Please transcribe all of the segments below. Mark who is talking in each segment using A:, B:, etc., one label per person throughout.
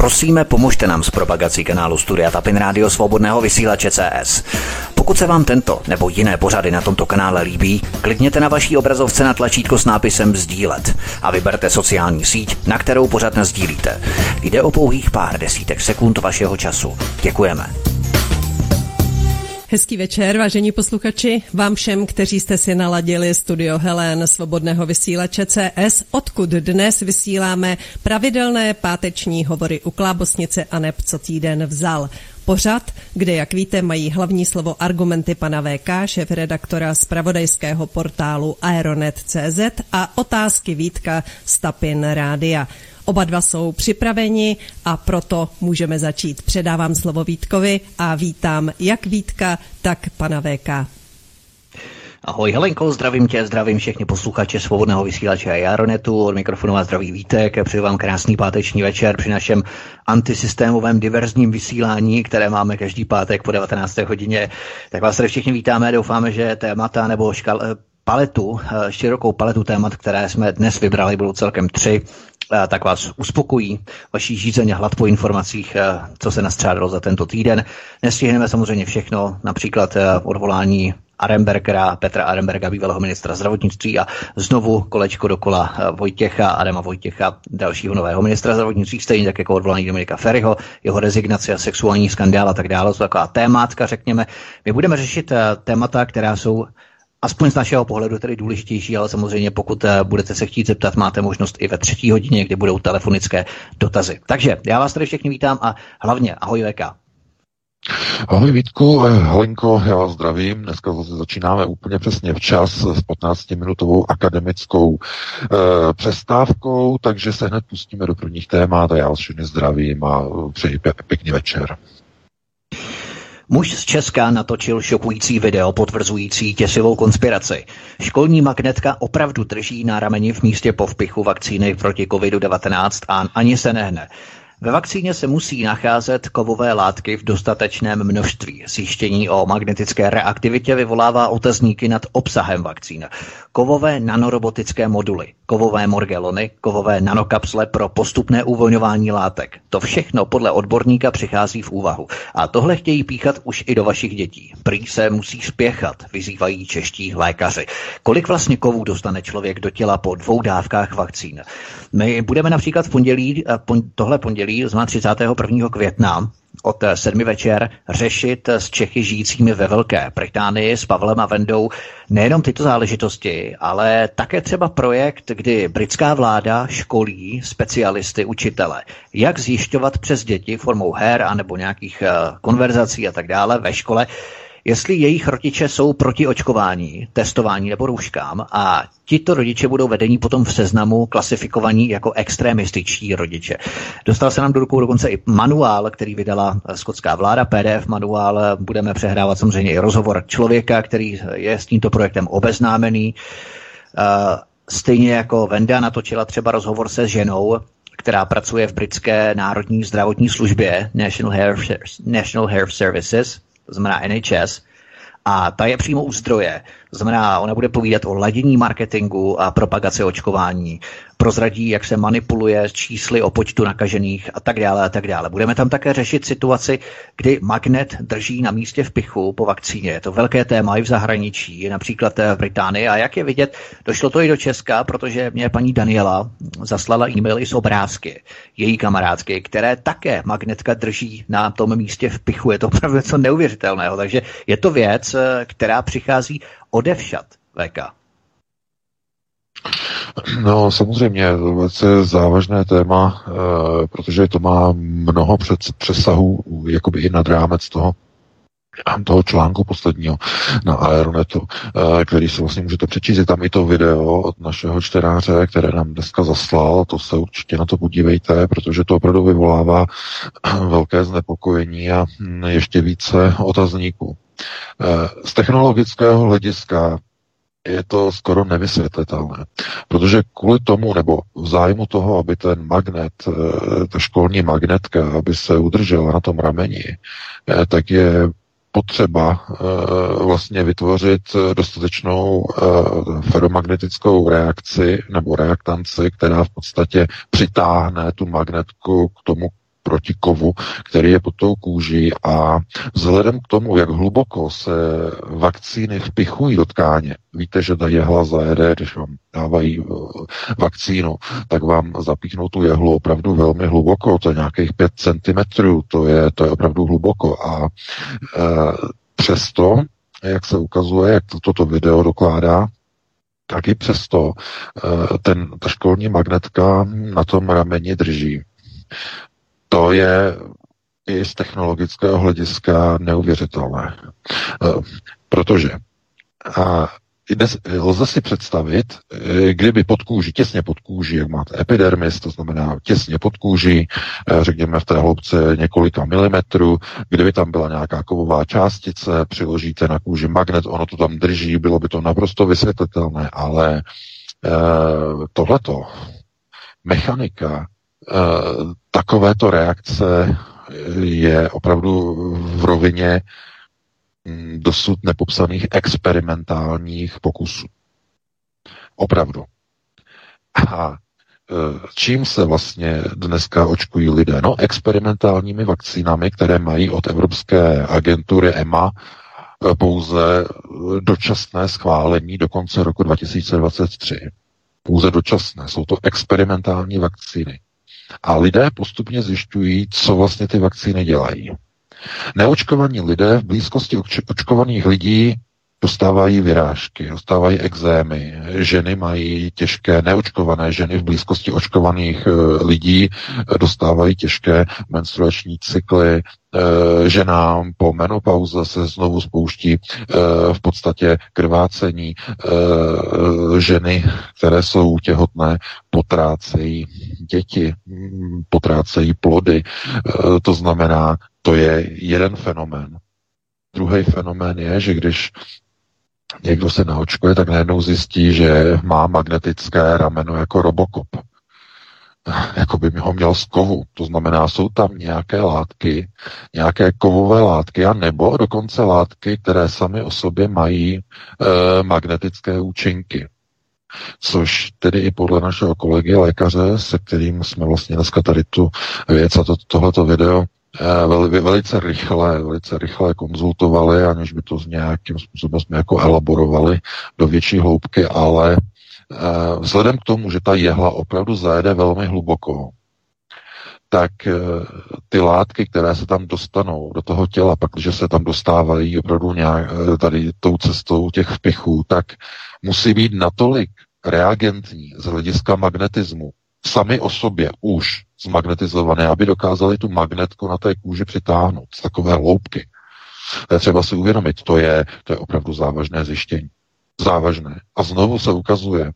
A: Prosíme, pomožte nám s propagací kanálu Studia Tapin Rádio Svobodného vysílače CS. Pokud se vám tento nebo jiné pořady na tomto kanále líbí, klikněte na vaší obrazovce na tlačítko s nápisem sdílet a vyberte sociální síť, na kterou pořad nasdílíte. Jde o pouhých pár desítek sekund vašeho času. Děkujeme.
B: Hezký večer, vážení posluchači, vám všem, kteří jste si naladili Studio Helen Svobodného vysílače CS, odkud dnes vysíláme pravidelné páteční hovory u Klábosnice a neb co týden vzal. Pořad, kde, jak víte, mají hlavní slovo argumenty pana VK, šéfredaktora zpravodajského portálu Aeronet.cz a otázky Vítka z Tapin Rádia. Oba dva jsou připraveni a proto můžeme začít. Předávám slovo Vítkovi a vítám jak Vítka, tak pana VK.
A: Ahoj Helenko, zdravím tě, zdravím všechny posluchače Svobodného vysílače a Aeronetu. Od mikrofonu vás zdraví Vítek, přeju vám krásný páteční večer při našem antisystémovém diverzním vysílání, které máme každý pátek po 19. hodině. Tak vás tady všichni vítáme, doufáme, že témata nebo širokou paletu témat, které jsme dnes vybrali, budou celkem 3, tak vás uspokojí vaší žízeň hlad po informacích, co se nastřádalo za tento týden. Nestihneme samozřejmě všechno, například odvolání Petra Arenbergera, bývalého ministra zdravotnictví a znovu kolečko dokola Adama Vojtěcha, dalšího nového ministra zdravotnictví, stejně tak jako odvolání Dominika Feriho, jeho rezignaci a sexuální skandál a tak dále. To taková témátka, řekněme. My budeme řešit témata, která jsou aspoň z našeho pohledu tedy důležitější, ale samozřejmě pokud budete se chtít zeptat, máte možnost i ve 3. hodině, kdy budou telefonické dotazy. Takže já vás tady všechny vítám a hlavně ahoj VK.
C: Ahoj Vítku, Helenko, já vás zdravím. Dneska zase začínáme úplně přesně včas s 15-minutovou akademickou přestávkou, takže se hned pustíme do prvních témat a já vás všechny zdravím a přeji pěkný večer.
A: Muž z Česka natočil šokující video potvrzující děsivou konspiraci. Školní magnetka opravdu drží na rameni v místě povpichu vakcíny proti COVID-19 a ani se nehne. Ve vakcíně se musí nacházet kovové látky v dostatečném množství. Zjištění o magnetické reaktivitě vyvolává otazníky nad obsahem vakcín. Kovové nanorobotické moduly, kovové morgelony, kovové nanokapsle pro postupné uvolňování látek. To všechno podle odborníka přichází v úvahu. A tohle chtějí píchat už i do vašich dětí. Prý se musí spěchat, vyzývají čeští lékaři. Kolik vlastně kovů dostane člověk do těla po 2 dávkách vakcín? My budeme například tohle pondělí, znamená 31. května, od 7 večer řešit s Čechy žijícími ve Velké Británii s Pavlem a Vendou nejenom tyto záležitosti, ale také třeba projekt, kdy britská vláda školí specialisty, učitele, jak zjišťovat přes děti formou her anebo nějakých konverzací a tak dále ve škole, jestli jejich rodiče jsou proti očkování, testování nebo rouškám a tito rodiče budou vedení potom v seznamu klasifikovaní jako extremističtí rodiče. Dostal se nám do rukou dokonce i manuál, který vydala skotská vláda, PDF manuál. Budeme přehrávat samozřejmě i rozhovor člověka, který je s tímto projektem obeznámený. Stejně jako Venda natočila třeba rozhovor se ženou, která pracuje v britské národní zdravotní službě National Health Services, to znamená NHS, a ta je přímo u zdroje. To znamená, ona bude povídat o ladění marketingu a propagaci očkování, prozradí, jak se manipuluje s čísly o počtu nakažených a tak dále a tak dále. Budeme tam také řešit situaci, kdy magnet drží na místě vpichu po vakcíně. Je to velké téma i v zahraničí, například v Británii. A jak je vidět, došlo to i do Česka, protože mě paní Daniela zaslala e-mail i s obrázky její kamarádky, které také magnetka drží na tom místě vpichu. Je to opravdu něco neuvěřitelného. Takže je to věc, která přichází odevšad, VK.
C: No samozřejmě, to je velice závažné téma, protože to má mnoho přesahů, jakoby i nad rámec toho článku posledního na Aeronetu, který si vlastně můžete přečíst. Je tam i to video od našeho čtenáře, které nám dneska zaslal, to se určitě na to podívejte, protože to opravdu vyvolává velké znepokojení a ještě více otazníků. Z technologického hlediska je to skoro nevysvětlitelné, protože kvůli tomu, nebo v zájmu toho, aby ten magnet, ta školní magnetka, aby se udržela na tom rameni, tak je potřeba vlastně vytvořit dostatečnou feromagnetickou reakci nebo reaktanci, která v podstatě přitáhne tu magnetku k tomu proti kovu, který je pod tou kůží, a vzhledem k tomu, jak hluboko se vakcíny vpichují do tkáně, víte, že ta jehla zajede, když vám dávají vakcínu, tak vám zapíchnou tu jehlu opravdu velmi hluboko, to je nějakých 5 centimetrů, to je opravdu hluboko, a přesto, jak se ukazuje, jak toto video dokládá, tak i přesto ta školní magnetka na tom rameni drží. To je i z technologického hlediska neuvěřitelné. Protože dnes lze si představit, kdyby pod kůží, těsně pod kůží, jak máte epidermis, to znamená těsně pod kůží, řekněme v té hloubce několika milimetrů, kdyby tam byla nějaká kovová částice, přiložíte na kůži magnet, ono to tam drží, bylo by to naprosto vysvětlitelné, ale tohleto, mechanika, takovéto reakce je opravdu v rovině dosud nepopsaných experimentálních pokusů. Opravdu. A čím se vlastně dneska očkují lidé? No, experimentálními vakcínami, které mají od Evropské agentury EMA pouze dočasné schválení do konce roku 2023. Pouze dočasné. Jsou to experimentální vakcíny. A lidé postupně zjišťují, co vlastně ty vakcíny dělají. Neočkovaní lidé v blízkosti očkovaných lidí dostávají vyrážky, dostávají ekzémy, ženy mají těžké, neočkované ženy v blízkosti očkovaných lidí dostávají těžké menstruační cykly, ženám po menopauze se znovu spouští v podstatě krvácení, ženy, které jsou těhotné, potrácejí děti, potrácejí plody, to znamená, to je jeden fenomén. Druhý fenomén je, že když někdo se naočkuje, tak najednou zjistí, že má magnetické rameno jako Robocop. Jako by ho měl z kovu. To znamená, jsou tam nějaké látky, nějaké kovové látky, a nebo dokonce látky, které samy o sobě mají magnetické účinky. Což tedy i podle našeho kolegy lékaře, se kterým jsme vlastně dneska tady tu věc a tohleto video velice rychle konzultovali, aniž by to s nějakým způsobem jsme jako elaborovali do větší hloubky, ale vzhledem k tomu, že ta jehla opravdu zajede velmi hluboko, tak ty látky, které se tam dostanou do toho těla, pak, když se tam dostávají opravdu nějak tady tou cestou těch vpichů, tak musí být natolik reagentní z hlediska magnetismu, sami o sobě už zmagnetizované, aby dokázali tu magnetku na té kůži přitáhnout z takové hloubky. To je třeba si uvědomit, to je opravdu závažné zjištění. Závažné. A znovu se ukazuje,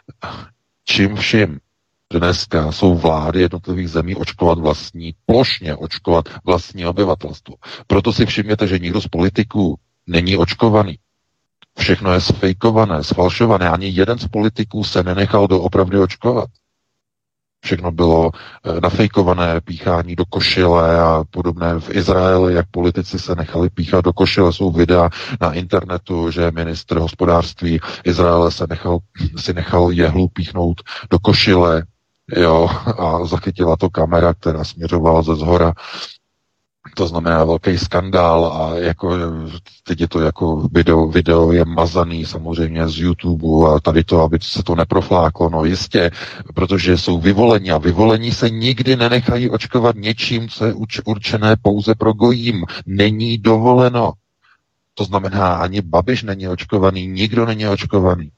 C: čím vším dneska jsou vlády jednotlivých zemí plošně očkovat vlastní obyvatelstvo. Proto si všimněte, že nikdo z politiků není očkovaný. Všechno je sfejkované, sfalšované. Ani jeden z politiků se nenechal doopravdy očkovat. Všechno bylo nafejkované, píchání do košile a podobné v Izraeli, jak politici se nechali píchat do košile. Jsou videa na internetu, že ministr hospodářství Izraele si nechal jehlu píchnout do košile, jo, a zachytila to kamera, která směřovala ze zhora. To znamená velký skandál a jako, teď je to jako video je mazaný samozřejmě z YouTube a tady to, aby se to neprofláklo, no jistě, protože jsou vyvoleni a vyvolení se nikdy nenechají očkovat něčím, co je určené pouze pro gojím. Není dovoleno. To znamená, ani Babiš není očkovaný, nikdo není očkovaný.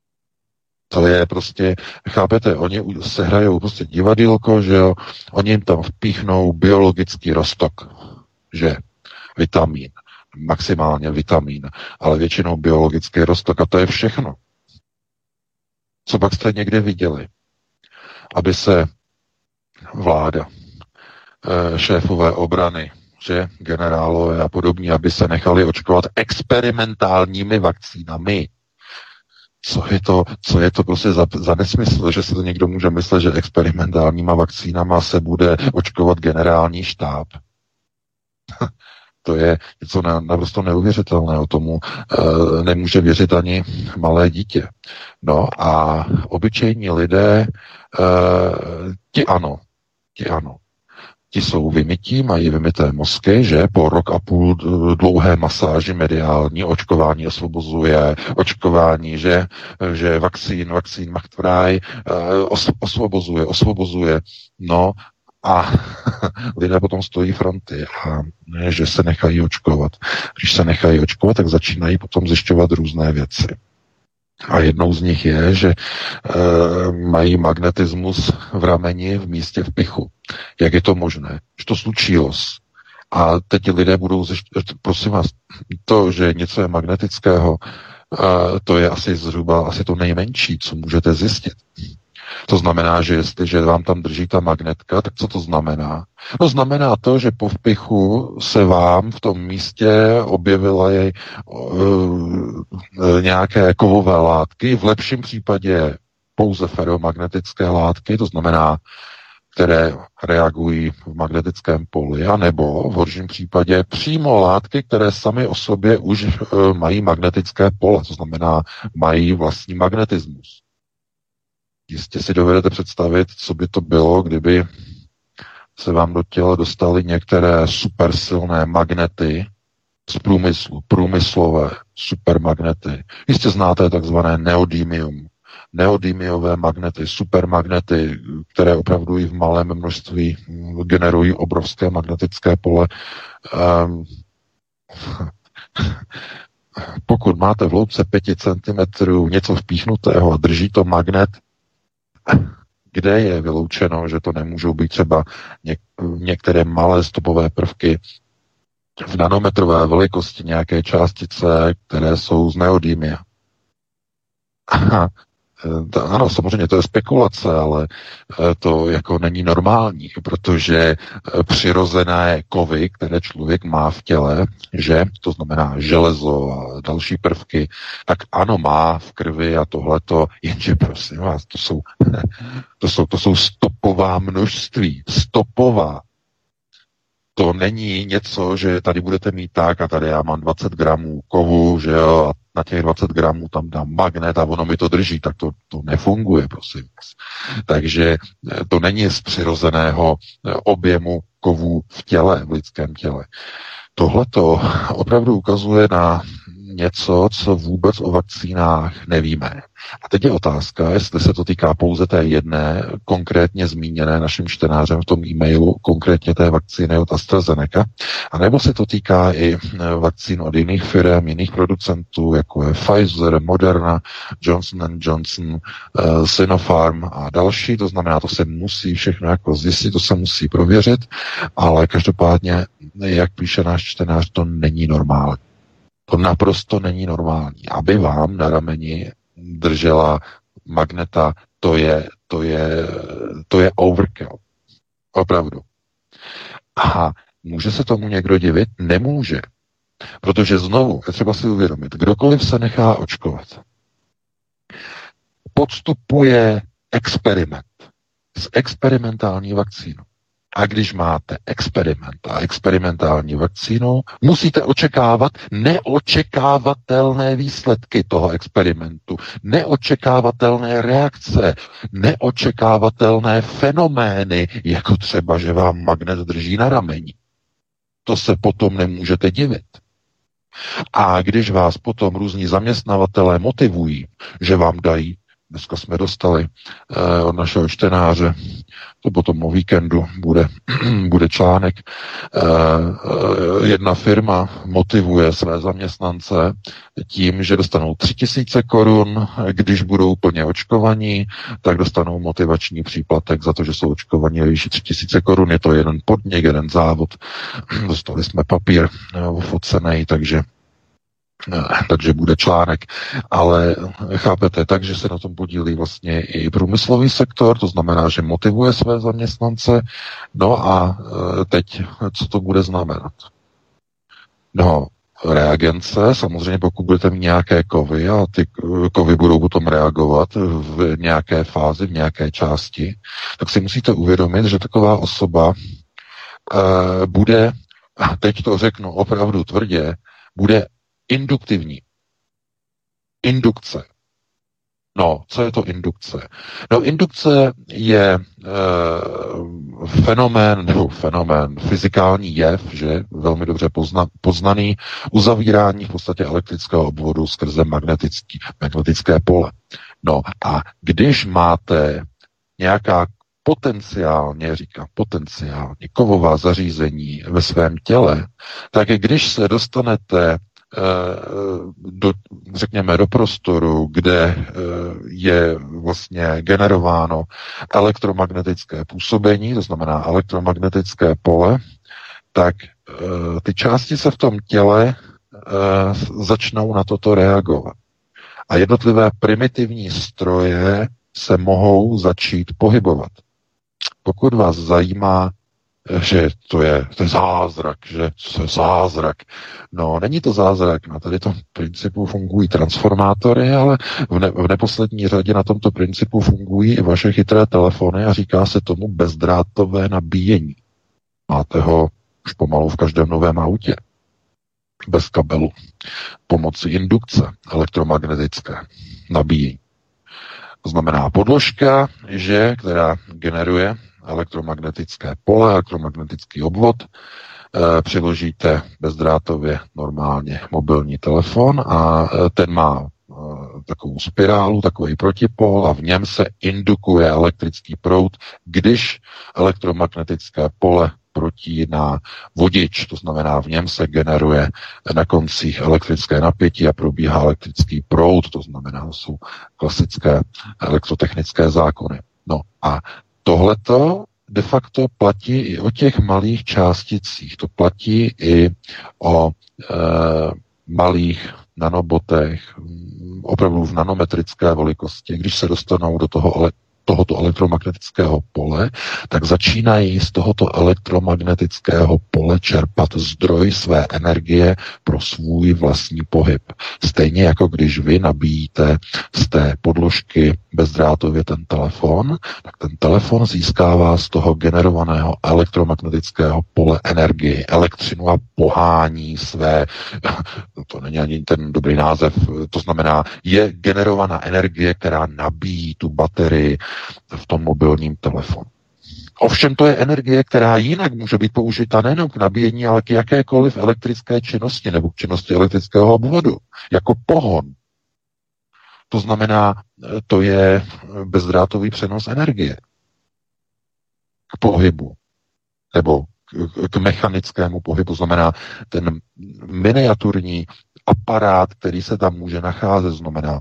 C: To je prostě, chápete, oni se hrajou prostě divadýlko, že jo, oni jim tam vpíchnou biologický roztok, že vitamín, maximálně vitamín, ale většinou biologický roztok a to je všechno. Co pak jste někde viděli? Aby se vláda, šéfové obrany, že generálové a podobně, aby se nechali očkovat experimentálními vakcínami. Co je to prostě za nesmysl, že si to někdo může myslet, že experimentálníma vakcínama se bude očkovat generální štáb. To je něco naprosto neuvěřitelného. Tomu nemůže věřit ani malé dítě. No a obyčejní lidé, ti ano. Ti jsou vymytí, mají vymyté mozky, že po rok a půl dlouhé masáži mediální, očkování osvobozuje, očkování, že vakcín macht frei, osvobozuje, no a lidé potom stojí fronty a že se nechají očkovat. Když se nechají očkovat, tak začínají potom zjišťovat různé věci. A jednou z nich je, že mají magnetismus v rameni v místě v pichu. Jak je to možné? Že to slučilo. A teď lidé budou prosím vás, to, že něco je magnetického, to je asi to nejmenší, co můžete zjistit. To znamená, že jestliže vám tam drží ta magnetka, tak co to znamená? No znamená to, že po vpichu se vám v tom místě objevily nějaké kovové látky, v lepším případě pouze ferromagnetické látky, to znamená, které reagují v magnetickém poli, anebo v horším případě přímo látky, které sami o sobě už mají magnetické pole, to znamená, mají vlastní magnetismus. Jistě si dovedete představit, co by to bylo, kdyby se vám do těla dostaly některé supersilné magnety z průmyslu, průmyslové supermagnety. Jistě znáte takzvané neodymium. Neodymiové magnety, supermagnety, které opravdu i v malém množství generují obrovské magnetické pole. Pokud máte v hloubce 5 cm něco vpíchnutého a drží to magnet, kde je vyloučeno, že to nemůžou být třeba některé malé stopové prvky v nanometrové velikosti nějaké částice, které jsou z neodymia. Ano, samozřejmě to je spekulace, ale to jako není normální, protože přirozené kovy, které člověk má v těle, že to znamená železo a další prvky, tak ano, má v krvi a tohleto, jenže prosím vás, to jsou stopová množství, stopová. To není něco, že tady budete mít tak a tady já mám 20 gramů kovu, že jo, a na těch 20 gramů tam dám magnet a ono mi to drží, tak to nefunguje, prosím. Takže to není z přirozeného objemu kovů v těle, v lidském těle. Tohleto opravdu ukazuje na něco, co vůbec o vakcínách nevíme. A teď je otázka, jestli se to týká pouze té jedné, konkrétně zmíněné naším čtenářem v tom e-mailu, konkrétně té vakcíny od AstraZeneca, anebo se to týká i vakcín od jiných firm, jiných producentů, jako je Pfizer, Moderna, Johnson & Johnson, Sinopharm a další. To znamená, to se musí všechno jako zjistit, to se musí prověřit, ale každopádně, jak píše náš čtenář, to není normální. To naprosto není normální. Aby vám na rameni držela magneta, to je overkill. Opravdu. A může se tomu někdo divit? Nemůže. Protože znovu, je třeba si uvědomit, kdokoliv se nechá očkovat, podstupuje experiment s experimentální vakcínou. A když máte experiment a experimentální vakcínu, musíte očekávat neočekávatelné výsledky toho experimentu, neočekávatelné reakce, neočekávatelné fenomény, jako třeba, že vám magnet drží na rameni. To se potom nemůžete divit. A když vás potom různí zaměstnavatelé motivují, že vám dají, dneska jsme dostali od našeho čtenáře, to potom o víkendu bude článek, jedna firma motivuje své zaměstnance tím, že dostanou 3000 korun, když budou plně očkovaní, tak dostanou motivační příplatek za to, že jsou očkovaní ve výši 3000 korun. Je to jeden podnik, jeden závod. Dostali jsme papír ofocený, takže bude článek, ale chápete, takže se na tom podílí vlastně i průmyslový sektor, to znamená, že motivuje své zaměstnance. No a teď, co to bude znamenat? No, reagence, samozřejmě pokud budete mít nějaké kovy a ty kovy budou potom reagovat v nějaké fázi, v nějaké části, tak si musíte uvědomit, že taková osoba bude, a teď to řeknu opravdu tvrdě, bude induktivní. Indukce. No, co je to indukce? No, indukce je fenomén, fyzikální jev, že velmi dobře poznaný, uzavírání v podstatě elektrického obvodu skrze magnetické pole. No a když máte nějaká potenciálně kovová zařízení ve svém těle, tak když se dostanete do prostoru, kde je vlastně generováno elektromagnetické působení, to znamená elektromagnetické pole, tak ty částice v tom těle začnou na toto reagovat. A jednotlivé primitivní stroje se mohou začít pohybovat. Pokud vás zajímá, že to je zázrak, že to je zázrak. No, není to zázrak, na tady tom principu fungují transformátory, ale v neposlední řadě na tomto principu fungují i vaše chytré telefony a říká se tomu bezdrátové nabíjení. Máte ho už pomalu v každém novém autě. Bez kabelu. Pomocí indukce elektromagnetické nabíjení. To znamená podložka, která generuje elektromagnetické pole, elektromagnetický obvod, přiložíte bezdrátově normálně mobilní telefon a ten má takovou spirálu, takový protipol a v něm se indukuje elektrický proud, když elektromagnetické pole protíná vodič, to znamená v něm se generuje na koncích elektrické napětí a probíhá elektrický proud, to znamená, to jsou klasické elektrotechnické zákony. No a tohleto de facto platí i o těch malých částicích. To platí i o malých nanobotech, opravdu v nanometrické velikosti. Když se dostanou do tohoto elektromagnetického pole, tak začínají z tohoto elektromagnetického pole čerpat zdroj své energie pro svůj vlastní pohyb. Stejně jako když vy nabíjíte z té podložky bezdrátově ten telefon, tak ten telefon získává z toho generovaného elektromagnetického pole energii, elektřinu a pohání své, to není ani ten dobrý název, to znamená, je generovaná energie, která nabíjí tu baterii v tom mobilním telefonu. Ovšem to je energie, která jinak může být použita nejenom k nabíjení, ale k jakékoliv elektrické činnosti nebo k činnosti elektrického obvodu, jako pohon. To znamená, to je bezdrátový přenos energie k pohybu nebo k mechanickému pohybu. Znamená ten miniaturní aparát, který se tam může nacházet, znamená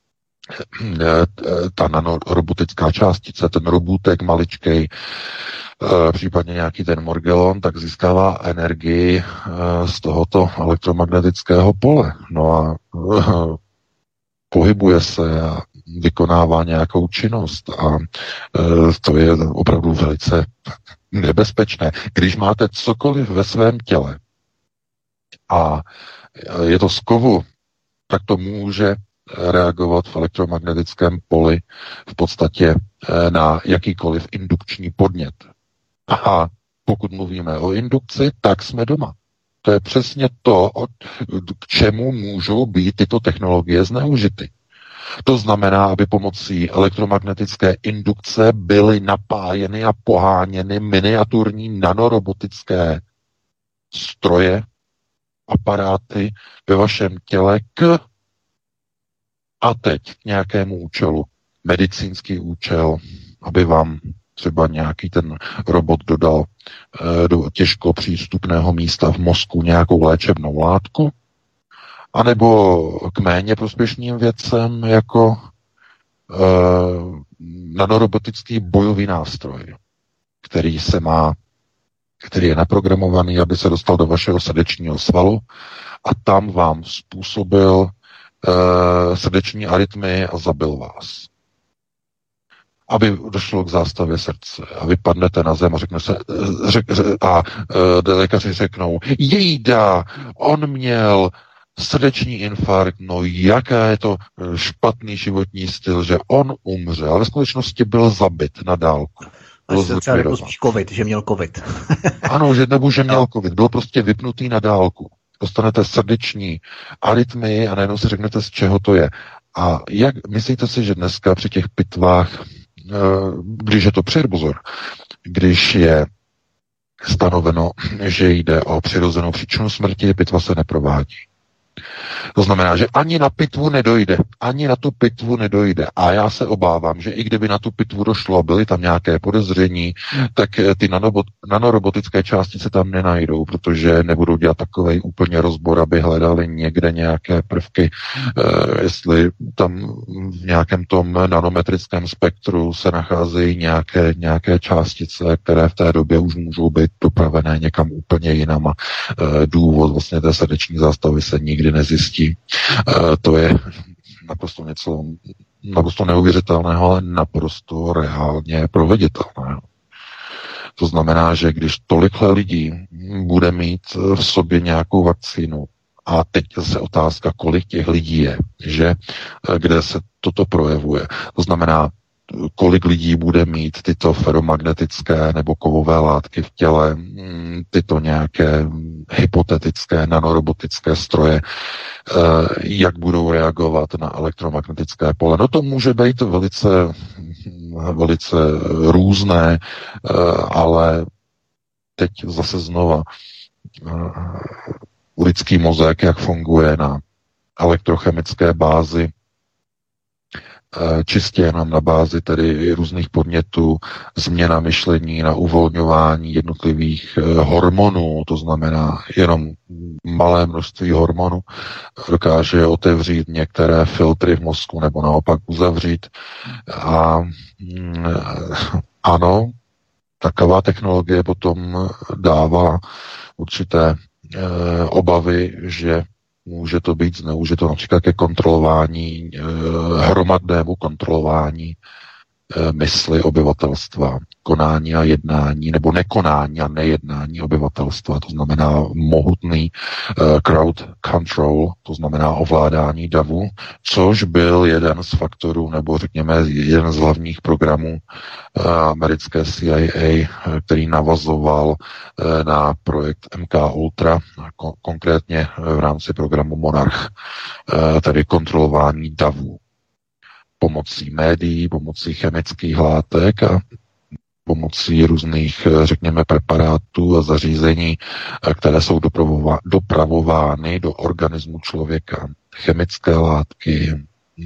C: ta nanorobotická částice, ten robůtek maličkej, případně nějaký ten morgelon, tak získává energii z tohoto elektromagnetického pole. No a pohybuje se a vykonává nějakou činnost a to je opravdu velice nebezpečné. Když máte cokoliv ve svém těle a je to z kovu, tak to může reagovat v elektromagnetickém poli v podstatě na jakýkoliv indukční podnět. A pokud mluvíme o indukci, tak jsme doma. To je přesně to, k čemu můžou být tyto technologie zneužity. To znamená, aby pomocí elektromagnetické indukce byly napájeny a poháněny miniaturní nanorobotické stroje, aparáty ve vašem těle a teď k nějakému účelu, medicínský účel, aby vám třeba nějaký ten robot dodal do těžko přístupného místa v mozku nějakou léčebnou látku, anebo k méně prospěšným věcem jako nanorobotický bojový nástroj, který je naprogramovaný, aby se dostal do vašeho srdečního svalu a tam vám způsobil srdeční arytmii a zabil vás. Aby došlo k zástavě srdce a vy padnete na zem a lékaři řeknou, jejda, on měl srdeční infarkt, no jaká je to špatný životní styl, že on umře, ale ve skutečnosti byl zabit na dálku.
A: Byl třeba jako spíš covid, že měl covid.
C: Ano, že měl covid, byl prostě vypnutý na dálku. Dostanete srdeční arytmii a najednou si řeknete, z čeho to je. A jak myslíte si, že dneska při těch pitvách, když je to pozor, když je stanoveno, že jde o přirozenou příčinu smrti, pitva se neprovádí. To znamená, že ani na pitvu nedojde. Ani na tu pitvu nedojde. A já se obávám, že i kdyby na tu pitvu došlo a byly tam nějaké podezření, tak ty nanorobotické částice tam nenajdou, protože nebudou dělat takovej úplně rozbor, aby hledali někde nějaké prvky, jestli tam v nějakém tom nanometrickém spektru se nacházejí nějaké částice, které v té době už můžou být dopravené někam úplně jinam a důvod vlastně té srdeční zástavy se nikdy nezjistí. To je naprosto něco naprosto neuvěřitelného, ale naprosto reálně proveditelného. To znamená, že když tolikhle lidí bude mít v sobě nějakou vakcínu, a teď zase otázka, kolik těch lidí je, že kde se toto projevuje. To znamená, kolik lidí bude mít tyto feromagnetické nebo kovové látky v těle, tyto nějaké hypotetické nanorobotické stroje, jak budou reagovat na elektromagnetické pole. No to může být velice různé, ale teď zase znova lidský mozek, jak funguje na elektrochemické bázi, čistě jenom na bázi tedy různých podnětů, změna myšlení na uvolňování jednotlivých hormonů, to znamená jenom malé množství hormonů, dokáže otevřít některé filtry v mozku nebo naopak uzavřít. A ano, taková technologie potom dává určité obavy, že může to být zneužito například ke kontrolování, hromadnému kontrolování mysli obyvatelstva, konání a jednání, nebo nekonání a nejednání obyvatelstva, to znamená mohutný crowd control, to znamená ovládání davu, což byl jeden z faktorů, nebo řekněme jeden z hlavních programů americké CIA, který navazoval na projekt MK Ultra, konkrétně v rámci programu Monarch, tedy kontrolování davů pomocí médií, pomocí chemických látek a pomocí různých, řekněme, preparátů a zařízení, které jsou dopravovány do organismu člověka. Chemické látky,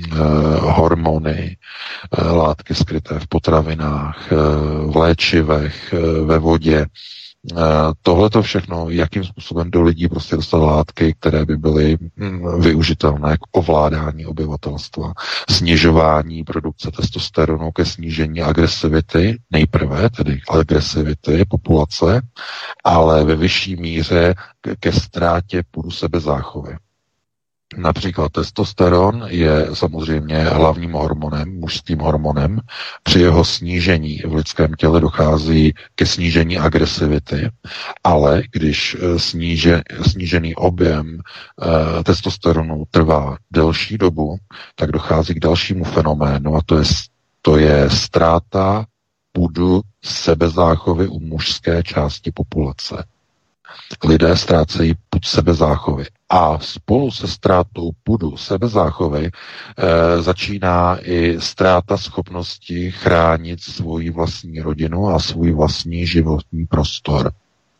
C: hormony, látky skryté v potravinách, v léčivech, ve vodě. Tohle to všechno, jakým způsobem do lidí prostě dostat látky, které by byly využitelné k ovládání obyvatelstva, snižování produkce testosteronu ke snížení agresivity, nejprve tedy agresivity populace, ale ve vyšší míře ke ztrátě půdu sebezáchovy. Například testosteron je samozřejmě hlavním hormonem, mužským hormonem. Při jeho snížení v lidském těle dochází ke snížení agresivity, ale když snížený objem testosteronu trvá delší dobu, tak dochází k dalšímu fenoménu a to je ztráta půdu sebezáchovy u mužské části populace. Lidé ztrácejí pud sebezáchovy. A spolu se ztrátou pudu sebezáchovy začíná i ztráta schopnosti chránit svoji vlastní rodinu a svůj vlastní životní prostor.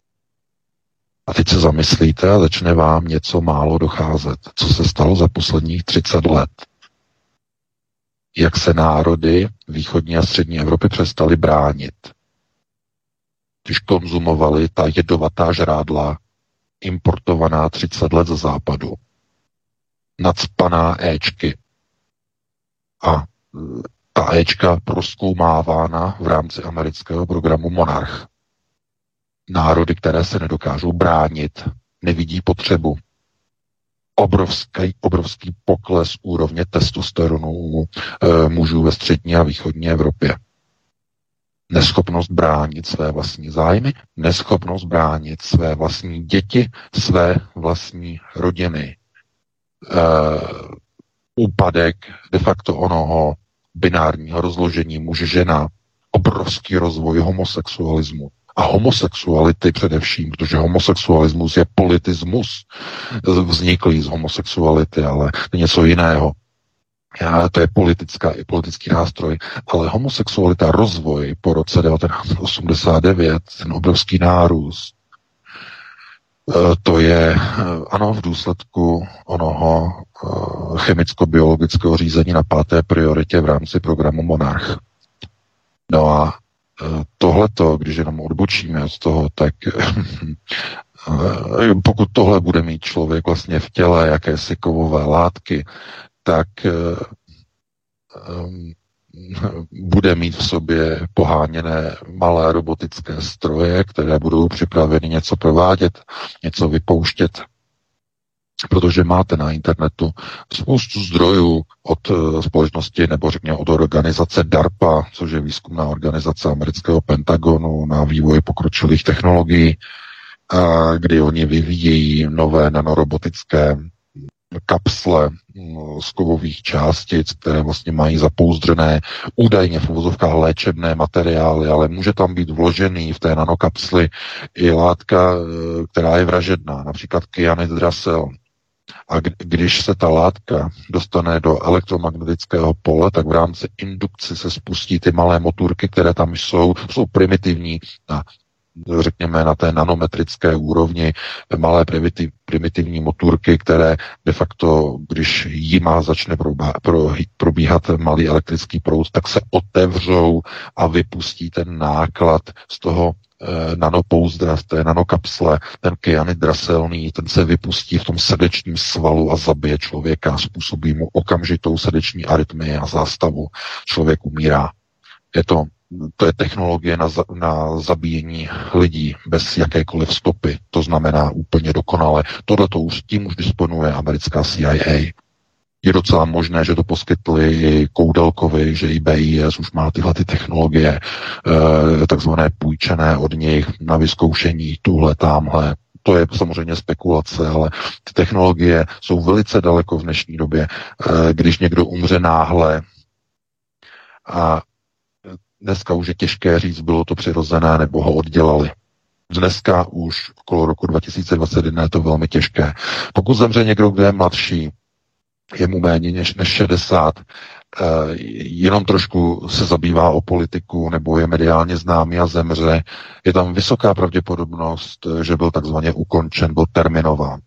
C: A teď se zamyslíte a začne vám něco málo docházet. Co se stalo za posledních 30 let? Jak se národy východní a střední Evropy přestaly bránit, když konzumovali ta jedovatá žrádla, importovaná 30 let ze západu, nacpaná éčky. A ta éčka prozkoumávána v rámci amerického programu Monarch. Národy, které se nedokážou bránit, nevidí potřebu. Obrovský pokles úrovně testosteronu mužů ve střední a východní Evropě. Neschopnost bránit své vlastní zájmy, neschopnost bránit své vlastní děti, své vlastní rodiny. Úpadek de facto onoho binárního rozložení muž-žena, obrovský rozvoj homosexualismu a homosexuality především, protože homosexualismus je politismus vzniklý z homosexuality, ale něco jiného. To je politický nástroj, ale homosexualita, rozvoj po roce 1989, ten obrovský nárůst, to je, ano, v důsledku onoho chemicko-biologického řízení na 5. prioritě v rámci programu Monarch. No a tohleto, když jenom odbočíme od toho, tak pokud tohle bude mít člověk vlastně v těle jakési kovové látky, tak bude mít v sobě poháněné malé robotické stroje, které budou připraveny něco provádět, něco vypouštět. Protože máte na internetu spoustu zdrojů od společnosti nebo řekněme od organizace DARPA, což je výzkumná organizace amerického Pentagonu na vývoj pokročilých technologií, kdy oni vyvíjejí nové nanorobotické kapsle z kovových částic, které vlastně mají zapouzdřené údajně v uvozovkách léčebné materiály, ale může tam být vložený v té nanokapsli i látka, která je vražedná, například kyanidrosel. A když se ta látka dostane do elektromagnetického pole, tak v rámci indukce se spustí ty malé motorky, které tam jsou primitivní, řekněme na té nanometrické úrovni, malé primitivní motorky, které de facto, když jima začne probíhat malý elektrický proud, tak se otevřou a vypustí ten náklad z toho nanopouzdra, v té nanokapsle, ten kyanidroselný, ten se vypustí v tom srdečním svalu a zabije člověka, způsobí mu okamžitou srdeční arytmii a zástavu. Člověk umírá. To je technologie na zabíjení lidí bez jakékoliv stopy. To znamená úplně dokonale. Tím už disponuje americká CIA. Je docela možné, že to poskytli i Koudelkovi, že i BIS už má tyhle ty technologie takzvané půjčené od nich na vyzkoušení tuhle, tamhle. To je samozřejmě spekulace, ale ty technologie jsou velice daleko v dnešní době. Když někdo umře náhle a dneska už je těžké říct, bylo to přirozené, nebo ho oddělali. Dneska už okolo roku 2021 je to velmi těžké. Pokud zemře někdo, kdo je mladší, je mu méně než 60, jenom trošku se zabývá o politiku nebo je mediálně známý a zemře, je tam vysoká pravděpodobnost, že byl takzvaně ukončen, byl terminován.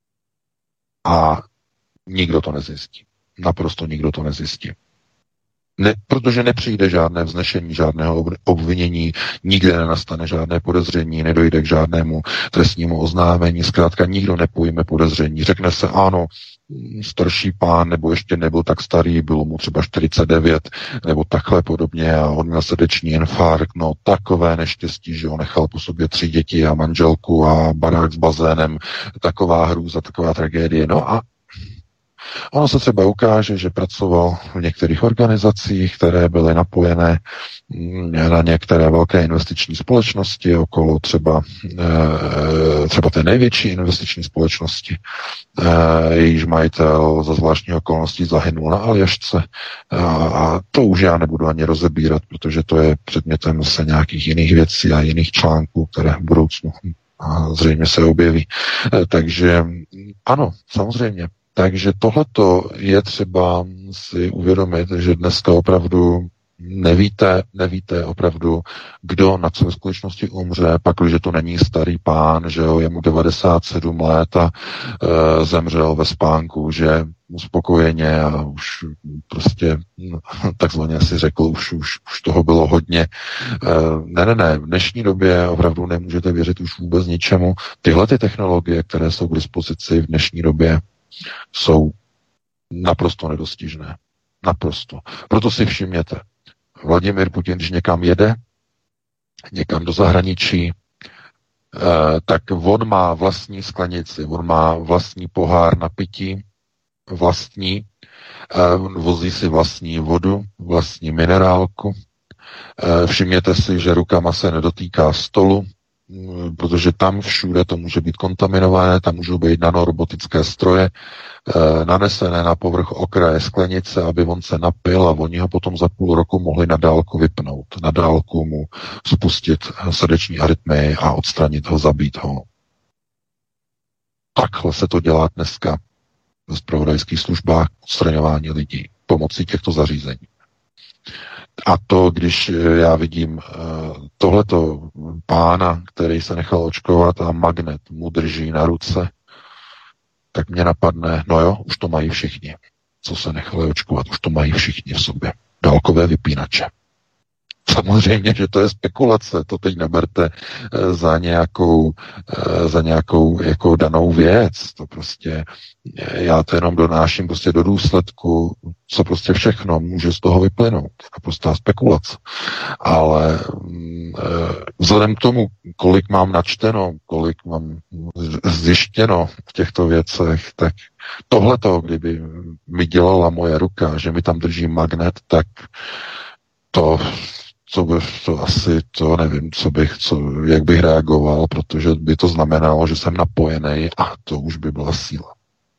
C: A nikdo to nezjistí. Naprosto nikdo to nezjistí. Protože nepřijde žádné vznešení, žádného obvinění, nikde nenastane žádné podezření, nedojde k žádnému trestnímu oznámení, zkrátka nikdo nepojme podezření. Řekne se, ano, starší pán, nebo ještě nebyl tak starý, bylo mu třeba 49, nebo takhle podobně a on měl srdeční infarkt, no takové neštěstí, že on nechal po sobě 3 děti a manželku a barák s bazénem, taková hrůza, taková tragédie. No a ono se třeba ukáže, že pracoval v některých organizacích, které byly napojené na některé velké investiční společnosti, okolo třeba té největší investiční společnosti. Jejíž majitel za zvláštních okolností zahynul na Aljašce. A to už já nebudu ani rozebírat, protože to je předmětem se nějakých jiných věcí a jiných článků, které v budoucnu zřejmě se objeví. Takže ano, samozřejmě. Takže tohleto je třeba si uvědomit, že dneska opravdu nevíte opravdu, kdo na co ve skutečnosti umře, pakliže to není starý pán, že jo, je mu 97 let a zemřel ve spánku, že uspokojeně a už prostě takzvaně si řekl, už toho bylo hodně. Ne, v dnešní době opravdu nemůžete věřit už vůbec ničemu. Tyhle ty technologie, které jsou k dispozici v dnešní době, jsou naprosto nedostižné. Naprosto. Proto si všimněte, Vladimír Putin, když někam jede, někam do zahraničí, tak on má vlastní sklenici, on má vlastní pohár na pití, vlastní, vozí si vlastní vodu, vlastní minerálku. Všimněte si, že rukama se nedotýká stolu, protože tam všude to může být kontaminované, tam můžou být nanorobotické stroje nanesené na povrch okraje sklenice, aby on se napil a oni ho potom za půl roku mohli na dálku vypnout, na dálku mu spustit srdeční arytmii a odstranit ho, zabít ho. Takhle se to dělá dneska ve zpravodajských službách odstraňování lidí. pomocí těchto zařízení. A to, když já vidím tohleto pána, který se nechal očkovat a magnet mu drží na ruce, tak mě napadne, no jo, už to mají všichni, co se nechali očkovat, už to mají všichni v sobě. Dálkové vypínače. Samozřejmě, že to je spekulace, to teď neberte za nějakou jako danou věc. To prostě, já to jenom donáším prostě do důsledku, co prostě všechno může z toho vyplynout. Naprostá spekulace. Ale vzhledem k tomu, kolik mám načteno, kolik mám zjištěno v těchto věcech, tak tohleto, kdyby mi dělala moje ruka, že mi tam drží magnet, tak to asi, to nevím, jak bych reagoval, protože by to znamenalo, že jsem napojený a to už by byla síla.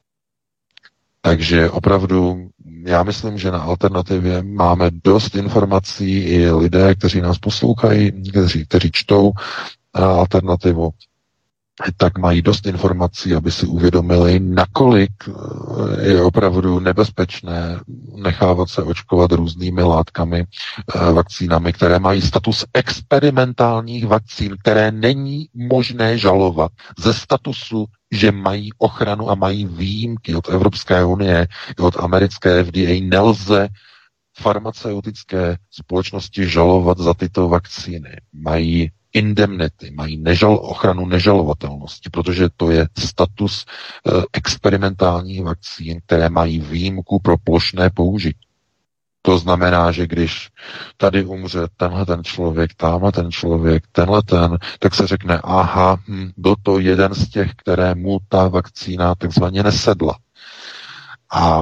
C: Takže opravdu, já myslím, že na Alternativě máme dost informací i lidé, kteří nás poslouchají, kteří čtou Alternativu, tak mají dost informací, aby si uvědomili, nakolik je opravdu nebezpečné nechávat se očkovat různými látkami, vakcínami, které mají status experimentálních vakcín, které není možné žalovat ze statusu, že mají ochranu a mají výjimky od Evropské unie, od americké FDA. Nelze farmaceutické společnosti žalovat za tyto vakcíny. Mají indemnity, mají ochranu nežalovatelnosti, protože to je status experimentálních vakcín, které mají výjimku pro plošné použití. To znamená, že když tady umře tenhle ten člověk, tamhle ten člověk, tenhle ten, tak se řekne, aha, byl to jeden z těch, kterému ta vakcína takzvaně nesedla. A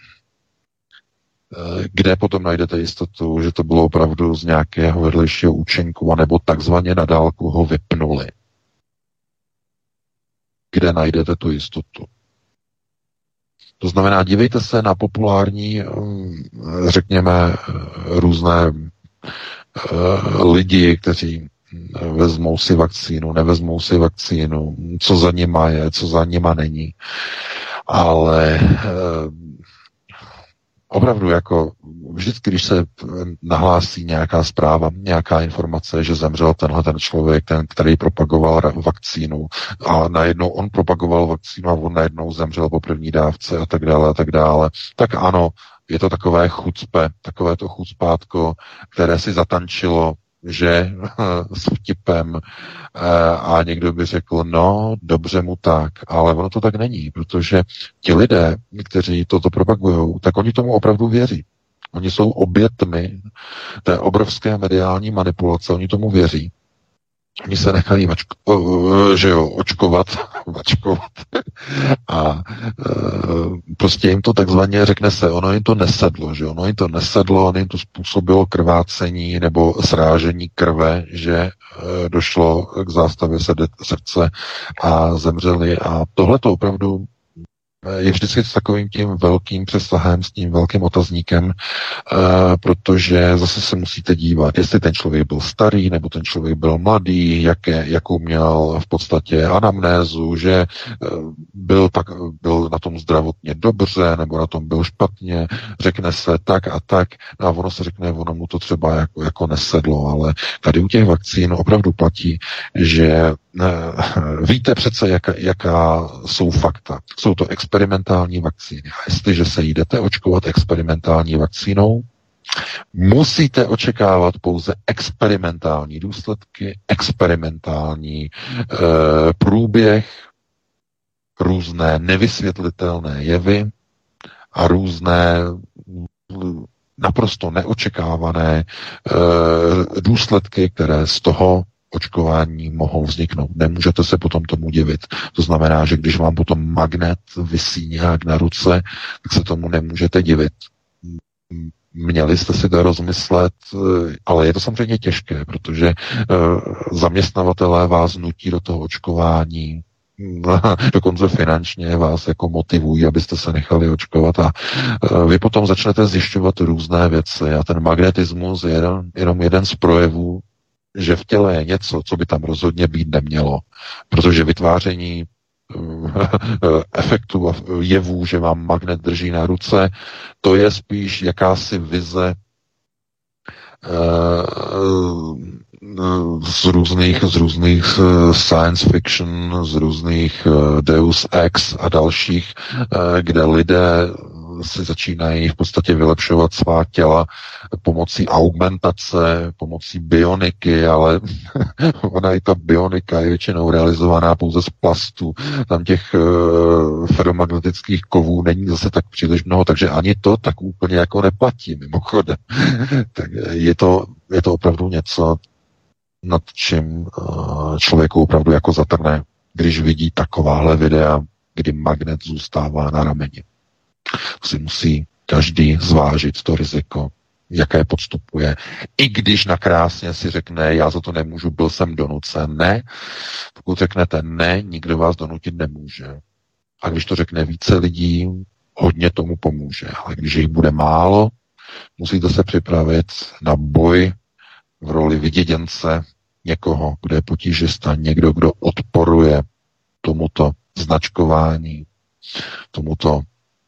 C: kde potom najdete jistotu, že to bylo opravdu z nějakého vedlejšího účinku, anebo takzvaně na dálku ho vypnuli. Kde najdete tu jistotu? To znamená, dívejte se na populární, řekněme, různé lidi, kteří vezmou si vakcínu, nevezmou si vakcínu, co za nima je, co za nima není. Ale opravdu jako vždycky, když se nahlásí nějaká zpráva, nějaká informace, že zemřel tenhle ten člověk, ten, který propagoval vakcínu a najednou on propagoval vakcínu a on najednou zemřel po první dávce a tak dále, tak ano, je to takové chucpe, takové to chucpátko, které si zatančilo, že s vtipem a někdo by řekl, no, dobře mu tak, ale ono to tak není, protože ti lidé, kteří toto propagují, tak oni tomu opravdu věří. Oni jsou obětmi té obrovské mediální manipulace, oni tomu věří. Oni se nechají očkovat a prostě jim to takzvaně řekne se, ono jim to nesedlo, že ono jim to nesedlo, ono jim to způsobilo krvácení nebo srážení krve, že došlo k zástavě srdce a zemřeli a tohle to opravdu je vždycky s takovým tím velkým přesahem, s tím velkým otazníkem, protože zase se musíte dívat, jestli ten člověk byl starý, nebo ten člověk byl mladý, jakou měl v podstatě anamnézu, že byl na tom zdravotně dobře, nebo na tom byl špatně, řekne se tak a tak, a ono se řekne, ono mu to třeba jako nesedlo, ale tady u těch vakcín opravdu platí, že víte přece, jaká jsou fakta. Jsou to experimentální vakcíny. A jestliže se jdete očkovat experimentální vakcínou, musíte očekávat pouze experimentální důsledky, experimentální průběh, různé nevysvětlitelné jevy a různé naprosto neočekávané důsledky, které z toho očkování mohou vzniknout. Nemůžete se potom tomu divit. To znamená, že když vám potom magnet visí nějak na ruce, tak se tomu nemůžete divit. Měli jste si to rozmyslet, ale je to samozřejmě těžké, protože zaměstnavatelé vás nutí do toho očkování, dokonce finančně vás jako motivují, abyste se nechali očkovat a vy potom začnete zjišťovat různé věci a ten magnetismus je jenom jeden z projevů, že v těle je něco, co by tam rozhodně být nemělo, protože vytváření efektu a jevů, že vám magnet drží na ruce. To je spíš jakási vize z různých science fiction, z různých Deus Ex a dalších, kde lidé si začínají v podstatě vylepšovat svá těla pomocí augmentace, pomocí bioniky, ale ona i ta bionika je většinou realizovaná pouze z plastu. Tam těch ferromagnetických kovů není zase tak příliš mnoho, takže ani to tak úplně jako neplatí mimochodem. Tak je to opravdu něco, nad čím člověku opravdu jako zatrne, když vidí takováhle videa, kdy magnet zůstává na rameni. Si musí každý zvážit to riziko, jaké podstupuje. I když nakrásně si řekne, já za to nemůžu, byl jsem donucen. Ne, pokud řeknete ne, nikdo vás donutit nemůže. A když to řekne více lidí, hodně tomu pomůže. Ale když jich bude málo, musíte se připravit na boj v roli vyděděnce někoho, kdo je potížista, někdo, kdo odporuje tomuto značkování, tomuto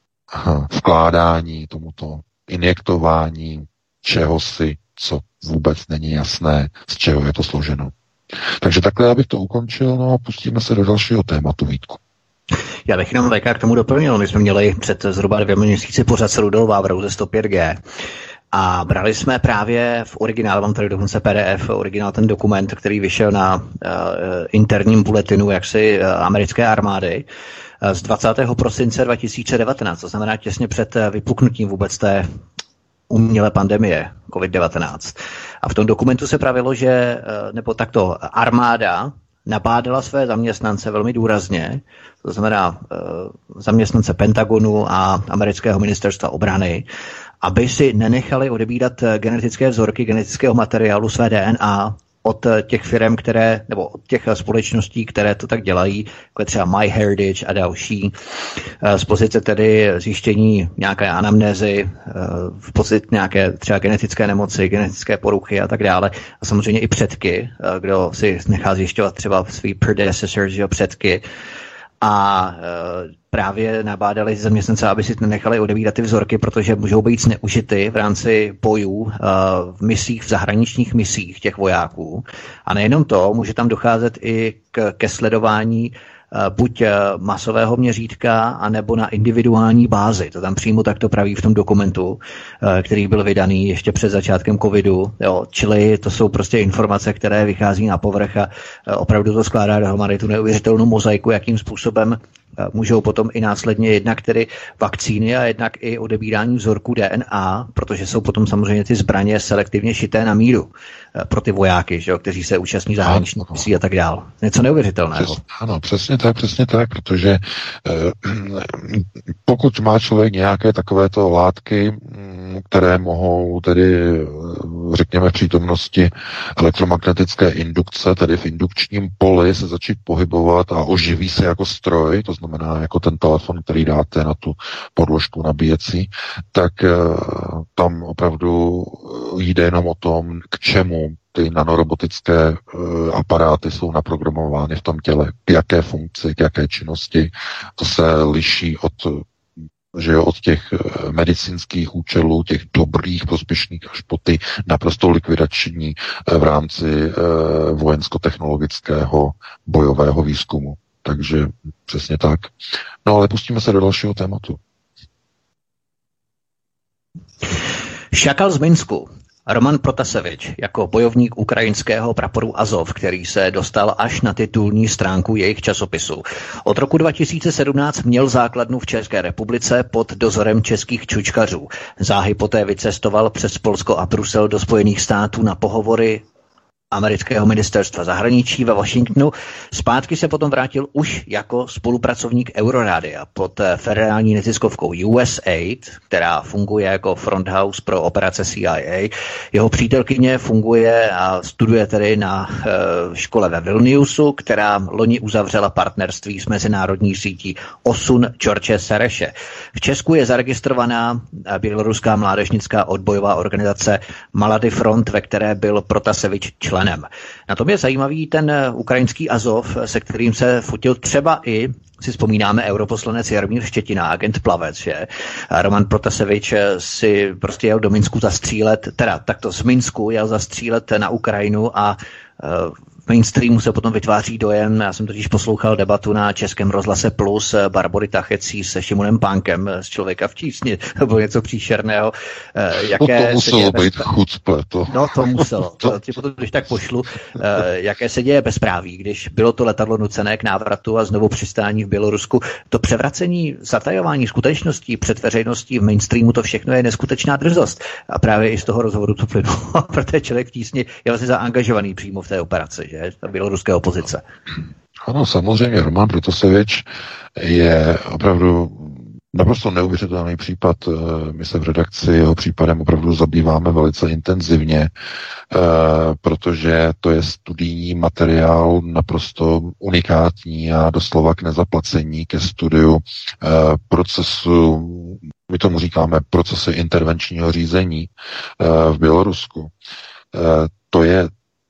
C: vkládání, tomuto injektování čehosi, co vůbec není jasné, z čeho je to složeno. Takže takhle já bych to ukončil, no a pustíme se do dalšího tématu, Vítku.
A: Já bych jenom k tomu doplnil. My jsme měli před zhruba 2 měsíci pořad s Rudou Vávrou ze 105G a brali jsme právě v originálu, mám tady dokonce PDF, originál ten dokument, který vyšel na interním bulletinu jaksi americké armády, z 20. prosince 2019, to znamená těsně před vypuknutím vůbec té umělé pandemie COVID-19. A v tom dokumentu se pravilo, že, nebo takto, armáda nabádala své zaměstnance velmi důrazně, to znamená zaměstnance Pentagonu a amerického ministerstva obrany, aby si nenechali odebírat genetické vzorky genetického materiálu své DNA od těch firm, nebo od těch společností, které to tak dělají, jako třeba MyHeritage a další, z pozice tedy zjištění nějaké anamnézy, v pozici nějaké třeba genetické nemoci, genetické poruchy a tak dále. A samozřejmě i předky, kdo si nechá zjišťovat třeba svý predecessors, předky. A právě nabádali zaměstnance, aby si nenechali odebírat ty vzorky, protože můžou být zneužity v rámci bojů v misích, v zahraničních misích těch vojáků. A nejenom to, může tam docházet i ke sledování buď masového měřítka, anebo na individuální bázi. To tam přímo takto praví v tom dokumentu, který byl vydaný ještě před začátkem covidu. Jo, čili to jsou prostě informace, které vychází na povrch a opravdu to skládá dohromady tu neuvěřitelnou mozaiku, jakým způsobem můžou potom i následně jednak tedy vakcíny a jednak i odebírání vzorků DNA, protože jsou potom samozřejmě ty zbraně selektivně šité na míru pro ty vojáky, že jo, kteří se účastní zahraničních misí a tak dál. Něco neuvěřitelného.
C: Ano, přesně tak, protože pokud má člověk nějaké takovéto látky, které mohou tedy, řekněme, v přítomnosti elektromagnetické indukce, tedy v indukčním poli se začít pohybovat a oživí se jako stroj, to znamená jako ten telefon, který dáte na tu podložku nabíjecí, tak tam opravdu jde jenom o tom, k čemu ty nanorobotické aparáty jsou naprogramovány v tom těle, k jaké funkci, k jaké činnosti. To se liší od těch medicínských účelů, těch dobrých, prospěšných, až po ty naprosto likvidační v rámci vojensko-technologického bojového výzkumu. Takže přesně tak. No ale pustíme se do dalšího tématu.
A: Šakal z Minsku. Roman Protasevič jako bojovník ukrajinského praporu Azov, který se dostal až na titulní stránku jejich časopisu. Od roku 2017 měl základnu v České republice pod dozorem českých čučkařů. Záhy poté vycestoval přes Polsko a Brusel do Spojených států na pohovory amerického ministerstva zahraničí ve Washingtonu. Zpátky se potom vrátil už jako spolupracovník Eurorádia pod federální neziskovkou USAID, která funguje jako fronthouse pro operace CIA. Jeho přítelkyně funguje a studuje tedy na škole ve Vilniusu, která loni uzavřela partnerství s mezinárodní sítí Osun George Sereše. V Česku je zaregistrovaná běloruská mládežnická odbojová organizace Malady Front, ve které byl Protasevič člen. členem. Na tom je zajímavý ten ukrajinský Azov, se kterým se fotil třeba i, si vzpomínáme, europoslanec Jaromír Štětina, agent Plavec, že? A Roman Protasevič si prostě jel do Minsku zastřílet, teda takto z Minsku jel zastřílet na Ukrajinu a v mainstreamu se potom vytváří dojem, já jsem totiž poslouchal debatu na Českém rozhlase Plus Barbory Tachecí se Šimonem Pánkem z Člověka v tísni, nebo něco příšerného.
C: Jaké to muselo být chucpe.
A: No to muselo, to ti potom když tak pošlu. Jaké se děje bezpráví, když bylo to letadlo nucené k návratu a znovu přistání v Bělorusku. To převracení, zatajování skutečností před veřejností v mainstreamu, to všechno je neskutečná drzost. A právě i z toho rozhovoru to plynulo, protože Člověk v tísni je vlastně zaangažovaný přímo v té operaci, že? Ta běloruské opozice.
C: Ano, samozřejmě Roman Protasevič je opravdu naprosto neuvěřitelný případ. My se v redakci jeho případem opravdu zabýváme velice intenzivně, protože to je studijní materiál naprosto unikátní a doslova k nezaplacení ke studiu procesu, my tomu říkáme procesy intervenčního řízení v Bělorusku. To je,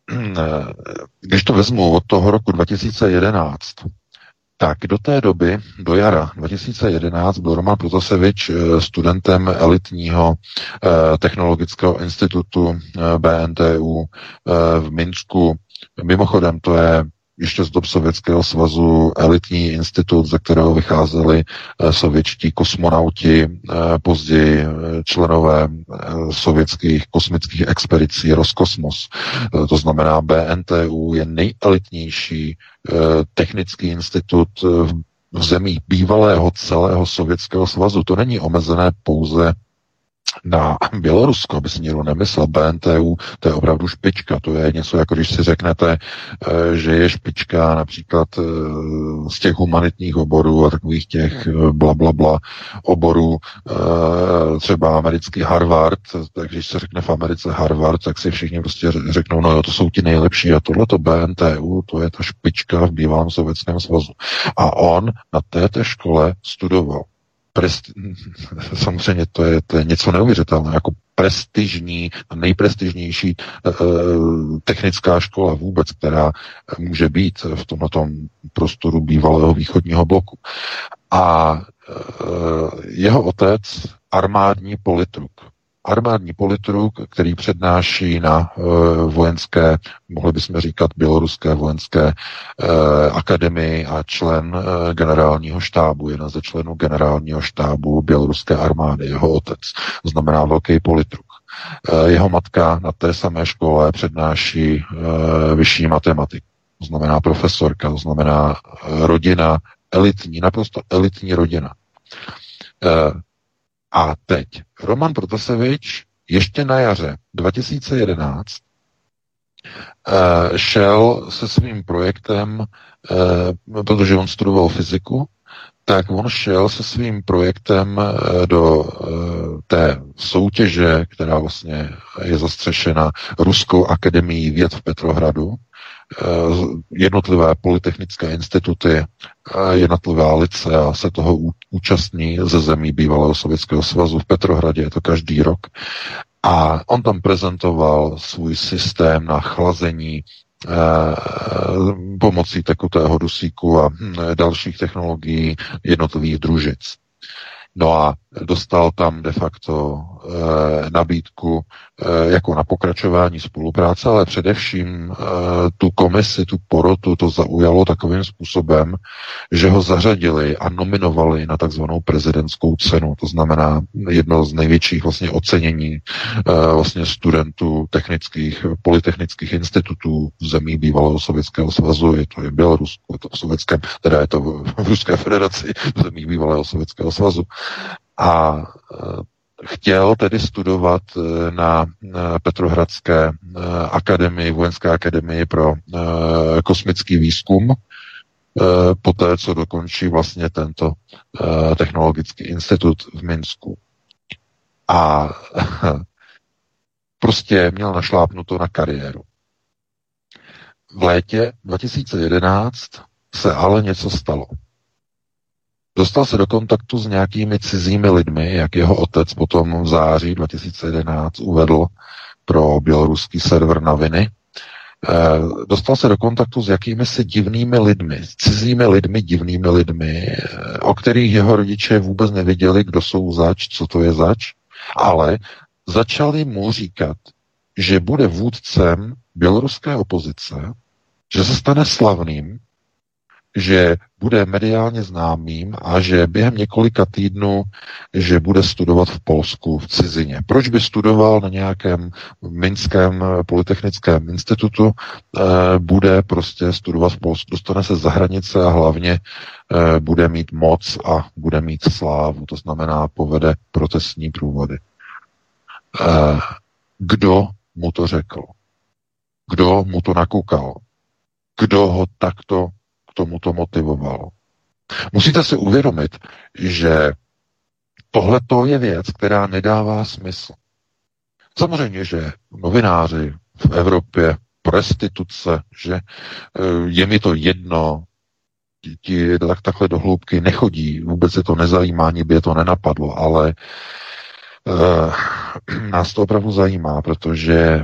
C: když to vezmu od toho roku 2011, tak do té doby, do jara 2011, byl Roman Protasevič studentem elitního technologického institutu BNTU v Minsku. Mimochodem, to je ještě z dob Sovětského svazu elitní institut, ze kterého vycházeli sovětští kosmonauti, později členové sovětských kosmických expedicí Roskosmos. To znamená, BNTU je nejelitnější technický institut v zemích bývalého celého Sovětského svazu. To není omezené pouze na Bělorusko, aby si někdo nemyslel. BNTU, to je opravdu špička. To je něco, jako když si řeknete, že je špička například z těch humanitních oborů a takových těch blablabla oborů, třeba americký Harvard, tak když se řekne v Americe Harvard, tak si všichni prostě řeknou, no jo, to jsou ti nejlepší a tohleto BNTU, to je ta špička v bývalém Sovětském svazu. A on na této škole studoval. Samozřejmě to je něco neuvěřitelného, jako prestižní, nejprestižnější technická škola vůbec, která může být v tomto prostoru bývalého východního bloku. A jeho otec, armádní politruk, který přednáší na vojenské, mohli bychom říkat běloruské vojenské akademii a člen generálního štábu, jeden ze členů generálního štábu běloruské armády, jeho otec, znamená velký politruk. Jeho matka na té samé škole přednáší vyšší matematiku, to znamená profesorka, to znamená rodina elitní, naprosto elitní rodina. A teď Roman Protasevič ještě na jaře 2011 šel se svým projektem, protože on studoval fyziku, tak on šel se svým projektem do té soutěže, která vlastně je zastřešena Ruskou akademií věd v Petrohradu. Jednotlivé polytechnické instituty, jednotlivá licea se toho účastní ze zemí bývalého Sovětského svazu v Petrohradě, je to každý rok. A on tam prezentoval svůj systém na chlazení pomocí tekutého dusíku a dalších technologií jednotlivých družic. No a dostal tam de facto nabídku jako na pokračování spolupráce, ale především tu komisi, tu porotu to zaujalo takovým způsobem, že ho zařadili a nominovali na takzvanou prezidentskou cenu. To znamená jedno z největších vlastně ocenění vlastně studentů technických, polytechnických institutů v zemí bývalého Sovětského svazu. Je to i v Bělorusku, je to v Sovětském, teda je to v Ruské federaci, v zemích bývalého Sovětského svazu. A chtěl tedy studovat na Petrohradské akademii, vojenské akademii pro kosmický výzkum, poté, co dokončí vlastně tento technologický institut v Minsku. A prostě měl našlápnuto na kariéru. V létě 2011 se ale něco stalo. Dostal se do kontaktu s nějakými cizími lidmi, jak jeho otec potom v září 2011 uvedl pro běloruský server Noviny, Dostal se do kontaktu s jakýmisi divnými lidmi, cizími lidmi, divnými lidmi, o kterých jeho rodiče vůbec nevěděli, kdo jsou zač, co to je zač, ale začali mu říkat, že bude vůdcem běloruské opozice, že se stane slavným, že bude mediálně známým a že během několika týdnů, že bude studovat v Polsku, v cizině. Proč by studoval na nějakém minském polytechnickém institutu, bude prostě studovat v Polsku, dostane se za hranice a hlavně bude mít moc a bude mít slávu, to znamená povede protestní průvody. Kdo mu to řekl? Kdo mu to nakukal? Kdo ho takto k tomuto motivoval? Musíte si uvědomit, že tohleto je věc, která nedává smysl. Samozřejmě, že novináři v Evropě, prostituce, že je mi to jedno, ti takhle do hloubky nechodí, vůbec se to nezajímá, ani by je to nenapadlo, ale nás to opravdu zajímá, protože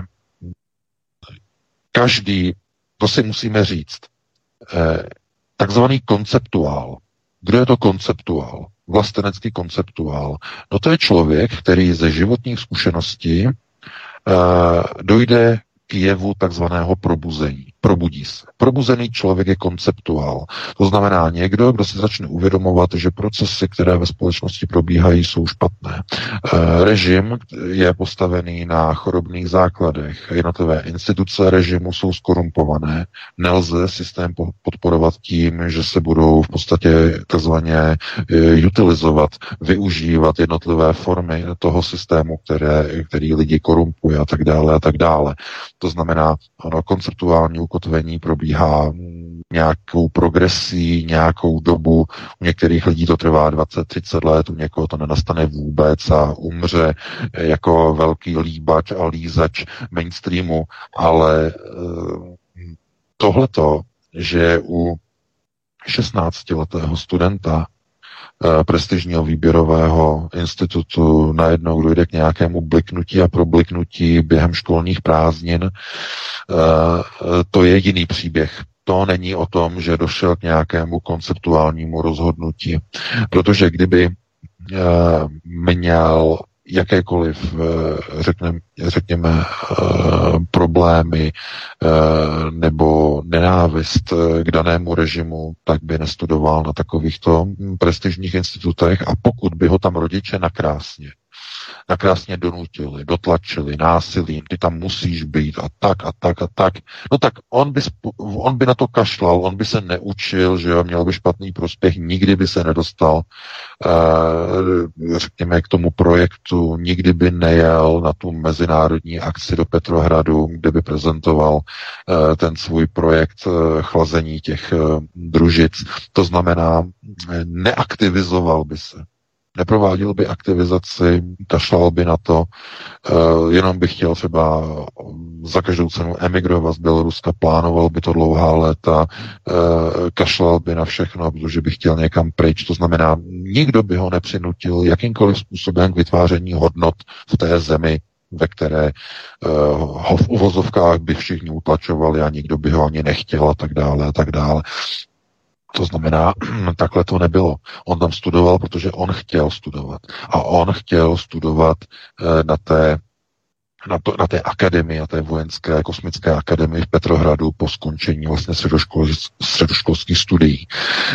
C: každý, to si musíme říct, takzvaný konceptuál. Kdo je to konceptuál? Vlastenecký konceptuál. No to je člověk, který ze životních zkušeností dojde k jevu takzvaného probuzení. Probudí se. Probuzený člověk je konceptuál. To znamená někdo, kdo si začne uvědomovat, že procesy, které ve společnosti probíhají, jsou špatné. Režim je postavený na chorobných základech. Jednotlivé instituce režimu jsou skorumpované. Nelze systém podporovat tím, že se budou v podstatě takzvaně utilizovat, využívat jednotlivé formy toho systému, který lidi korumpuje a tak dále a tak dále. To znamená, ono konceptuální ukotvení probíhá nějakou progresí, nějakou dobu. U některých lidí to trvá 20-30 let, u někoho to nenastane vůbec a umře jako velký líbač a lízač mainstreamu, ale tohleto, že u 16letého studenta prestižního výběrového institutu najednou dojde k nějakému bliknutí a probliknutí během školních prázdnin. To je jediný příběh. To není o tom, že došel k nějakému konceptuálnímu rozhodnutí. Protože kdyby měl jakékoliv, řekněme, problémy nebo nenávist k danému režimu, tak by nestudoval na takovýchto prestižních institutech a pokud by ho tam rodiče nakrásně donutili, dotlačili násilím, ty tam musíš být a tak, no tak on by na to kašlal, on by se neučil, že jo, měl by špatný prospěch, nikdy by se nedostal, řekněme, k tomu projektu, nikdy by nejel na tu mezinárodní akci do Petrohradu, kde by prezentoval ten svůj projekt chlazení těch družic. To znamená, neaktivizoval by se. Neprováděl by aktivizaci, kašlal by na to, jenom by chtěl třeba za každou cenu emigrovat z Běloruska, plánoval by to dlouhá léta, kašlal by na všechno, protože by chtěl někam pryč. To znamená, nikdo by ho nepřinutil jakýmkoliv způsobem k vytváření hodnot v té zemi, ve které ho v uvozovkách by všichni utlačovali a nikdo by ho ani nechtěl a tak dále a tak dále. To znamená, takhle to nebylo. On tam studoval, protože on chtěl studovat. A on chtěl studovat na té akademii, na té vojenské kosmické akademii v Petrohradu po skončení vlastně středoškolských studií.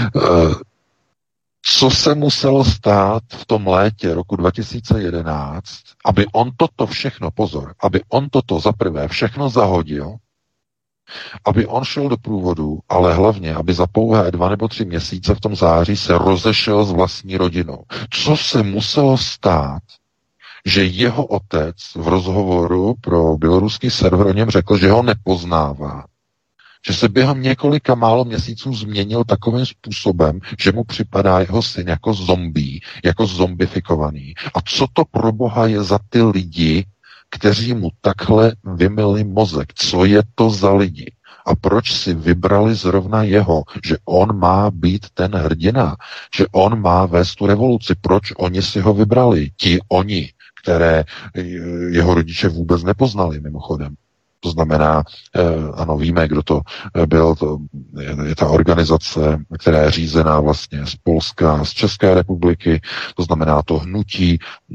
C: Co se muselo stát v tom létě roku 2011, aby on toto všechno, aby on toto zaprvé všechno zahodil, aby on šel do průvodu, ale hlavně, aby za pouhé 2 nebo 3 měsíce v tom září se rozešel s vlastní rodinou. Co se muselo stát, že jeho otec v rozhovoru pro běloruský server o něm řekl, že ho nepoznává, že se během několika málo měsíců změnil takovým způsobem, že mu připadá jeho syn jako zombie, jako zombifikovaný. A co to pro boha je za ty lidi, kteří mu takhle vymyli mozek? Co je to za lidi? A proč si vybrali zrovna jeho? Že on má být ten hrdina, že on má vést tu revoluci. Proč oni si ho vybrali? Ti oni, které jeho rodiče vůbec nepoznali mimochodem. To znamená, ano, víme, kdo to byl, to je ta organizace, která je řízená vlastně z Polska, z České republiky, to znamená to hnutí,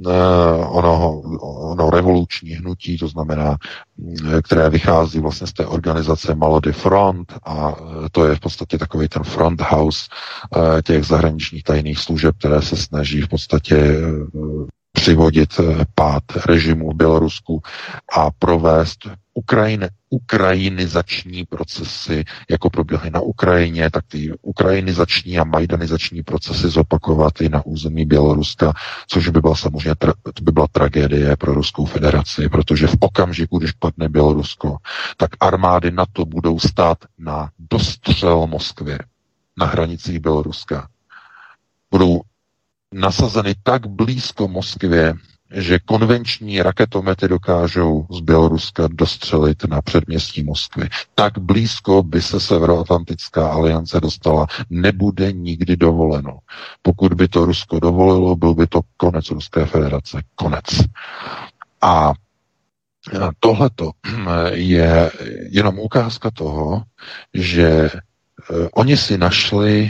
C: ono revoluční hnutí, to znamená, které vychází vlastně z té organizace Melody Front a to je v podstatě takový ten front house těch zahraničních tajných služeb, které se snaží v podstatě přivodit pád režimu v Bělorusku a provést ukrajinizační procesy, jako proběhly na Ukrajině, tak ty ukrajinizační a majdanizační procesy zopakovat i na území Běloruska, což by byla samozřejmě to by byla tragédie pro Ruskou federaci, protože v okamžiku, když padne Bělorusko, tak armády NATO budou stát na dostřel Moskvy na hranicích Běloruska. Budou nasazeny tak blízko Moskvě, že konvenční raketomety dokážou z Běloruska dostřelit na předměstí Moskvy. Tak blízko by se Severoatlantická aliance dostala. Nebude nikdy dovoleno. Pokud by to Rusko dovolilo, byl by to konec Ruské federace. Konec. A tohleto je jenom ukázka toho, že oni si našli,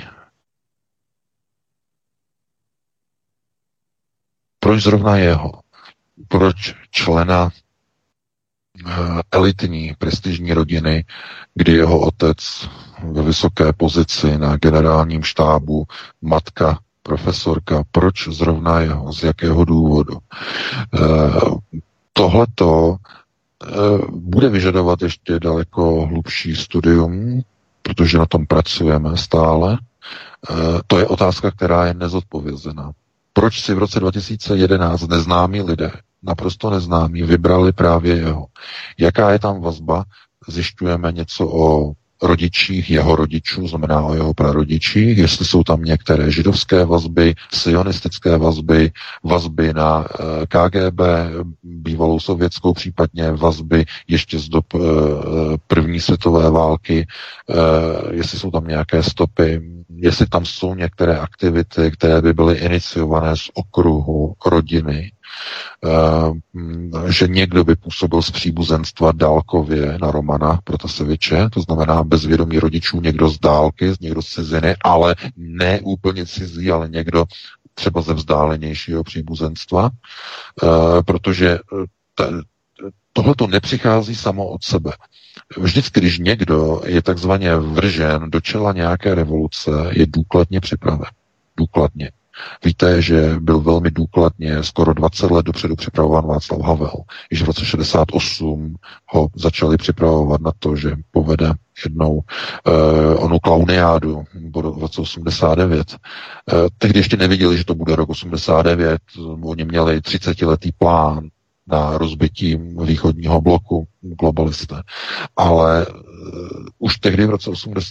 C: proč zrovna jeho? Proč člena elitní, prestižní rodiny, kdy jeho otec ve vysoké pozici na generálním štábu, matka, profesorka, proč zrovna jeho? Z jakého důvodu? Tohleto bude vyžadovat ještě daleko hlubší studium, protože na tom pracujeme stále. To je otázka, která je nezodpovězená. Proč si v roce 2011 neznámí lidé, naprosto neznámí, vybrali právě jeho? Jaká je tam vazba? Zjišťujeme něco o rodičích jeho rodičů, znamená o jeho prarodičích, jestli jsou tam některé židovské vazby, sionistické vazby, vazby na KGB, bývalou sovětskou, případně vazby ještě z dob první světové války, jestli jsou tam nějaké stopy, jestli tam jsou některé aktivity, které by byly iniciované z okruhu rodiny, že někdo by působil z příbuzenstva dálkově na Romana Protaseviče, to znamená bez vědomí rodičů, někdo z dálky, někdo z ciziny, ale ne úplně cizí, ale někdo třeba ze vzdálenějšího příbuzenstva, protože tohle to nepřichází samo od sebe. Vždycky, když někdo je takzvaně vržen do čela nějaké revoluce, je důkladně připraven. Důkladně. Víte, že byl velmi důkladně skoro 20 let dopředu připravován Václav Havel. Již v roce 68 ho začali připravovat na to, že povede jednou onu klauniádu v roce 89. Tehdy ještě neviděli, že to bude rok 89. Oni měli 30letý plán na rozbití východního bloku globalisté. Ale už tehdy v roce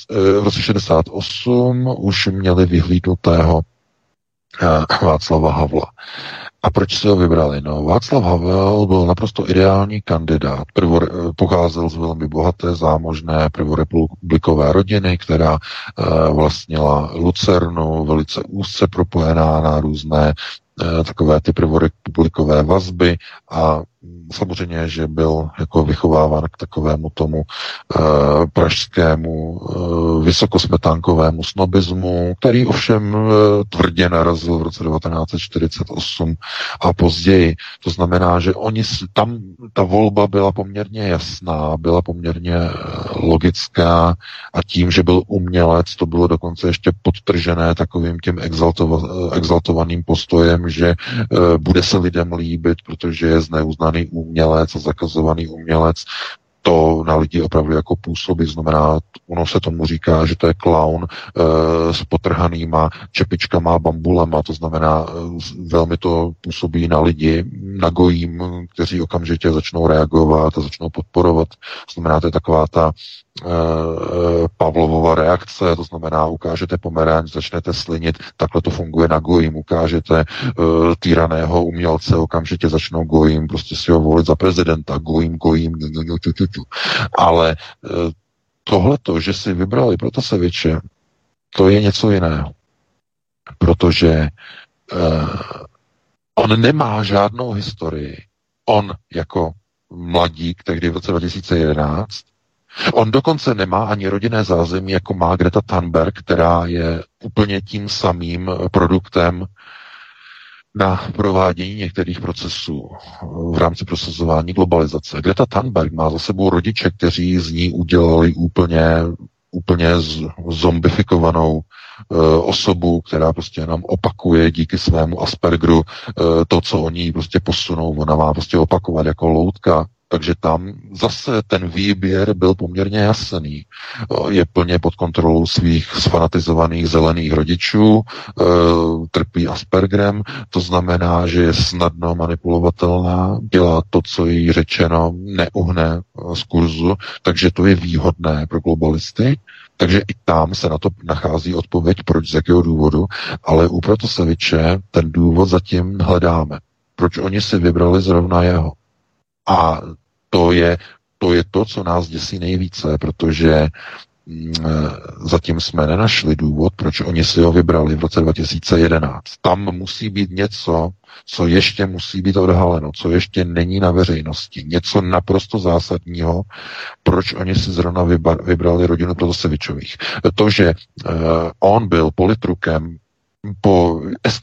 C: 68 už měli vyhlídnutého Václava Havla. A proč si ho vybrali? No, Václav Havel byl naprosto ideální kandidát. Pocházel z velmi bohaté, zámožné prvorepublikové rodiny, která vlastnila Lucernu, velice úzce propojená na různé takové ty prvorepublikové vazby a samozřejmě, že byl jako vychováván k takovému tomu pražskému vysokosmetánkovému snobismu, který ovšem tvrdě narazil v roce 1948 a později. To znamená, že tam ta volba byla poměrně jasná, byla poměrně logická a tím, že byl umělec, to bylo dokonce ještě podtržené takovým tím exaltovaným postojem, že bude se lidem líbit, protože je zneuznaný umělec a zakazovaný umělec, to na lidi opravdu jako působí, znamená, ono se tomu říká, že to je klaun s potrhanýma čepičkama, bambulema, to znamená, velmi to působí na lidi, na gojím, kteří okamžitě začnou reagovat a začnou podporovat. To znamená, to je taková ta Pavlovova reakce, to znamená, ukážete pomeranč, začnete slinit, takhle to funguje na gojím, ukážete týraného umělce, okamžitě začnou gojím, prostě si ho volit za prezidenta, gojím, ale tohleto, že si vybrali Protaseviče, to je něco jiného, protože on nemá žádnou historii, on jako mladík, tehdy v roce 2011. On dokonce nemá ani rodinné zázemí, jako má Greta Thunberg, která je úplně tím samým produktem na provádění některých procesů v rámci prosazování globalizace. Greta Thunberg má za sebou rodiče, kteří z ní udělali úplně zombifikovanou osobu, která prostě jenom opakuje díky svému Aspergeru to, co oni prostě posunou. Ona má prostě opakovat jako loutka. Takže tam zase ten výběr byl poměrně jasný. Je plně pod kontrolou svých sfanatizovaných zelených rodičů, trpí Aspergerem, to znamená, že je snadno manipulovatelná, dělá to, co jí řečeno, neuhne z kurzu, takže to je výhodné pro globalisty. Takže i tam se na to nachází odpověď, proč, z jakého důvodu, ale u Protaseviče ten důvod zatím hledáme. Proč oni si vybrali zrovna jeho. A to je to, co nás děsí nejvíce, protože zatím jsme nenašli důvod, proč oni si ho vybrali v roce 2011. Tam musí být něco, co ještě musí být odhaleno, co ještě není na veřejnosti. Něco naprosto zásadního, proč oni si zrovna vybrali rodinu Protasevičových. To, že on byl politrukem po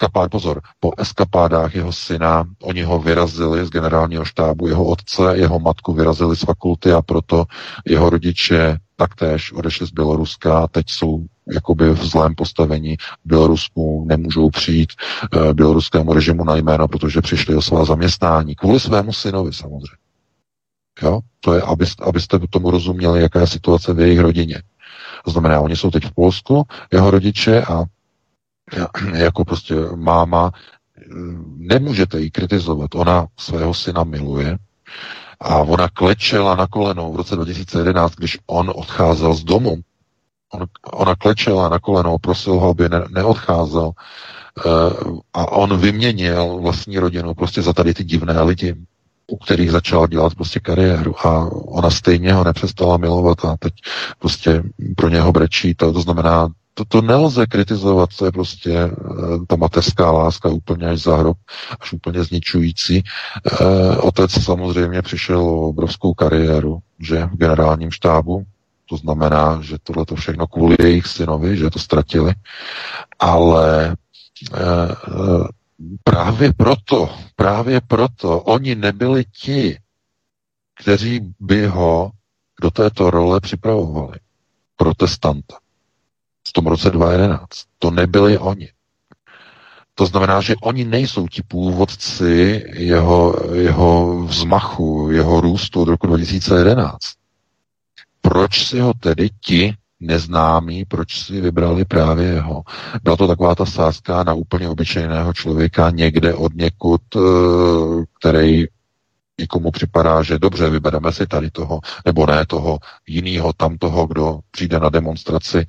C: eskapádách jeho syna, oni ho vyrazili z generálního štábu, jeho otce, jeho matku vyrazili z fakulty a proto jeho rodiče taktéž odešli z Běloruska a teď jsou jakoby v zlém postavení. V Bělorusku nemůžou přijít běloruskému režimu na jméno, protože přišli o svá zaměstnání. Kvůli svému synovi samozřejmě. Jo? To je, abyste tomu rozuměli, jaká je situace v jejich rodině. To znamená, oni jsou teď v Polsku, jeho rodiče, a jako prostě máma, nemůžete ji kritizovat. Ona svého syna miluje a ona klečela na kolenou v roce 2011, když on odcházel z domu. Ona klečela na kolenou, prosil ho, aby neodcházel a on vyměnil vlastní rodinu prostě za tady ty divné lidi, u kterých začal dělat prostě kariéru a ona stejně ho nepřestala milovat a teď prostě pro něho brečí. To znamená, to nelze kritizovat, to je prostě ta mateřská láska úplně až za hrob, až úplně zničující. Otec samozřejmě přišel o obrovskou kariéru, že v generálním štábu, to znamená, že tohle to všechno kvůli jejich synovi, že to ztratili, ale právě proto oni nebyli ti, kteří by ho do této role připravovali. Protestanta. V tom roce 2011. To nebyli oni. To znamená, že oni nejsou ti původci jeho vzmachu, jeho růstu od roku 2011. Proč si ho tedy ti neznámí, proč si vybrali právě jeho? Byla to taková ta sázka na úplně obyčejného člověka někde od někud, který někomu připadá, že dobře, vybereme si tady toho, nebo ne toho jinýho, tam toho, kdo přijde na demonstraci.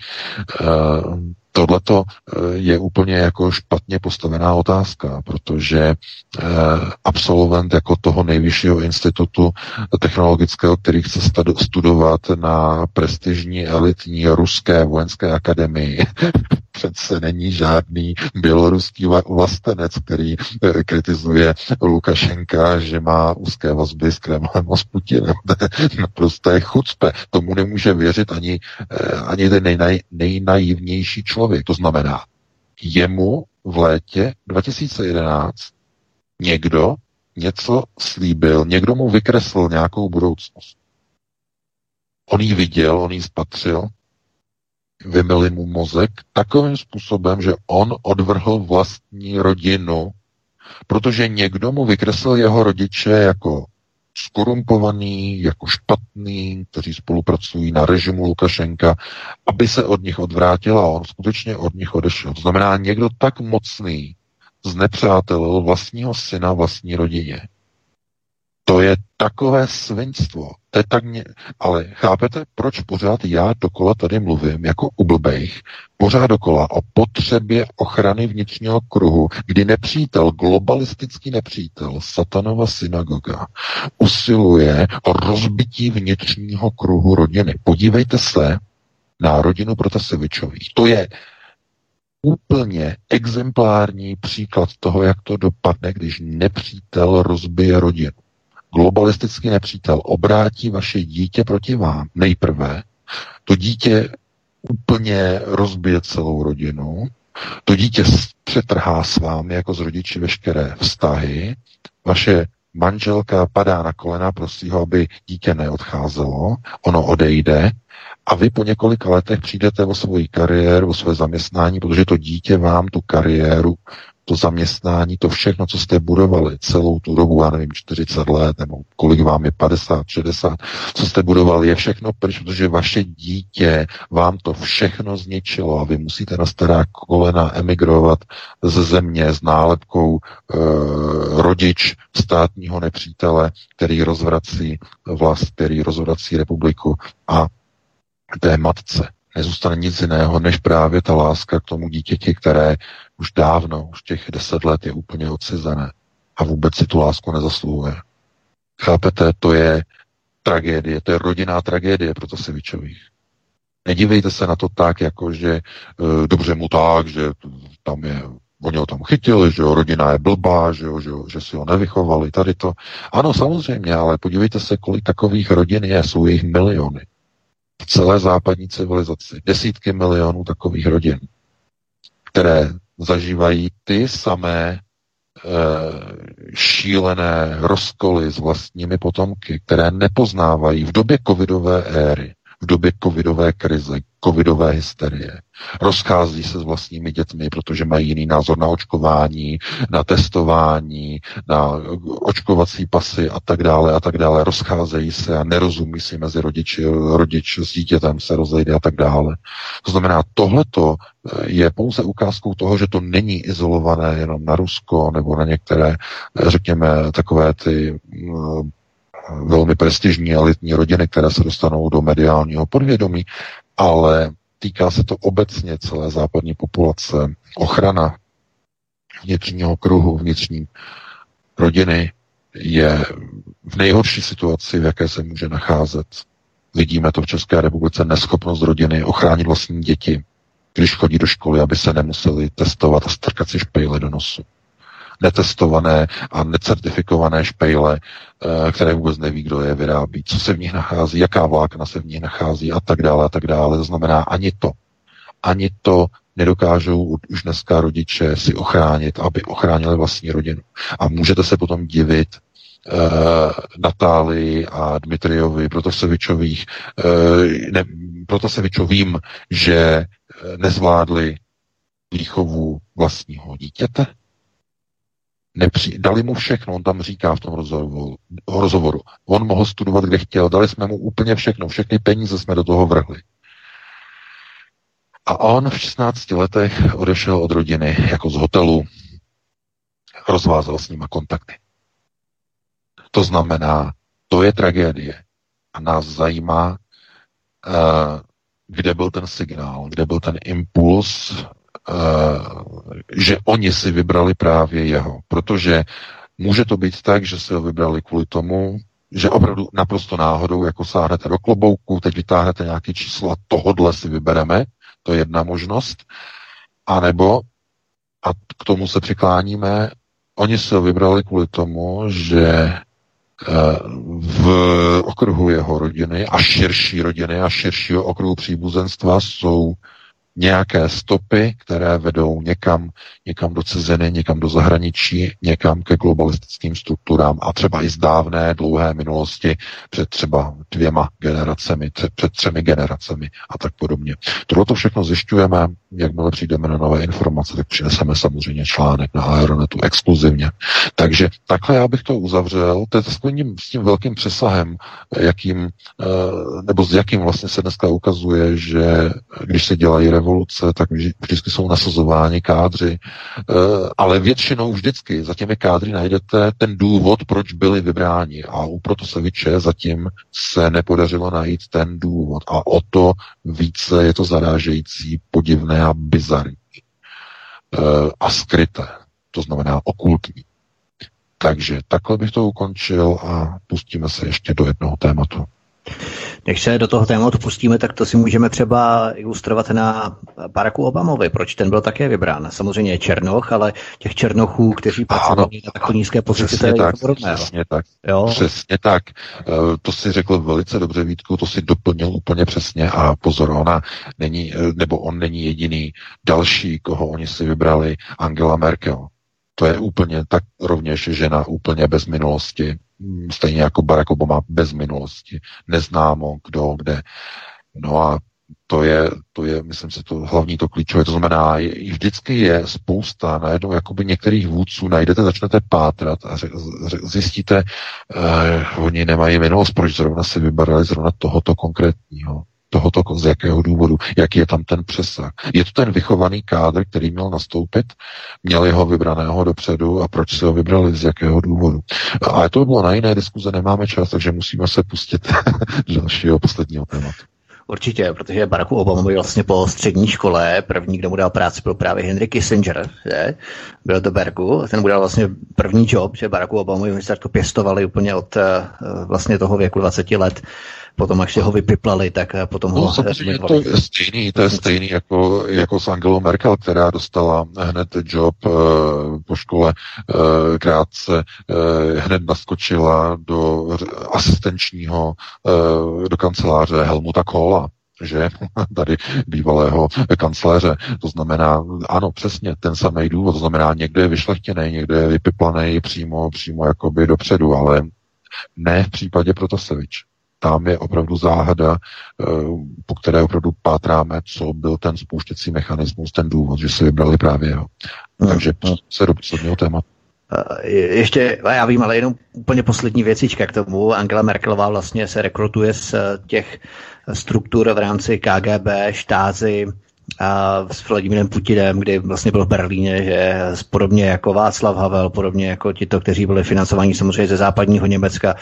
C: Tohleto je úplně jako špatně postavená otázka, protože absolvent jako toho nejvyššího institutu technologického, který chce studovat na prestižní elitní ruské vojenské akademii, přece není žádný běloruský vlastenec, který kritizuje Lukašenka, že má úzké vazby s Kremlem a s Putinem. Naprosté chucpe. Tomu nemůže věřit ani ten nejnaivnější člověk. To znamená, jemu v létě 2011 někdo něco slíbil, někdo mu vykreslil nějakou budoucnost. On ji viděl, on ji spatřil, vymyli mu mozek takovým způsobem, že on odvrhl vlastní rodinu, protože někdo mu vykreslil jeho rodiče jako skorumpovaný, jako špatný, kteří spolupracují na režimu Lukašenka, aby se od nich odvrátil a on skutečně od nich odešel. To znamená, někdo tak mocný znepřátelil vlastního syna vlastní rodině. To je takové svinstvo. To je tak Ale chápete, proč pořád já dokola tady mluvím jako u blbejch, pořád dokola o potřebě ochrany vnitřního kruhu, kdy nepřítel, globalistický nepřítel, satanova synagoga, usiluje o rozbití vnitřního kruhu rodiny. Podívejte se na rodinu Protasevičových. To je úplně exemplární příklad toho, jak to dopadne, když nepřítel rozbije rodinu. globalistický nepřítel obrátí vaše dítě proti vám nejprve, to dítě úplně rozbije celou rodinu, to dítě přetrhá s vámi jako s rodiči veškeré vztahy, vaše manželka padá na kolena, prosí ho, aby dítě neodcházelo, ono odejde a vy po několika letech přijdete o svoji kariéru, o své zaměstnání, protože to dítě vám tu kariéru, to zaměstnání, to všechno, co jste budovali celou tu dobu, já nevím, 40 let, nebo kolik vám je, 50, 60, co jste budovali, je všechno pryč, protože vaše dítě vám to všechno zničilo a vy musíte na stará kolena emigrovat ze země s nálepkou rodič státního nepřítele, který rozvrací vlast, který rozvrací republiku a té matce nezůstane nic jiného, než právě ta láska k tomu dítěti, které už dávno, už těch 10 let je úplně odcizené a vůbec si tu lásku nezasluhuje. Chápete? To je tragédie, to je rodinná tragédie pro Tasevičových. Nedívejte se na to tak, jako že dobře mu tak, že tam je, oni ho tam chytili, že jo, rodina je blbá, že si ho nevychovali, tady to. Ano, samozřejmě, ale podívejte se, kolik takových rodin je, jsou jich miliony. V celé západní civilizaci. Desítky milionů takových rodin, které zažívají ty samé šílené rozkoly s vlastními potomky, které nepoznávají v době covidové éry, v době covidové krize, covidové hysterie. Rozchází se s vlastními dětmi, protože mají jiný názor na očkování, na testování, na očkovací pasy a tak dále a tak dále. Rozcházejí se a nerozumí si mezi rodič s dítětem se rozejde a tak dále. To znamená, tohleto je pouze ukázkou toho, že to není izolované jenom na Rusko nebo na některé, řekněme, takové ty velmi prestižní elitní rodiny, které se dostanou do mediálního podvědomí, ale týká se to obecně celé západní populace. Ochrana vnitřního kruhu, vnitřní rodiny je v nejhorší situaci, v jaké se může nacházet. Vidíme to v České republice, neschopnost rodiny ochránit vlastní děti, když chodí do školy, aby se nemuseli testovat a strkat si špejle do nosu. Netestované a necertifikované špejle, které vůbec neví, kdo je vyrábí, co se v nich nachází, jaká vlákna se v nich nachází a tak dále a tak dále. To znamená, ani to nedokážou už dneska rodiče si ochránit, aby ochránili vlastní rodinu. A můžete se potom divit Natálii a Dmitrijovi Protasevičovým, že nezvládli výchovu vlastního dítěte. Dali mu všechno, on tam říká v tom rozhovoru. On mohl studovat, kde chtěl, dali jsme mu úplně všechno, všechny peníze jsme do toho vrhli. A on v 16 letech odešel od rodiny jako z hotelu, rozvázal s nima kontakty. To znamená, to je tragédie. A nás zajímá, kde byl ten signál, kde byl ten impuls, že oni si vybrali právě jeho. Protože může to být tak, že si ho vybrali kvůli tomu, že opravdu naprosto náhodou, jako sáhnete do klobouku, teď vytáhnete nějaké číslo a tohodle si vybereme, to je jedna možnost. A nebo, a k tomu se přikláníme, oni si ho vybrali kvůli tomu, že v okruhu jeho rodiny a širší rodiny a širšího okruhu příbuzenstva jsou nějaké stopy, které vedou někam do ciziny, někam do zahraničí, někam ke globalistickým strukturám a třeba i z dávné, dlouhé minulosti před třeba 2 generacemi, před 3 generacemi a tak podobně. Tohle to všechno zjišťujeme, jakmile přijdeme na nové informace, tak přineseme samozřejmě článek na Aeronetu exkluzivně. Takže takhle já bych to uzavřel. To je s tím velkým přesahem, nebo s jakým vlastně se dneska ukazuje, že když se dělají revoluce, tak vždycky jsou nasazováni kádři, ale většinou vždycky za těmi kádry najdete ten důvod, proč byli vybráni. A u Protaseviče zatím se nepodařilo najít ten důvod. A o to více je to zarážející, podivné a bizarní. A skryté. To znamená okultní. Takže takhle bych to ukončil a pustíme se ještě do jednoho tématu.
A: Než se do toho tématu pustíme, tak to si můžeme třeba ilustrovat na Baracku Obamovi. Proč ten byl také vybrán? Samozřejmě je černoch, ale těch černochů, kteří pracovali na takto nízké pozici, to je něco podobného.
C: Přesně tak. Jo? Přesně tak. To si řekl velice dobře, Vítku, to si doplnil úplně přesně a pozor, on není jediný. Další, koho oni si vybrali, Angela Merkel. To je úplně tak rovněž žena úplně bez minulosti. Stejně jako Barack Obama bez minulosti. Neznámo kdo, kde. No a to je, myslím si, to hlavní, to klíčové. To znamená, vždycky je spousta, najednou jakoby některých vůdců najdete, začnete pátrat a zjistíte, oni nemají minulost, proč zrovna si vybrali zrovna tohoto konkrétního. Tohoto z jakého důvodu, jaký je tam ten přesah. Je to ten vychovaný kádr, který měl nastoupit, měli ho vybraného dopředu a proč si ho vybrali, z jakého důvodu. Ale to bylo na jiné diskuze, nemáme čas, takže musíme se pustit do dalšího posledního tématu.
A: Určitě, protože Baracku Obamovi vlastně po střední škole první, kdo mu dal práci, byl právě Henry Kissinger, že? Byl do Berku, a ten mu dal vlastně první job, že Baracku Obamovi oni se to pěstovali úplně od vlastně toho věku 20 let. Potom, až si ho vypiplali, tak potom ho...
C: Samozřejmě to je stejný jako s Angelou Merkel, která dostala hned job po škole krátce, hned naskočila do asistenčního, do kanceláře Helmuta Kohla, že tady bývalého kancléře. To znamená, ano, přesně ten samý důvod, to znamená, někdo je vyšlechtěný, někdo je vypiplaný přímo jakoby dopředu, ale ne v případě Protasevič. Tam je opravdu záhada, po které opravdu pátráme, co byl ten spouštěcí mechanismus, ten důvod, že si vybrali právě jeho. Takže se do posledního tématu.
A: Ještě, já vím, ale jenom úplně poslední věcička k tomu. Angela Merkelová vlastně se rekrutuje z těch struktur v rámci KGB, Štázy, a s Vladimirem Putinem, kdy vlastně byl v Berlíně, že podobně jako Václav Havel, podobně jako tito, kteří byli financováni samozřejmě ze západního Německa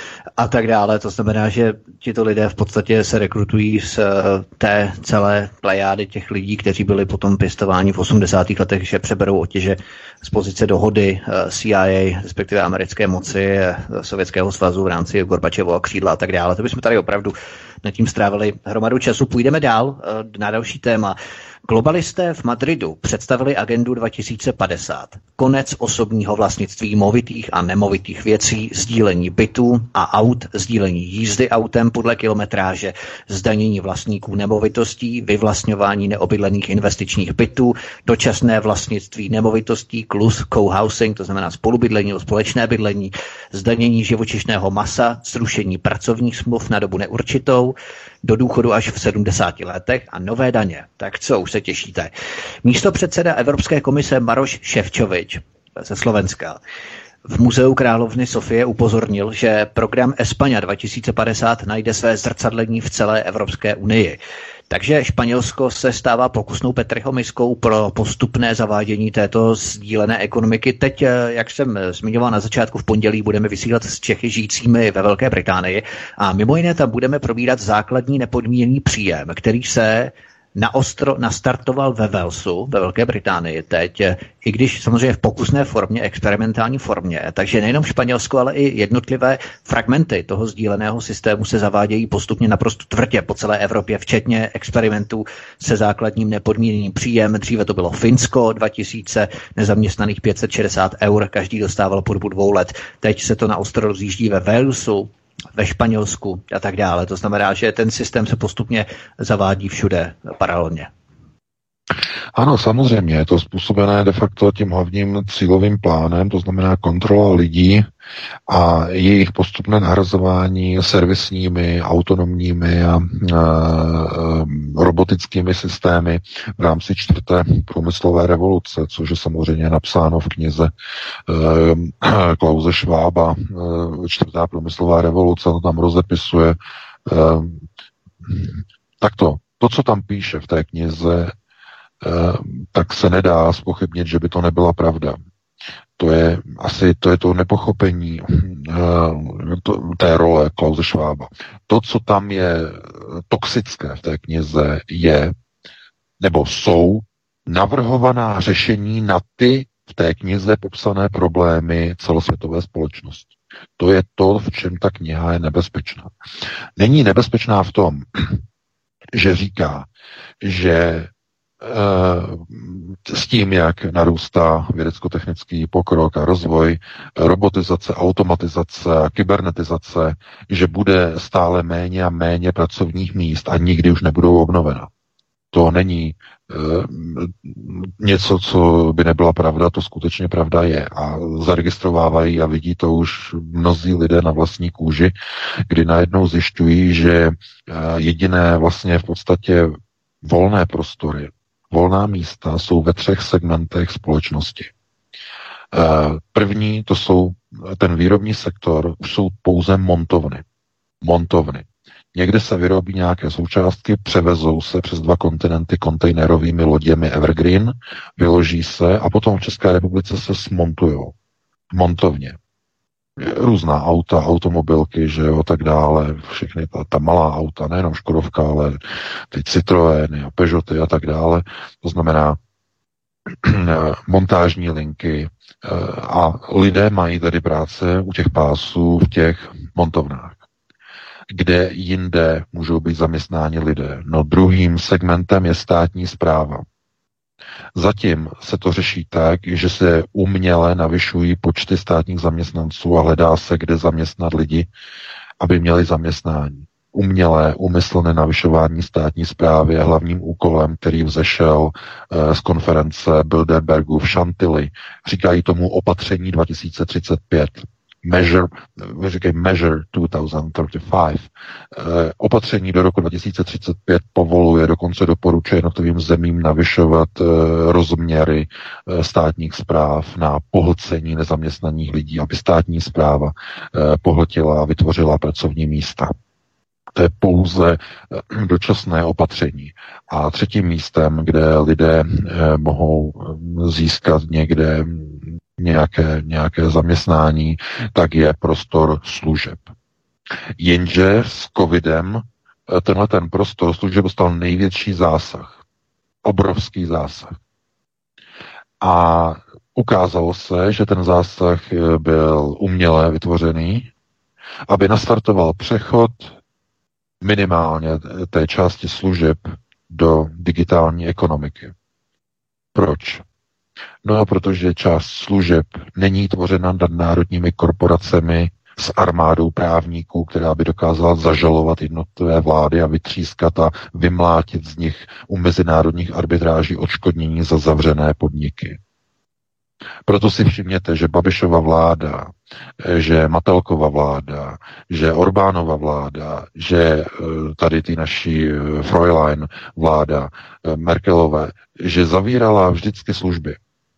A: a tak dále. To znamená, že tito lidé v podstatě se rekrutují z té celé plejády těch lidí, kteří byli potom pěstováni v 80. letech, že přeberou otěže z pozice dohody CIA, respektive americké moci Sovětského svazu v rámci Gorbačovova křídla a tak dále. To bychom tady opravdu nad tím strávili hromadu času. Půjdeme dál na další téma. Globalisté v Madridu představili agendu 2050. Konec osobního vlastnictví movitých a nemovitých věcí, sdílení bytů a aut, sdílení jízdy autem podle kilometráže, zdanění vlastníků nemovitostí, vyvlastňování neobydlených investičních bytů, dočasné vlastnictví nemovitostí, co-housing, to znamená spolubydlení nebo společné bydlení, zdanění živočišného masa, zrušení pracovních smluv na dobu neurčitou, do důchodu až v 70 letech a nové daně. Tak co, už se těšíte. Místopředseda Evropské komise Maroš Šefčovič ze Slovenska v Muzeu královny Sofie upozornil, že program España 2050 najde své zrcadlení v celé Evropské unii. Takže Španělsko se stává pokusnou Petriho miskou pro postupné zavádění této sdílené ekonomiky. Teď, jak jsem zmiňoval na začátku, v pondělí budeme vysílat s Čechy žijícími ve Velké Británii a mimo jiné tam budeme probírat základní nepodmíněný příjem, který se naostro nastartoval ve Walesu, ve Velké Británii teď, i když samozřejmě v pokusné formě, experimentální formě. Takže nejenom Španělsko, ale i jednotlivé fragmenty toho sdíleného systému se zavádějí postupně naprosto tvrdě po celé Evropě, včetně experimentů se základním nepodmíněným příjem. Dříve to bylo Finsko, 2000 nezaměstnaných 560 eur, každý dostával po dobu 2 let. Teď se to naostro rozjíždí ve Walesu, ve Španělsku a tak dále. To znamená, že ten systém se postupně zavádí všude paralelně.
C: Ano, samozřejmě, je to způsobené de facto tím hlavním cílovým plánem, to znamená kontrola lidí a jejich postupné nahrazování servisními, autonomními a robotickými systémy v rámci 4. průmyslové revoluce, což je samozřejmě napsáno v knize Klause Schwaba, 4. průmyslová revoluce, to tam rozepisuje. Takto, to, co tam píše v té knize, tak se nedá zpochybnit, že by to nebyla pravda. To je to nepochopení té role Klause Schwaba. To, co tam je toxické v té knize, je, nebo jsou navrhovaná řešení na ty v té knize popsané problémy celosvětové společnosti. To je to, v čem ta kniha je nebezpečná. Není nebezpečná v tom, že říká, že s tím, jak narůstá vědecko-technický pokrok a rozvoj, robotizace, automatizace a kybernetizace, že bude stále méně a méně pracovních míst a nikdy už nebudou obnovena. To není něco, co by nebyla pravda, to skutečně pravda je. A zaregistrovávají a vidí to už mnozí lidé na vlastní kůži, kdy najednou zjišťují, že jediné vlastně v podstatě volné prostory, volná místa jsou ve 3 segmentech společnosti. První, to jsou ten výrobní sektor, už jsou pouze montovny. Někde se vyrobí nějaké součástky, převezou se přes 2 kontinenty kontejnerovými loděmi Evergreen, vyloží se a potom v České republice se smontujou. Montovně. Různá auta, automobilky, že jo, tak dále, všechny ta malá auta, nejenom Škodovka, ale ty Citroeny a Peugeoty a tak dále. To znamená montážní linky a lidé mají tady práce u těch pásů v těch montovnách. Kde jinde můžou být zaměstnáni lidé? No druhým segmentem je státní správa. Zatím se to řeší tak, že se uměle navyšují počty státních zaměstnanců a hledá se, kde zaměstnat lidi, aby měli zaměstnání. Umělé, úmyslné navyšování státní správy je hlavním úkolem, který vzešel z konference Bilderbergu v Chantilly. Říkají tomu opatření 2035. Measure 2035. Opatření do roku 2035 povoluje, dokonce doporučuje jednotlivým zemím navyšovat rozměry státních správ na pohlcení nezaměstnaných lidí, aby státní správa pohltila a vytvořila pracovní místa. To je pouze dočasné opatření. A třetím místem, kde lidé mohou získat někde nějaké zaměstnání, tak je prostor služeb. Jenže s covidem ten prostor služeb dostal největší zásah. Obrovský zásah. A ukázalo se, že ten zásah byl uměle vytvořený, aby nastartoval přechod minimálně té části služeb do digitální ekonomiky. Proč? No, protože část služeb není tvořena nadnárodními korporacemi s armádou právníků, která by dokázala zažalovat jednotlivé vlády a vytřískat a vymlátit z nich u mezinárodních arbitráží odškodnění za zavřené podniky. Proto si všimněte, že Babišova vláda, že Matelkova vláda, že Orbánova vláda, že tady ty naší Fräulein vláda, Merkelové, že zavírala vždycky služby.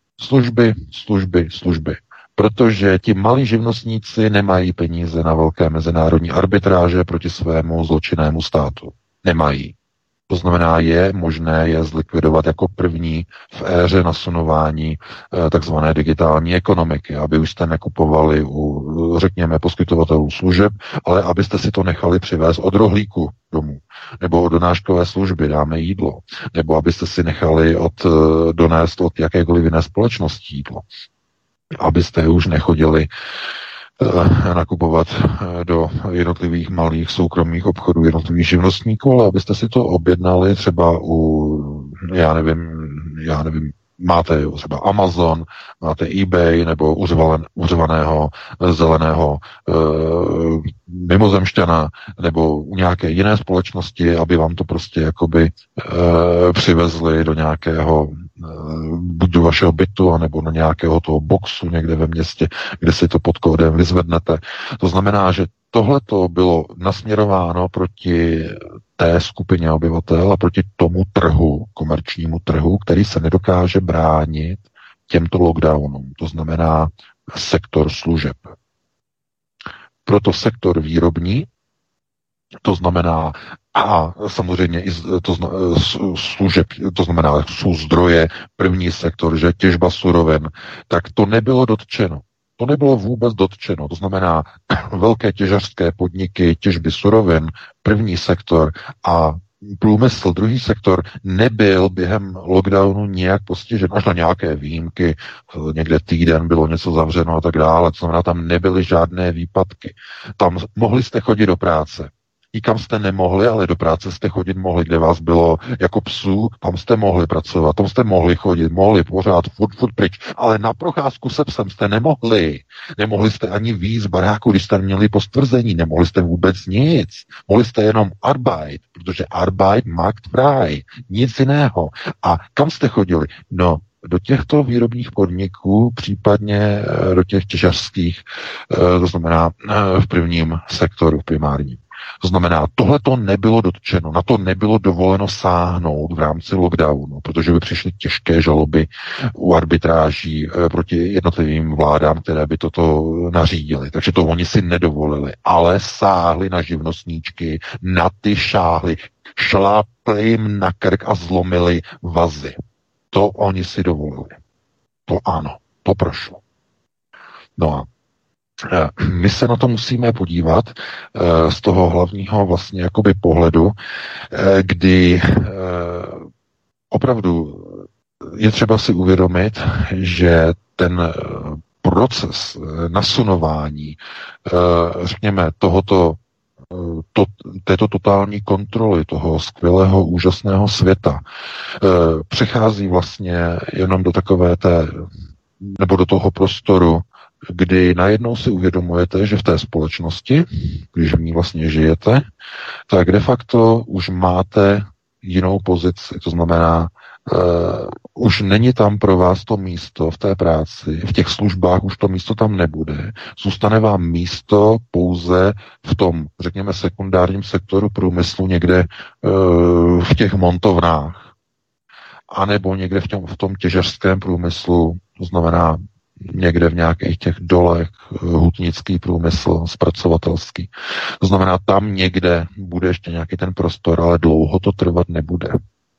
C: Služby. Protože ti malí živnostníci nemají peníze na velké mezinárodní arbitráže proti svému zločinnému státu. Nemají. To znamená, je možné je zlikvidovat jako první v éře nasunování takzvané digitální ekonomiky, aby už jste nekupovali u, řekněme, poskytovatelů služeb, ale abyste si to nechali přivést od rohlíku domů, nebo od donáškové služby, dáme jídlo, nebo abyste si nechali donést od jakékoliv jiné společnosti jídlo, abyste už nechodili nakupovat do jednotlivých malých soukromých obchodů jednotlivých živnostníků, ale abyste si to objednali třeba já nevím, máte třeba Amazon, máte eBay nebo uřvaného zeleného mimozemšťana nebo u nějaké jiné společnosti, aby vám to prostě jakoby přivezli do nějakého buď do vašeho bytu, anebo do nějakého toho boxu někde ve městě, kde si to pod kódem vyzvednete. To znamená, že tohleto bylo nasměrováno proti té skupině obyvatel a proti tomu trhu, komerčnímu trhu, který se nedokáže bránit těmto lockdownům. To znamená sektor služeb. Proto sektor výrobní, to znamená a samozřejmě i služeb, to znamená, jsou zdroje, první sektor, že těžba surovin, tak to nebylo dotčeno. To nebylo vůbec dotčeno. To znamená velké těžařské podniky, těžby surovin, první sektor a průmysl, druhý sektor nebyl během lockdownu nějak postižen, až na nějaké výjimky, někde týden bylo něco zavřeno a tak dále, to znamená, tam nebyly žádné výpadky. Tam mohli jste chodit do práce. Nikam jste nemohli, ale do práce jste chodit mohli, kde vás bylo jako psů, tam jste mohli pracovat, tam jste mohli chodit, mohli pořád, furt pryč, ale na procházku se psem jste nemohli. Nemohli jste ani víc z baráku, když jste měli postvrzení, nemohli jste vůbec nic. Mohli jste jenom Arbeit, protože Arbeit macht frei, nic jiného. A kam jste chodili? No, do těchto výrobních podniků, případně do těch těžařských, to znamená v prvním sektoru primárním. To znamená, tohle to nebylo dotčeno, na to nebylo dovoleno sáhnout v rámci lockdownu, protože by přišly těžké žaloby u arbitráží proti jednotlivým vládám, které by toto nařídily. Takže to oni si nedovolili, ale sáhli na živnostníčky, na ty šáhli, šlápli jim na krk a zlomili vazy. To oni si dovolili. To ano, to prošlo. No a my se na to musíme podívat z toho hlavního vlastně jakoby pohledu, kdy opravdu je třeba si uvědomit, že ten proces nasunování, řekněme, této totální kontroly, toho skvělého, úžasného světa, přechází vlastně jenom do takové nebo do toho prostoru, kdy najednou si uvědomujete, že v té společnosti, když v ní vlastně žijete, tak de facto už máte jinou pozici. To znamená, už není tam pro vás to místo v té práci, v těch službách už to místo tam nebude. Zůstane vám místo pouze v tom, řekněme, sekundárním sektoru průmyslu někde v těch montovnách, anebo někde v tom těžařském průmyslu, to znamená někde v nějakých těch dolech, hutnický průmysl, zpracovatelský. To znamená, tam někde bude ještě nějaký ten prostor, ale dlouho to trvat nebude.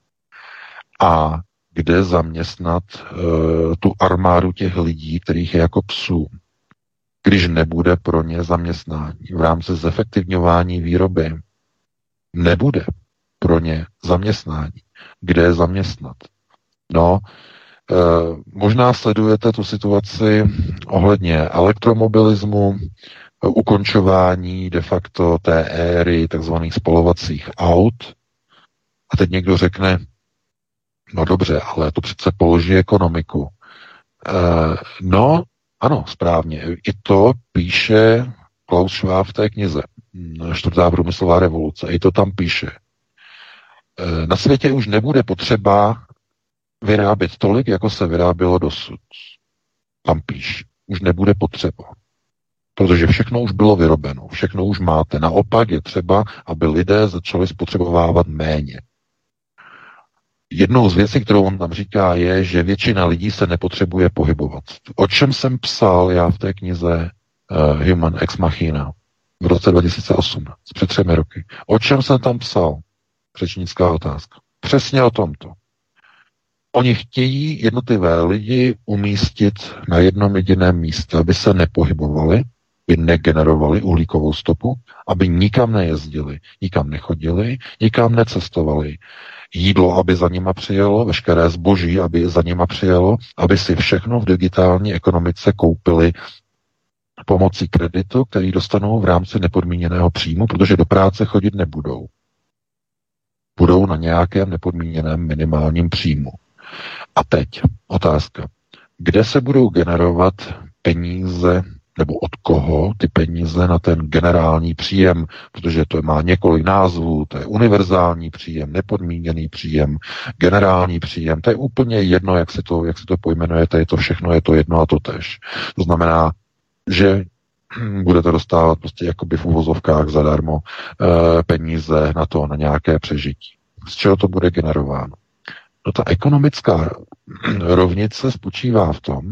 C: A kde zaměstnat tu armádu těch lidí, kterých je jako psů, když nebude pro ně zaměstnání v rámci zefektivňování výroby, nebude pro ně zaměstnání. Kde je zaměstnat? No, možná sledujete tu situaci ohledně elektromobilismu, ukončování de facto té éry takzvaných spalovacích aut. A teď někdo řekne, no dobře, ale to přece položí ekonomiku. No, ano, správně. I to píše Klaus Schwab v té knize Čtvrtá průmyslová revoluce. I to tam píše. Na světě už nebude potřeba vyrábět tolik, jako se vyrábělo dosud. Tam píš. Už nebude potřeba. Protože všechno už bylo vyrobeno. Všechno už máte. Naopak je třeba, aby lidé začali spotřebovávat méně. Jednou z věcí, kterou on tam říká, je, že většina lidí se nepotřebuje pohybovat. O čem jsem psal já v té knize Human Ex Machina v roce 2018, před 3 roky. O čem jsem tam psal? Řečnická otázka. Přesně o tomto. Oni chtějí jednotlivé lidi umístit na jednom jediném místě, aby se nepohybovali, aby negenerovali uhlíkovou stopu, aby nikam nejezdili, nikam nechodili, nikam necestovali. Jídlo, aby za nima přijelo, veškeré zboží, aby za nima přijelo, aby si všechno v digitální ekonomice koupili pomocí kreditu, který dostanou v rámci nepodmíněného příjmu, protože do práce chodit nebudou. Budou na nějakém nepodmíněném minimálním příjmu. A teď otázka. Kde se budou generovat peníze, nebo od koho ty peníze na ten generální příjem, protože to má několik názvů, to je univerzální příjem, nepodmíněný příjem, generální příjem, to je úplně jedno, jak si to pojmenujete, je to všechno, je to jedno a to tež. To znamená, že budete dostávat prostě jakoby v uvozovkách zadarmo peníze na to, na nějaké přežití. Z čeho to bude generováno? No ta ekonomická rovnice spočívá v tom,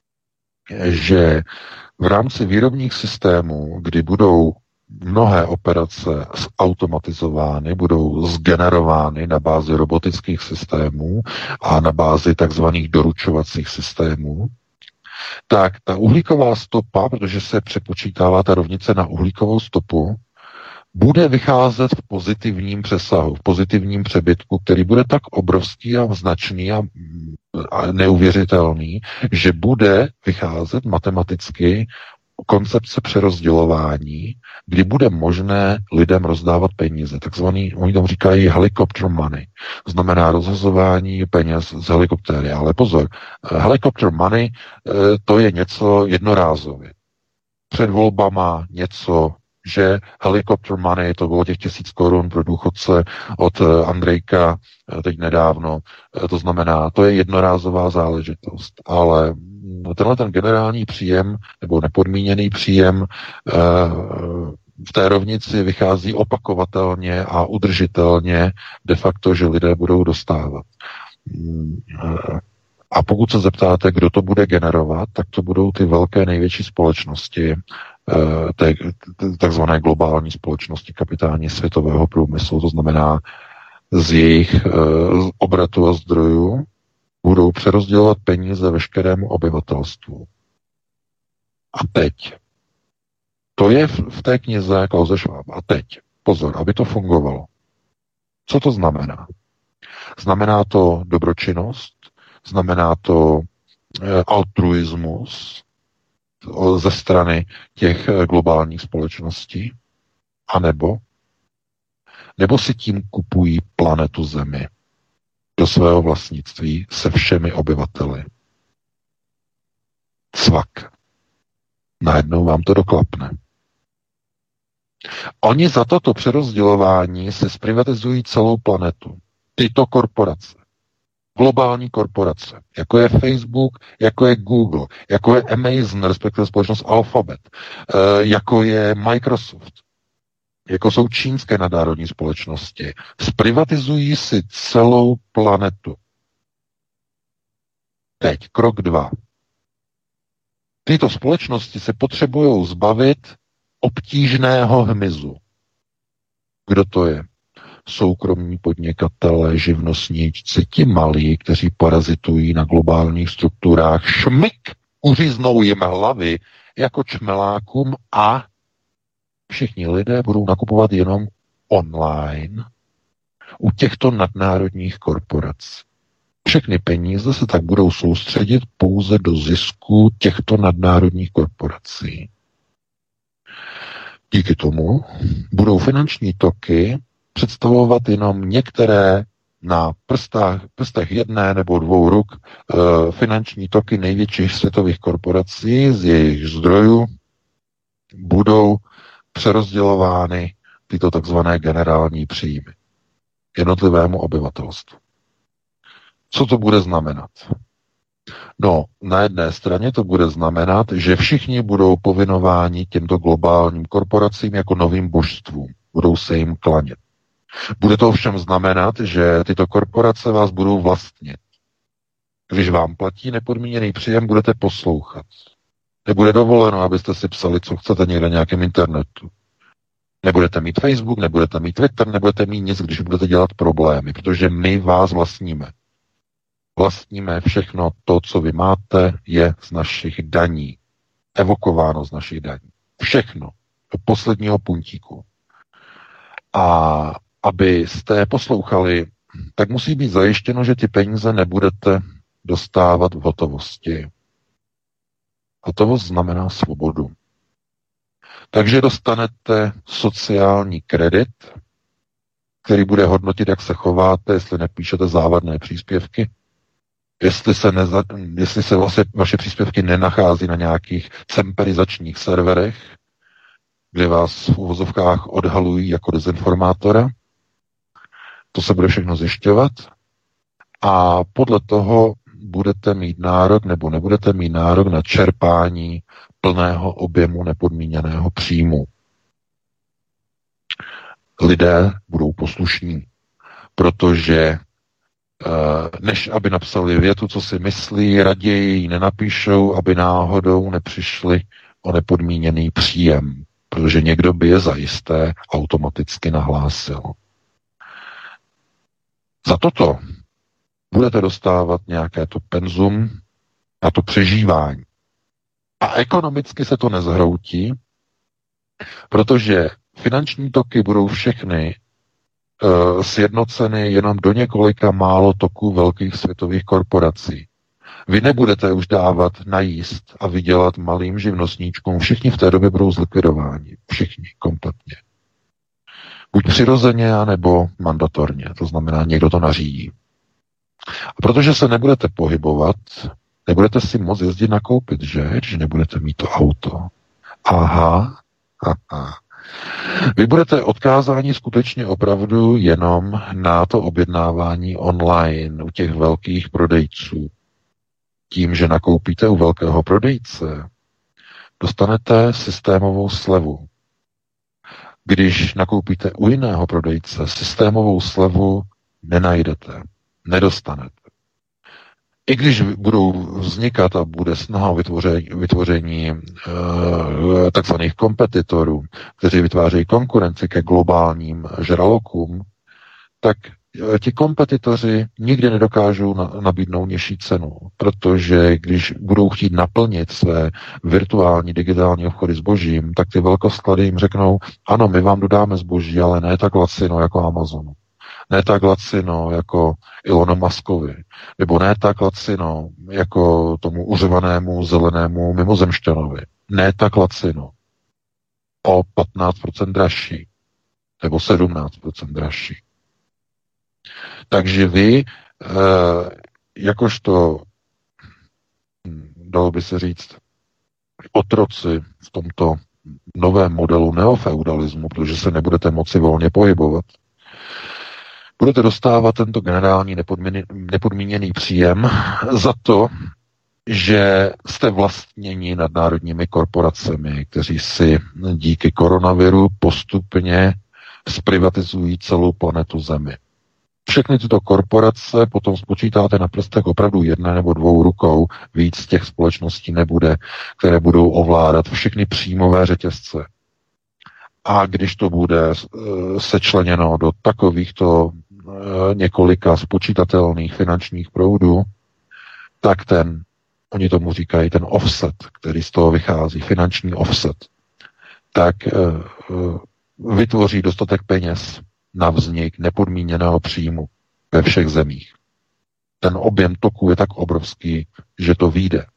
C: že v rámci výrobních systémů, kdy budou mnohé operace automatizovány, budou zgenerovány na bázi robotických systémů a na bázi takzvaných doručovacích systémů, tak ta uhlíková stopa, protože se přepočítává ta rovnice na uhlíkovou stopu, bude vycházet v pozitivním přesahu, v pozitivním přebytku, který bude tak obrovský a značný a neuvěřitelný, že bude vycházet matematicky koncepce přerozdělování, kdy bude možné lidem rozdávat peníze. Takzvaný, oni tam říkají helicopter money. To znamená rozhazování peněz z helikoptéry. Ale pozor, helicopter money to je něco jednorázově. Před volbama něco, že helicopter money, to bylo těch 1000 korun pro důchodce od Andrejka teď nedávno. To znamená, to je jednorázová záležitost. Ale tenhle ten generální příjem nebo nepodmíněný příjem v té rovnici vychází opakovatelně a udržitelně de facto, že lidé budou dostávat. A pokud se zeptáte, kdo to bude generovat, tak to budou ty velké největší společnosti, takzvané globální společnosti kapitální světového průmyslu, to znamená z jejich obratu a zdrojů, budou přerozdělovat peníze veškerému obyvatelstvu. A teď. To je v té knize Klause Schwaba. A teď. Pozor, aby to fungovalo. Co to znamená? Znamená to dobročinnost, znamená to altruismus ze strany těch globálních společností, nebo si tím kupují planetu Zemi do svého vlastnictví se všemi obyvateli. Cvak. Najednou vám to doklapne. Oni za toto přerozdělování si zprivatizují celou planetu. Tyto korporace. Globální korporace, jako je Facebook, jako je Google, jako je Amazon, respektive společnost Alphabet, jako je Microsoft, jako jsou čínské nadnárodní společnosti, zprivatizují si celou planetu. Teď, krok 2. Tyto společnosti se potřebují zbavit obtížného hmyzu. Kdo to je? Soukromí podnikatelé, živnostníci, ti malí, kteří parazitují na globálních strukturách, šmyk, uříznou jim hlavy jako čmelákům a všichni lidé budou nakupovat jenom online u těchto nadnárodních korporací. Všechny peníze se tak budou soustředit pouze do zisku těchto nadnárodních korporací. Díky tomu budou finanční toky představovat jenom některé na prstech jedné nebo 2 ruk finanční toky největších světových korporací, z jejich zdrojů budou přerozdělovány tyto takzvané generální příjmy jednotlivému obyvatelstvu. Co to bude znamenat? No, na jedné straně to bude znamenat, že všichni budou povinováni těmto globálním korporacím jako novým božstvům. Budou se jim klanět. Bude to ovšem znamenat, že tyto korporace vás budou vlastnit. Když vám platí nepodmíněný příjem, budete poslouchat. Nebude dovoleno, abyste si psali, co chcete někde na nějakém internetu. Nebudete mít Facebook, nebudete mít Twitter, nebudete mít nic, když budete dělat problémy, protože my vás vlastníme. Vlastníme všechno to, co vy máte, je z našich daní. Evokováno z našich daní. Všechno. Do posledního puntíku. A abyste poslouchali, tak musí být zajištěno, že ty peníze nebudete dostávat v hotovosti. Hotovost znamená svobodu. Takže dostanete sociální kredit, který bude hodnotit, jak se chováte, jestli nepíšete závadné příspěvky, jestli se vaše příspěvky nenachází na nějakých cemperizačních serverech, kde vás v uvozovkách odhalují jako dezinformátora. To se bude všechno zjišťovat a podle toho budete mít nárok nebo nebudete mít nárok na čerpání plného objemu nepodmíněného příjmu. Lidé budou poslušní, protože než aby napsali větu, co si myslí, raději ji nenapíšou, aby náhodou nepřišli o nepodmíněný příjem, protože někdo by je zajisté automaticky nahlásil. Za toto budete dostávat nějaké to penzum na to přežívání. A ekonomicky se to nezhroutí, protože finanční toky budou všechny sjednoceny jenom do několika málo toků velkých světových korporací. Vy nebudete už dávat najíst a vydělat malým živnostníčkům. Všichni v té době budou zlikvidováni. Všichni, kompletně. Buď přirozeně, anebo mandatorně. To znamená, někdo to nařídí. A protože se nebudete pohybovat, nebudete si moc jezdit nakoupit, že? Že nebudete mít to auto. Aha. Vy budete odkázáni skutečně opravdu jenom na to objednávání online u těch velkých prodejců. Tím, že nakoupíte u velkého prodejce, dostanete systémovou slevu. Když nakoupíte u jiného prodejce, systémovou slevu nenajdete, nedostanete. I když budou vznikat a bude snaha o vytvoření takzvaných kompetitorů, kteří vytvářejí konkurenci ke globálním žralokům, tak ti kompetitoři nikdy nedokážou nabídnout nižší cenu, protože když budou chtít naplnit své virtuální digitální obchody zbožím, tak ty velkosklady jim řeknou, ano, my vám dodáme zboží, ale ne tak lacino jako Amazonu. Ne tak lacino jako Elonu Muskovi, nebo ne tak lacino jako tomu uřvanému zelenému mimozemšťanovi. Ne tak lacino. O 15% dražší. Nebo 17% dražší. Takže vy, jakožto, dalo by se říct, otroci v tomto novém modelu neofeudalismu, protože se nebudete moci volně pohybovat, budete dostávat tento generální nepodmíněný příjem za to, že jste vlastněni nadnárodními korporacemi, kteří si díky koronaviru postupně zprivatizují celou planetu Zemi. Všechny tyto korporace potom spočítáte na prstech opravdu jedné nebo dvou rukou, víc z těch společností nebude, které budou ovládat všechny příjmové řetězce. A když to bude sečleněno do takovýchto několika spočítatelných finančních proudů, tak oni tomu říkají ten offset, který z toho vychází, finanční offset, tak vytvoří dostatek peněz na vznik nepodmíněného příjmu ve všech zemích. Ten objem toku je tak obrovský, že to vyjde.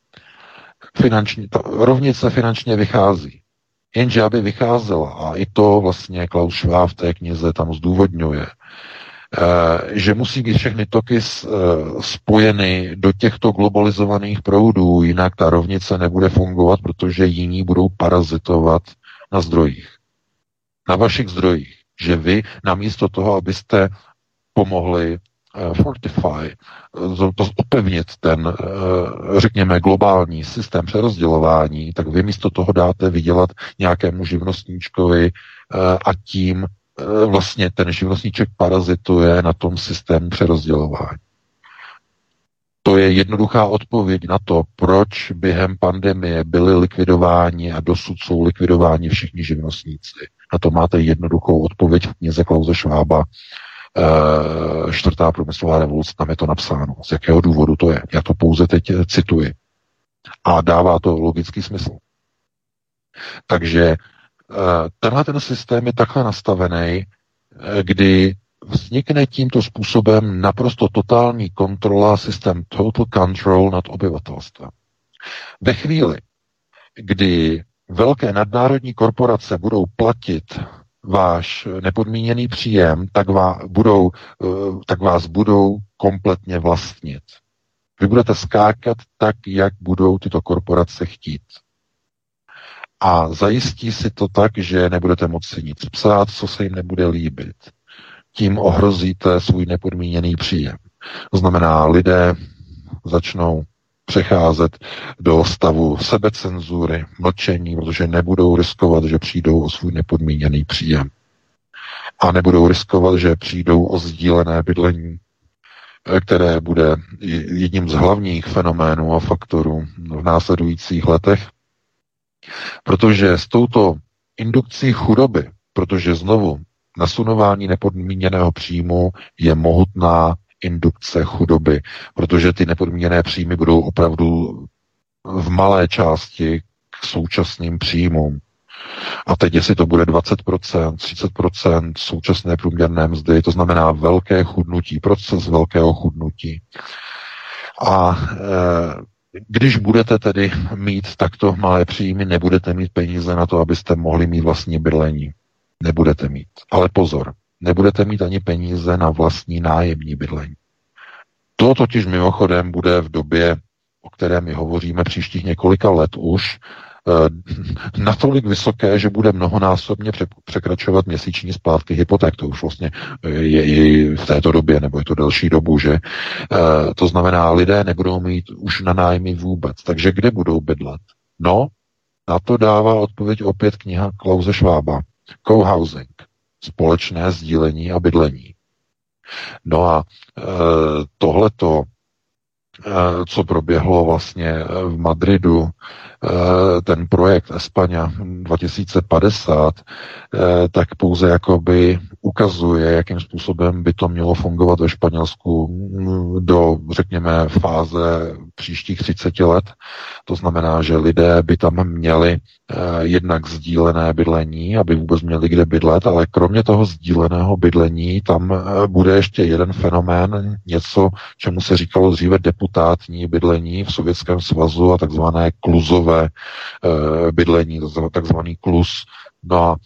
C: Rovnice finančně vychází. Jenže aby vycházela, a i to vlastně Klaus Schwab v té knize tam zdůvodňuje, že musí být všechny toky spojeny do těchto globalizovaných proudů, jinak ta rovnice nebude fungovat, protože jiní budou parazitovat na zdrojích. Na vašich zdrojích. Že vy namísto toho, abyste pomohli fortify, opevnit ten, řekněme, globální systém přerozdělování, tak vy místo toho dáte vydělat nějakému živnostníčkovi a tím vlastně ten živnostníček parazituje na tom systému přerozdělování. To je jednoduchá odpověď na to, proč během pandemie byli likvidováni a dosud jsou likvidováni všichni živnostníci. Na to máte jednoduchou odpověď v knize Klause Schwaba, 4. průmyslová revoluce, tam je to napsáno. Z jakého důvodu to je? Já to pouze teď cituji. A dává to logický smysl. Takže tenhle ten systém je takhle nastavený, kdy vznikne tímto způsobem naprosto totální kontrola, systém total control nad obyvatelstvem. Ve chvíli, kdy velké nadnárodní korporace budou platit váš nepodmíněný příjem, tak vás budou kompletně vlastnit. Vy budete skákat tak, jak budou tyto korporace chtít. A zajistí si to tak, že nebudete moci nic psát, co se jim nebude líbit. Tím ohrozíte svůj nepodmíněný příjem. To znamená, lidé začnou přecházet do stavu sebecenzury, mlčení, protože nebudou riskovat, že přijdou o svůj nepodmíněný příjem. A nebudou riskovat, že přijdou o sdílené bydlení, které bude jedním z hlavních fenoménů a faktorů v následujících letech. Protože s touto indukcí chudoby, protože znovu nasunování nepodmíněného příjmu je mohutná indukce chudoby, protože ty nepodmíněné příjmy budou opravdu v malé části k současným příjmům. A teď, jestli to bude 20%, 30% současné průměrné mzdy, to znamená velké chudnutí, proces velkého chudnutí. A když budete tedy mít takto malé příjmy, nebudete mít peníze na to, abyste mohli mít vlastní bydlení. Nebudete mít. Ale pozor, nebudete mít ani peníze na vlastní nájemní bydlení. To totiž mimochodem bude v době, o které my hovoříme příštích několika let už, natolik vysoké, že bude mnohonásobně překračovat měsíční splátky hypoték. To už vlastně je i v této době, nebo je to delší dobu, že? To znamená, lidé nebudou mít už na nájmy vůbec. Takže kde budou bydlet? No, na to dává odpověď opět kniha Klause Schwaba. Co-housing. Společné sdílení a bydlení. No a tohleto, co proběhlo vlastně v Madridu, ten projekt España 2050, tak pouze jakoby ukazuje, jakým způsobem by to mělo fungovat ve Španělsku do, řekněme, fáze příštích 30 let. To znamená, že lidé by tam měli jednak sdílené bydlení, aby vůbec měli kde bydlet, ale kromě toho sdíleného bydlení tam bude ještě jeden fenomén, něco, čemu se říkalo dříve deputátní bydlení v Sovětském svazu a takzvané kluzové bydlení, takzvaný kluz. No a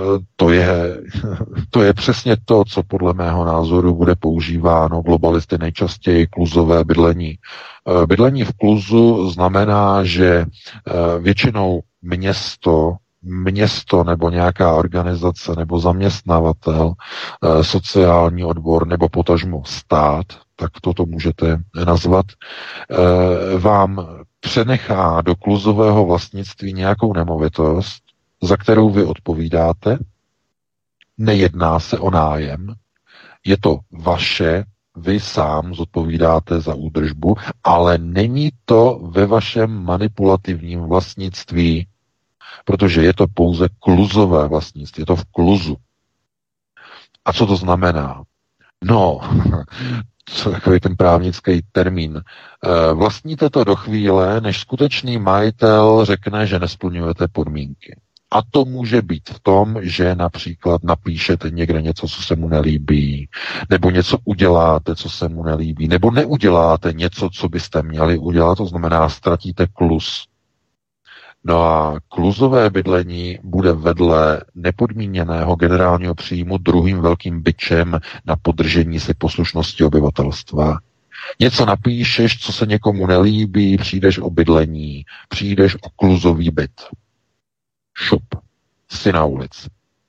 C: to je přesně to, co podle mého názoru bude používáno globalisty nejčastěji, kluzové bydlení. Bydlení v kluzu znamená, že většinou město nebo nějaká organizace nebo zaměstnavatel, sociální odbor nebo potažmo stát, tak toto můžete nazvat, vám přenechá do kluzového vlastnictví nějakou nemovitost, za kterou vy odpovídáte. Nejedná se o nájem, je to vaše, vy sám zodpovídáte za údržbu, ale není to ve vašem manipulativním vlastnictví, protože je to pouze kluzové vlastnictví, je to v kluzu. A co to znamená? No, co takový ten právnický termín. Vlastníte to do chvíle, než skutečný majitel řekne, že nesplňujete podmínky. A to může být v tom, že například napíšete někde něco, co se mu nelíbí, nebo něco uděláte, co se mu nelíbí, nebo neuděláte něco, co byste měli udělat, to znamená, ztratíte kluz. No a kluzové bydlení bude vedle nepodmíněného generálního příjmu druhým velkým bičem na podržení si poslušnosti obyvatelstva. Něco napíšeš, co se někomu nelíbí, přijdeš o bydlení, přijdeš o kluzový byt. Šup, jsi na ulici.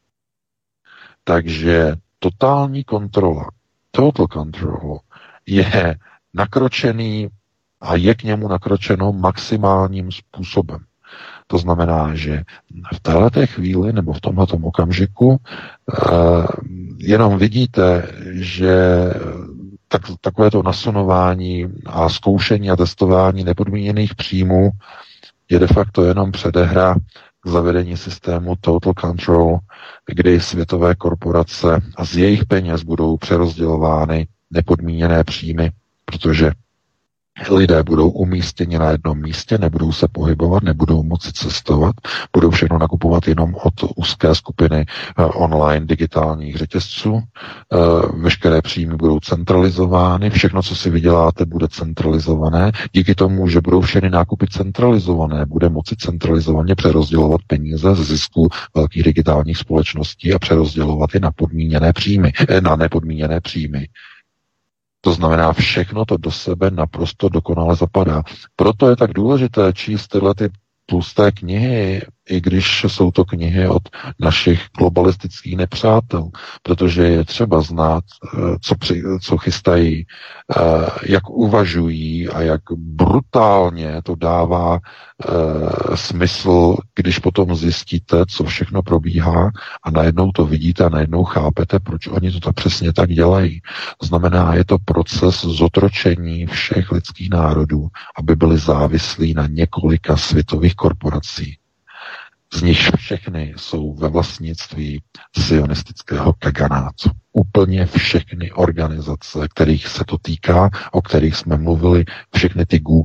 C: Takže totální kontrola, total control je nakročený a je k němu nakročeno maximálním způsobem. To znamená, že v téhleté chvíli nebo v tomhletom okamžiku jenom vidíte, že takovéto nasunování a zkoušení a testování nepodmíněných příjmů je de facto jenom předehra k zavedení systému total control, kdy světové korporace a z jejich peněz budou přerozdělovány nepodmíněné příjmy, protože lidé budou umístěni na jednom místě, nebudou se pohybovat, nebudou moci cestovat, budou všechno nakupovat jenom od úzké skupiny online digitálních řetězců. Veškeré příjmy budou centralizovány, všechno, co si vyděláte, bude centralizované. Díky tomu, že budou všechny nákupy centralizované, bude moci centralizovaně přerozdělovat peníze z zisku velkých digitálních společností a přerozdělovat je na nepodmíněné příjmy. To znamená, všechno to do sebe naprosto dokonale zapadá. Proto je tak důležité číst tyhle ty tlusté knihy, i když jsou to knihy od našich globalistických nepřátel, protože je třeba znát, co chystají, jak uvažují a jak brutálně to dává smysl, když potom zjistíte, co všechno probíhá a najednou to vidíte a najednou chápete, proč oni to tak přesně tak dělají. To znamená, je to proces zotročení všech lidských národů, aby byli závislí na několika světových korporací. Z nich všechny jsou ve vlastnictví sionistického kaganátu. Úplně všechny organizace, kterých se to týká, o kterých jsme mluvili, všechny ty Google,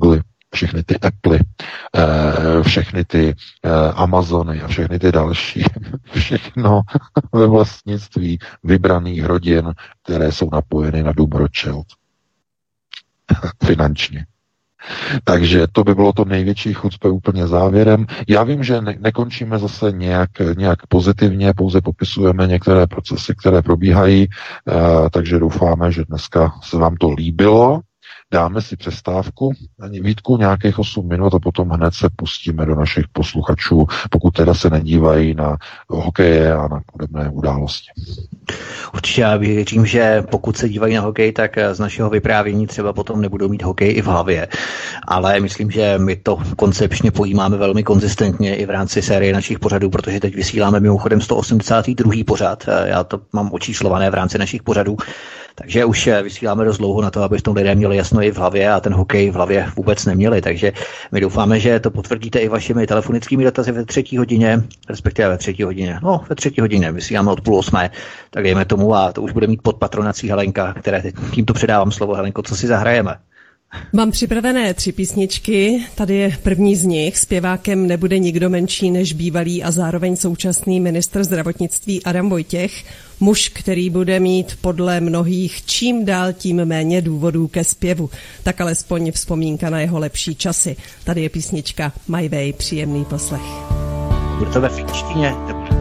C: všechny ty Apple, všechny ty Amazony a všechny ty další, všechno ve vlastnictví vybraných rodin, které jsou napojeny na dům Rothschild. Finančně. Takže to by bylo to největší chucpe úplně závěrem. Já vím, že nekončíme zase nějak pozitivně, pouze popisujeme některé procesy, které probíhají, takže doufáme, že dneska se vám to líbilo. Dáme si přestávku, Vítku, nějakých 8 minut a potom hned se pustíme do našich posluchačů, pokud teda se nedívají na hokeje a na podobné události.
A: Určitě já věřím, že pokud se dívají na hokej, tak z našeho vyprávění třeba potom nebudou mít hokej i v hlavě. Ale myslím, že my to koncepčně pojímáme velmi konzistentně i v rámci série našich pořadů, protože teď vysíláme mimochodem 182. pořad. Já to mám očíslované v rámci našich pořadů. Takže už vysíláme dost dlouho na to, aby tom lidé měli jasno i v hlavě a ten hokej v hlavě vůbec neměli. Takže my doufáme, že to potvrdíte i vašimi telefonickými dotazy ve 3. hodině, respektive ve 3. hodině. No, ve 3. hodině vysíláme od 7:30, tak dejme tomu a to už bude mít pod patronací Helenka, které teď tímto předávám slovo. Helenko, co si zahrajeme?
B: Mám připravené 3 písničky, tady je první z nich. Zpěvákem nebude nikdo menší než bývalý a zároveň současný ministr zdravotnictví Adam Vojtěch, muž, který bude mít podle mnohých čím dál tím méně důvodů ke zpěvu. Tak alespoň vzpomínka na jeho lepší časy. Tady je písnička My Way, příjemný poslech.
A: Bude to ve finštině?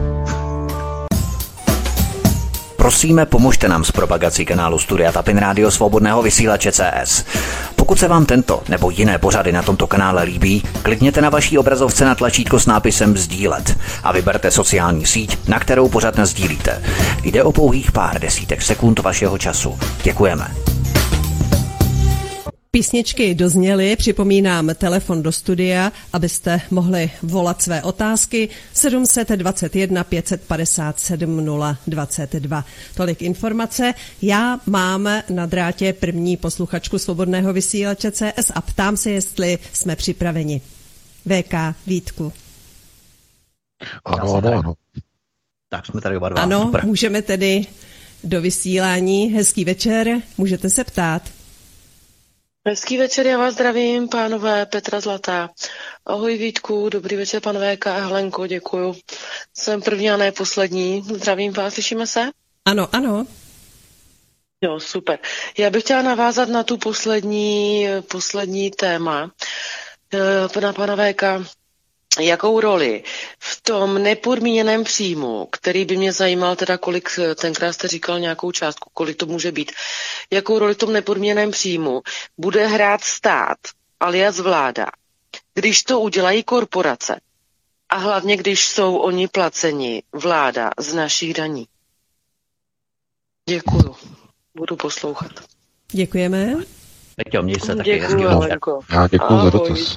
A: Prosíme, pomožte nám s propagací kanálu Studia Tapin Rádio Svobodného vysílače CS. Pokud se vám tento nebo jiné pořady na tomto kanále líbí, klikněte na vaší obrazovce na tlačítko s nápisem sdílet a vyberte sociální síť, na kterou pořad nasdílíte. Jde o pouhých pár desítek sekund vašeho času. Děkujeme.
B: Písničky dozněly, připomínám telefon do studia, abyste mohli volat své otázky 721 557 022. Tolik informace. Já mám na drátě první posluchačku Svobodného vysílače CS a ptám se, jestli jsme připraveni. VK, Vítku.
C: Ano.
A: Tak jsme tady oba dva.
B: Ano,
A: super.
B: Můžeme tedy do vysílání. Hezký večer, můžete se ptát.
D: Hezký večer, já vás zdravím, pánové, Petra Zlatá. Ahoj Vítku, dobrý večer, pan VK a Helenko, děkuju. Jsem první a ne poslední. Zdravím vás, slyšíme se?
B: Ano.
D: Jo, super. Já bych chtěla navázat na tu poslední téma, na pana VK. Jakou roli v tom nepodmíněném příjmu, který by mě zajímal, teda kolik, tenkrát jste říkal nějakou částku, kolik to může být, jakou roli v tom nepodmíněném příjmu bude hrát stát, alias vláda, když to udělají korporace a hlavně, když jsou oni placeni, vláda, z našich daní. Děkuju. Budu poslouchat.
B: Děkujeme.
A: Peťo, měj se taky hezký
D: Děkuju,
A: večer.
C: Já děkuji za dotaz.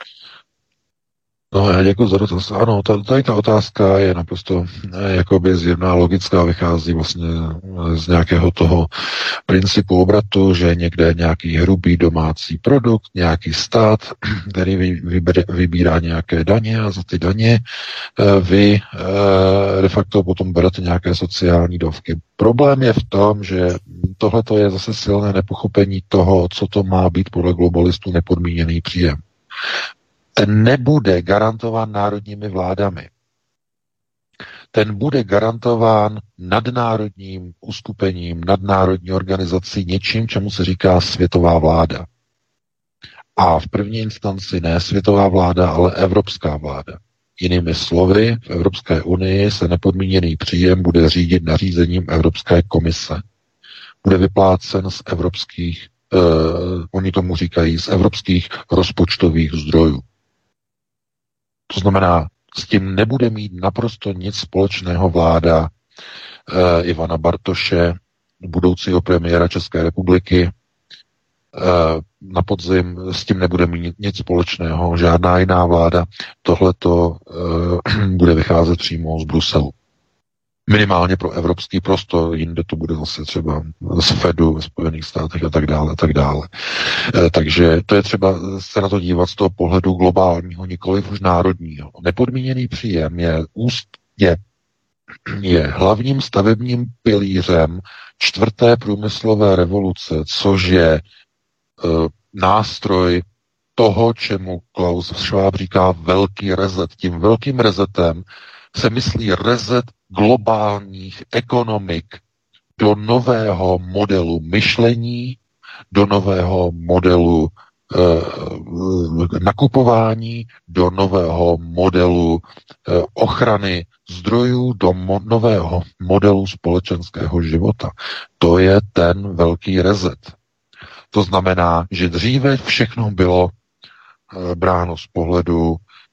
C: No, já děkuji za dotaz. Ano, tady ta otázka je naprosto jakoby zjevná, logická, vychází vlastně z nějakého toho principu obratu, že někde nějaký hrubý domácí produkt, nějaký stát, který vybírá nějaké daně a za ty daně vy de facto potom berete nějaké sociální dávky. Problém je v tom, že tohleto je zase silné nepochopení toho, co to má být podle globalistů nepodmíněný příjem. Ten nebude garantován národními vládami. Ten bude garantován nadnárodním uskupením, nadnárodní organizací, něčím, čemu se říká světová vláda. A v první instanci ne světová vláda, ale evropská vláda. Jinými slovy, v Evropské unii se nepodmíněný příjem bude řídit nařízením Evropské komise. Bude vyplácen z evropských, oni tomu říkají, z evropských rozpočtových zdrojů. To znamená, s tím nebude mít naprosto nic společného vláda Ivana Bartoše, budoucího premiéra České republiky. Na podzim s tím nebude mít nic společného žádná jiná vláda. Tohleto bude vycházet přímo z Bruselu. Minimálně pro evropský prostor, jinde to bude zase třeba z Fedu ve Spojených státech a tak dále, a tak dále. Takže to je třeba se na to dívat z toho pohledu globálního, nikoliv už národního. Nepodmíněný příjem je hlavním stavebním pilířem 4. průmyslové revoluce, což je nástroj toho, čemu Klaus Schwab říká velký reset. Tím velkým resetem se myslí reset globálních ekonomik do nového modelu myšlení, do nového modelu nakupování, do nového modelu ochrany zdrojů, do nového modelu společenského života. To je ten velký reset. To znamená, že dříve všechno bylo bráno z pohledu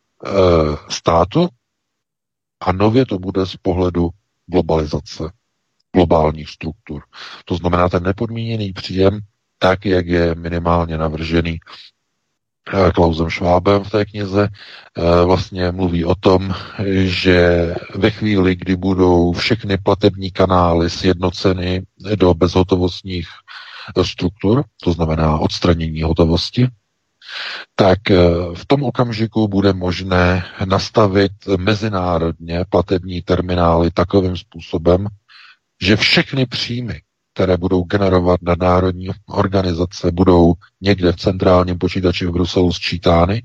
C: státu a nově to bude z pohledu globalizace, globálních struktur. To znamená, ten nepodmíněný příjem, tak, jak je minimálně navržený Klausem Schwabem v té knize, vlastně mluví o tom, že ve chvíli, kdy budou všechny platební kanály sjednoceny do bezhotovostních struktur, to znamená odstranění hotovosti, tak v tom okamžiku bude možné nastavit mezinárodně platební terminály takovým způsobem, že všechny příjmy, které budou generovat nadnárodní organizace, budou někde v centrálním počítači v Bruselu sčítány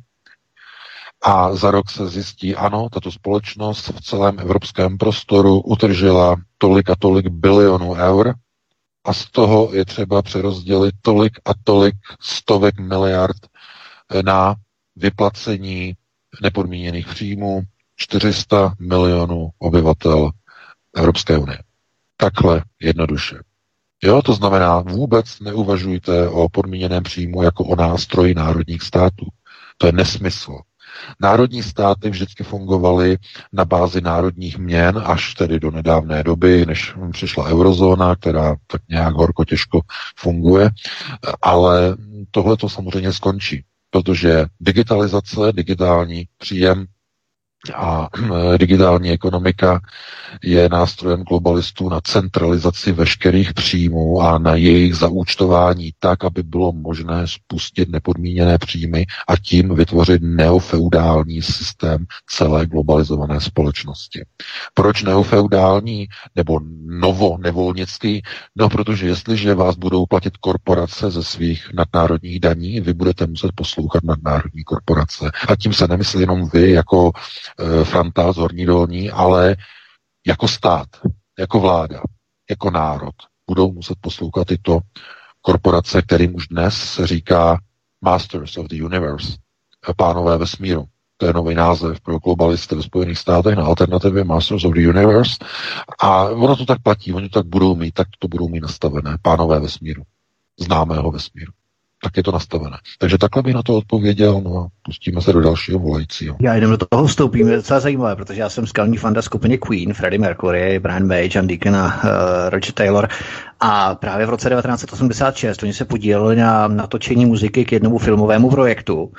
C: a za rok se zjistí, ano, tato společnost v celém evropském prostoru utržila tolik a tolik bilionů eur a z toho je třeba přerozdělit tolik a tolik stovek miliard na vyplacení nepodmíněných příjmů 400 milionů obyvatel Evropské unie. Takhle jednoduše. Jo, to znamená, vůbec neuvažujte o podmíněném příjmu jako o nástroji národních států. To je nesmysl. Národní státy vždycky fungovaly na bázi národních měn, až tedy do nedávné doby, než přišla eurozóna, která tak nějak horko těžko funguje, ale tohle to samozřejmě skončí, protože digitalizace, digitální příjem a digitální ekonomika je nástrojem globalistů na centralizaci veškerých příjmů a na jejich zaúčtování tak, aby bylo možné spustit nepodmíněné příjmy a tím vytvořit neofeudální systém celé globalizované společnosti. Proč neofeudální nebo novonevolnický? No, protože jestliže vás budou platit korporace ze svých nadnárodních daní, vy budete muset poslouchat nadnárodní korporace. A tím se nemyslí jenom vy jako Franta z Horní Dolní, ale jako stát, jako vláda, jako národ budou muset poslouchat tyto korporace, kterým už dnes se říká Masters of the Universe, pánové vesmíru. To je nový název pro globalisty ve Spojených státech na alternativě Masters of the Universe. A ono to tak platí, oni to tak budou mít, tak to budou mít nastavené, pánové vesmíru, známého vesmíru. Tak je to nastavené. Takže takhle bych na to odpověděl, no a pustíme se do dalšího volajícího.
A: Já jenom do toho vstoupím, je docela zajímavé, protože já jsem skalní fanda skupiny Queen, Freddie Mercury, Brian May, John Deacon a Roger Taylor. A právě v roce 1986 oni se podíleli na natočení muziky k jednomu filmovému projektu.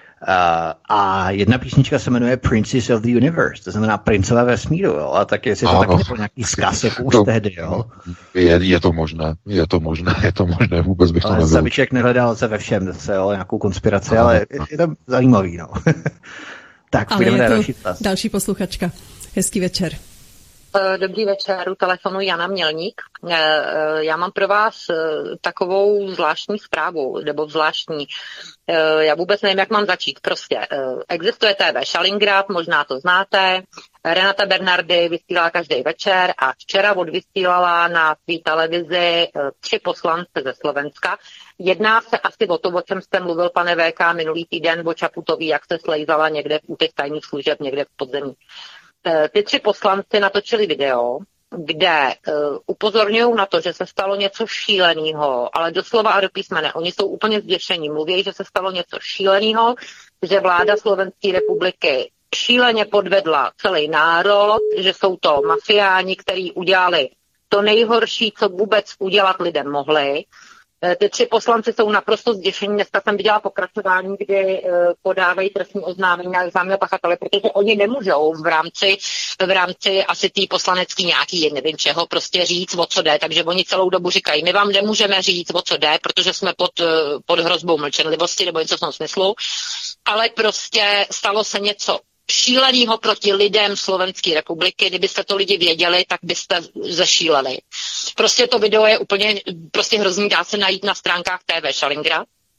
A: A jedna písnička se jmenuje Princess of the Universe, to znamená princové vesmíru, jo? A tak jestli to taky nebyl nějaký vzkaz, jako už tehdy, jo?
C: Je to možné, vůbec bych to nebyl.
A: Zabiček nehledal se ve všem, jo, nějakou konspiraci, ale je to zajímavý, no. Tak, půjdeme na další čas.
B: Další posluchačka. Hezký večer.
E: Dobrý večer, u telefonu Jana Mělník. Já mám pro vás takovou zvláštní zprávu, nebo zvláštní. Já vůbec nevím, jak mám začít. Prostě existuje TV Šalingrad, možná to znáte. Renata Bernardy vysílá každý večer a včera odvysílala na své televizi 3 poslance ze Slovenska. Jedná se asi o to, o čem jste mluvil, pane VK, minulý týden, o Čaputový, jak se slejzala někde u těch tajných služeb, někde v podzemí. Ty 3 poslanci natočili video, kde upozorňují na to, že se stalo něco šíleného, ale doslova a do písmene. Oni jsou úplně zděšení. Mluví, že se stalo něco šíleného, že vláda Slovenské republiky šíleně podvedla celý národ, že jsou to mafiáni, kteří udělali to nejhorší, co vůbec udělat lidem mohli. Ty 3 poslanci jsou naprosto zděšení. Dneska jsem viděla pokračování, kdy podávají trestní oznámení na zájemné pachatele, protože oni nemůžou v rámci asi té poslanecký nějaký, nevím čeho, prostě říct, o co jde. Takže oni celou dobu říkají, my vám nemůžeme říct, o co jde, protože jsme pod hrozbou mlčenlivosti nebo něco v tom smyslu. Ale prostě stalo se něco šílenýho proti lidem Slovenské republiky. Kdybyste to lidi věděli, tak byste zešíleli. Prostě to video je úplně prostě hrozný, dá se najít na stránkách TV Šalingrad.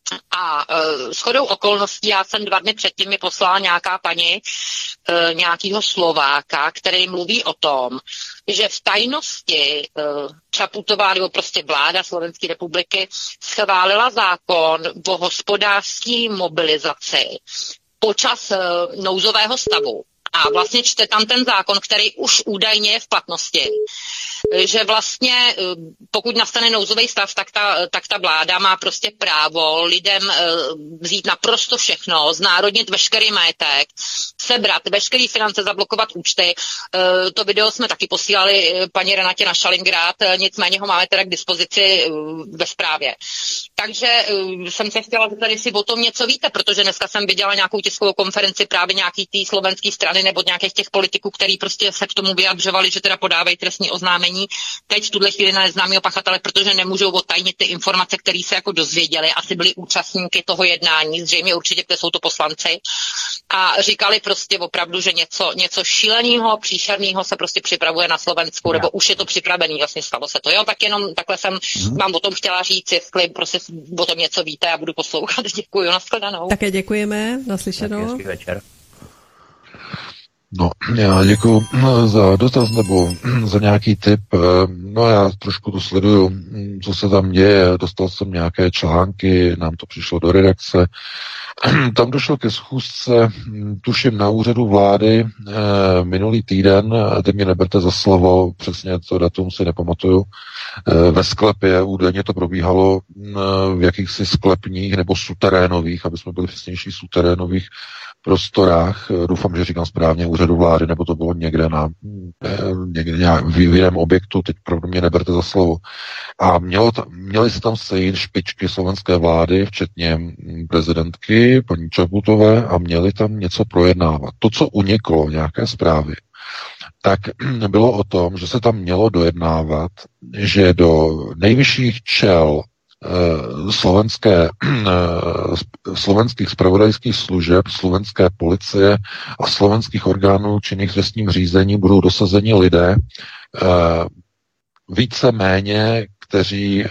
E: A shodou okolností já jsem 2 dny předtím mi poslala nějaká paní nějakýho Slováka, který mluví o tom, že v tajnosti Čaputová nebo prostě vláda Slovenské republiky schválila zákon o hospodářské mobilizaci počas nouzového stavu. A vlastně čte tam ten zákon, který už údajně je v platnosti, že vlastně pokud nastane nouzový stav, tak ta vláda má prostě právo lidem vzít naprosto všechno, znárodnit veškerý majetek, sebrat veškerý finance, zablokovat účty. To video jsme taky posílali paní Renatě na Šalingrad, nicméně ho máme teda k dispozici ve zprávě. Takže jsem se chtěla zeptat, jestli o tom něco víte, protože dneska jsem viděla nějakou tiskovou konferenci právě nějaký té slovenské strany nebo nějakých těch politiků, který prostě se k tomu vyjadřovali, že teda podávají trestní oznámení teď v tuhle chvíli na neznámého pachatele, protože nemůžou odtajnit ty informace, které se jako dozvěděli, asi byli účastníky toho jednání, zřejmě určitě, kde jsou to poslanci, a říkali prostě opravdu, že něco šíleného, příšerného se prostě připravuje na Slovensku, nebo už je to připravený, vlastně stalo se to. Jo, tak jenom takhle jsem vám o tom chtěla říct, jestli prostě o tom něco víte a budu poslouchat. Děkuji, nashledanou.
B: Také děkujeme, naslyšenou.
A: Hezký večer.
C: No, já děkuji za dotaz nebo za nějaký tip. No, já trošku to sleduju, co se tam děje. Dostal jsem nějaké články, nám to přišlo do redakce. Tam došlo ke schůzce, tuším, na úřadu vlády minulý týden, teď mě neberte za slovo, přesně to datum si nepamatuju, ve sklepě údajně to probíhalo v jakýchsi sklepních nebo suterénových, aby jsme byli přesnější, suterénových prostorách, doufám, že říkám správně, úřadu vlády, nebo to bylo někde v jiném objektu, teď pro mě neberte za slovo. A měly se tam sejít špičky slovenské vlády, včetně prezidentky, paní Čaputové, a měli tam něco projednávat. To, co uniklo, nějaké zprávy, tak bylo o tom, že se tam mělo dojednávat, že do nejvyšších čel slovenských zpravodajských služeb, slovenské policie a slovenských orgánů činných v trestním řízení budou dosazeni lidé víceméně, kteří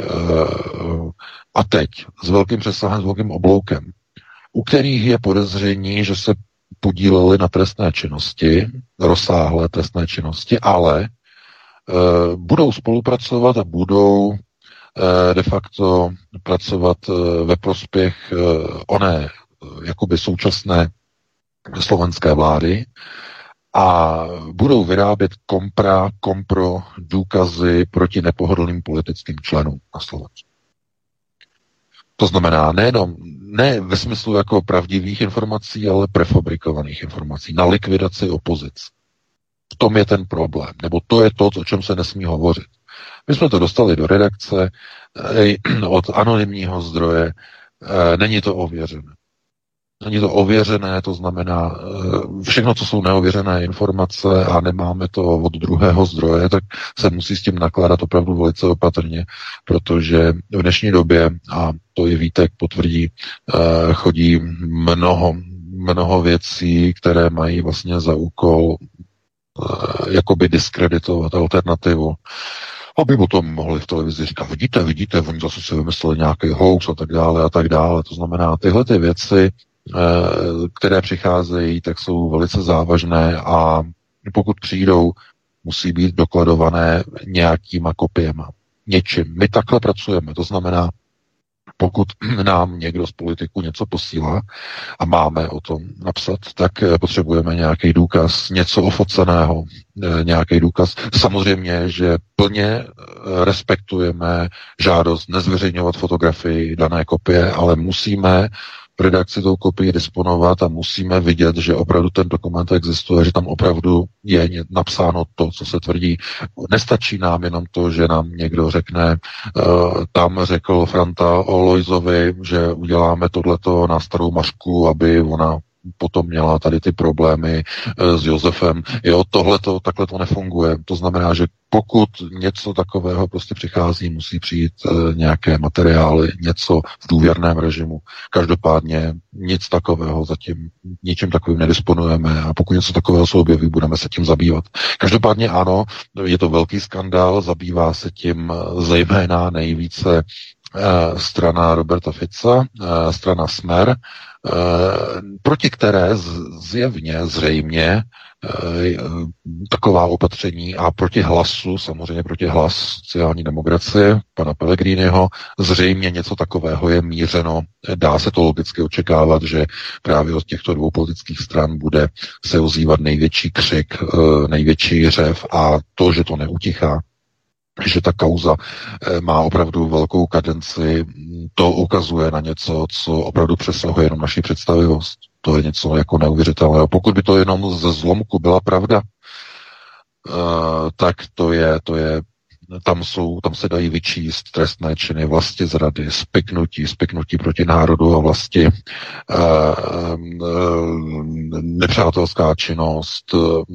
C: a teď s velkým přesahem, s velkým obloukem, u kterých je podezření, že se podíleli na trestné činnosti, rozsáhlé trestné činnosti, ale budou spolupracovat a budou de facto pracovat ve prospěch oné jakoby současné slovenské vlády a budou vyrábět kompro důkazy proti nepohodlným politickým členům na Slovensku. To znamená ne ve smyslu jako pravdivých informací, ale prefabrikovaných informací na likvidaci opozic. V tom je ten problém, nebo to je to, o čem se nesmí hovořit. My jsme to dostali do redakce od anonymního zdroje, není to ověřené. Není to ověřené, to znamená všechno, co jsou neověřené informace a nemáme to od druhého zdroje, tak se musí s tím nakládat opravdu velice opatrně, protože v dnešní době, a to i Vítek potvrdí, chodí mnoho věcí, které mají vlastně za úkol jakoby diskreditovat alternativu, aby potom mohli v televizi říkat, vidíte, oni zase si vymysleli nějaký hoax a tak dále. To znamená, tyhle ty věci, které přicházejí, tak jsou velice závažné a pokud přijdou, musí být dokladované nějakýma kopiema, něčím. My takhle pracujeme, to znamená, pokud nám někdo z politiků něco posílá a máme o tom napsat, tak potřebujeme nějaký důkaz, něco ofoceného, nějaký důkaz. Samozřejmě, že plně respektujeme žádost nezveřejňovat fotografii dané kopie, ale musíme v redakci tou kopii disponovat a musíme vidět, že opravdu ten dokument existuje, že tam opravdu je napsáno to, co se tvrdí. Nestačí nám jenom to, že nám někdo řekne, tam řekl Franta o Lojzovi, že uděláme tohleto na starou Mařku, aby ona potom měla tady ty problémy s Josefem. Jo, tohleto, takhle to nefunguje. To znamená, že pokud něco takového prostě přichází, musí přijít nějaké materiály, něco v důvěrném režimu. Každopádně nic takového zatím, ničím takovým nedisponujeme a pokud něco takového se objeví, budeme se tím zabývat. Každopádně ano, je to velký skandál, zabývá se tím zejména nejvíce strana Roberta Fica, strana Smer, proti které zjevně, zřejmě taková opatření a proti Hlasu, samozřejmě proti Hlas sociální demokracie, pana Pellegriniho, zřejmě něco takového je mířeno. Dá se to logicky očekávat, že právě od těchto dvou politických stran bude se ozývat největší křik, největší řev a to, že to neutichá, že ta kauza má opravdu velkou kadenci, to ukazuje na něco, co opravdu přesahuje jenom naši představivost. To je něco jako neuvěřitelného. Pokud by to jenom ze zlomku byla pravda, tak to je tam se dají vyčíst trestné činy vlastizrady, spiknutí proti národu a vlasti, nepřátelská činnost,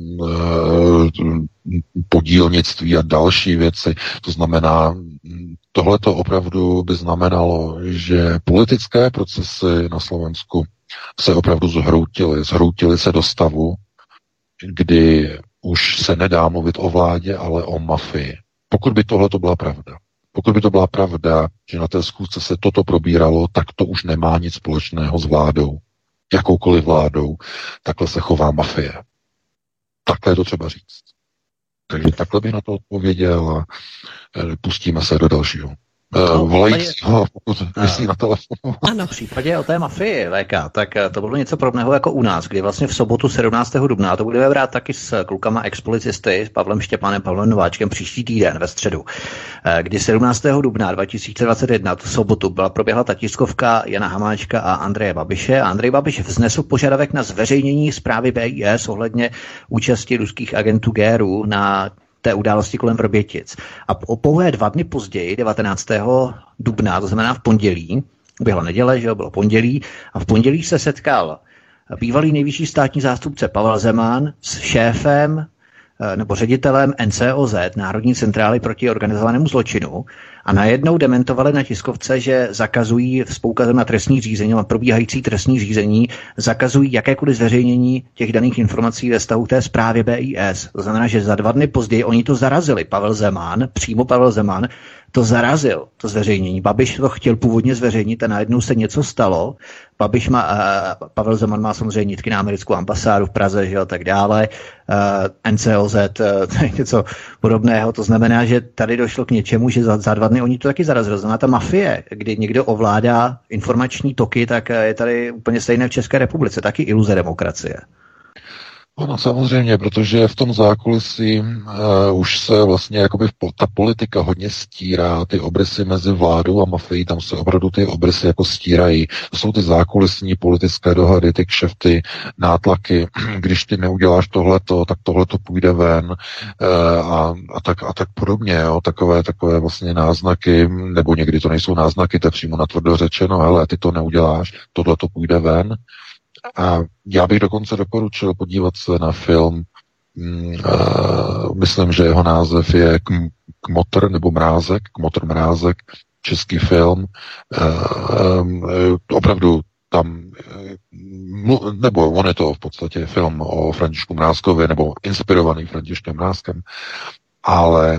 C: podílnictví a další věci. To znamená, tohleto opravdu by znamenalo, že politické procesy na Slovensku se opravdu zhroutily se do stavu, kdy už se nedá mluvit o vládě, ale o mafii. Pokud by tohle to byla pravda, pokud by to byla pravda, že na té schůzce se toto probíralo, tak to už nemá nic společného s vládou. Jakoukoliv vládou, takhle se chová mafie. Takhle je to třeba říct. Takže takhle bych na to odpověděl a pustíme se do dalšího. Volajícího, pokud myslí na telefonu.
B: Ano.
A: V případě o té mafii, VK, tak to bylo něco podobného jako u nás, kdy vlastně v sobotu 17. dubna, to budeme brát taky s klukama expolicisty, s Pavlem Štěpánem, Pavlem Nováčkem příští týden ve středu, kdy 17. dubna 2021, tu sobotu, proběhla ta tiskovka Jana Hamáčka a Andreje Babiše a Andrej Babiš vznesl požadavek na zveřejnění zprávy BIS ohledně účasti ruských agentů GRU na té události kolem Vrbětic. A pouhé 2 dny později, 19. dubna, to znamená v pondělí, byla neděle, že jo, bylo pondělí, a v pondělí se setkal bývalý nejvyšší státní zástupce Pavel Zeman s šéfem nebo ředitelem NCOZ, Národní centrály proti organizovanému zločinu, a najednou dementovali na tiskovce, že zakazují s poukazem na trestní řízení a probíhající trestní řízení, zakazují jakékoliv zveřejnění těch daných informací ve vztahu k té zprávě BIS. To znamená, že za 2 dny později oni to zarazili. Přímo Pavel Zeman to zarazil, to zveřejnění. Babiš to chtěl původně zveřejnit a najednou se něco stalo. Pavel Zeman má samozřejmě nitky na americkou ambasádu v Praze, že jo, tak dále. NCOZ, něco podobného. To znamená, že tady došlo k něčemu, že za 2 dny oni to taky zarazili. Znamená ta mafie, kdy někdo ovládá informační toky, tak je tady úplně stejné v České republice. Taky iluze demokracie.
C: No samozřejmě, protože v tom zákulisí už se vlastně jakoby ta politika hodně stírá, ty obrysy mezi vládou a mafií, tam se opravdu ty obrysy jako stírají. To jsou ty zákulisní politické dohady, ty kšefty, nátlaky, když ty neuděláš tohleto, tak tohleto půjde ven a tak podobně, jo? Takové vlastně náznaky, nebo někdy to nejsou náznaky, to je přímo natvrdo řečeno, hele, ty to neuděláš, tohleto půjde ven. A já bych dokonce doporučil podívat se na film, myslím, že jeho název je Kmotr nebo Mrázek, Kmotr Mrázek, český film. Opravdu tam, nebo on je to v podstatě film o Františku Mrázkovi, nebo inspirovaný Františkem Mrázkem, ale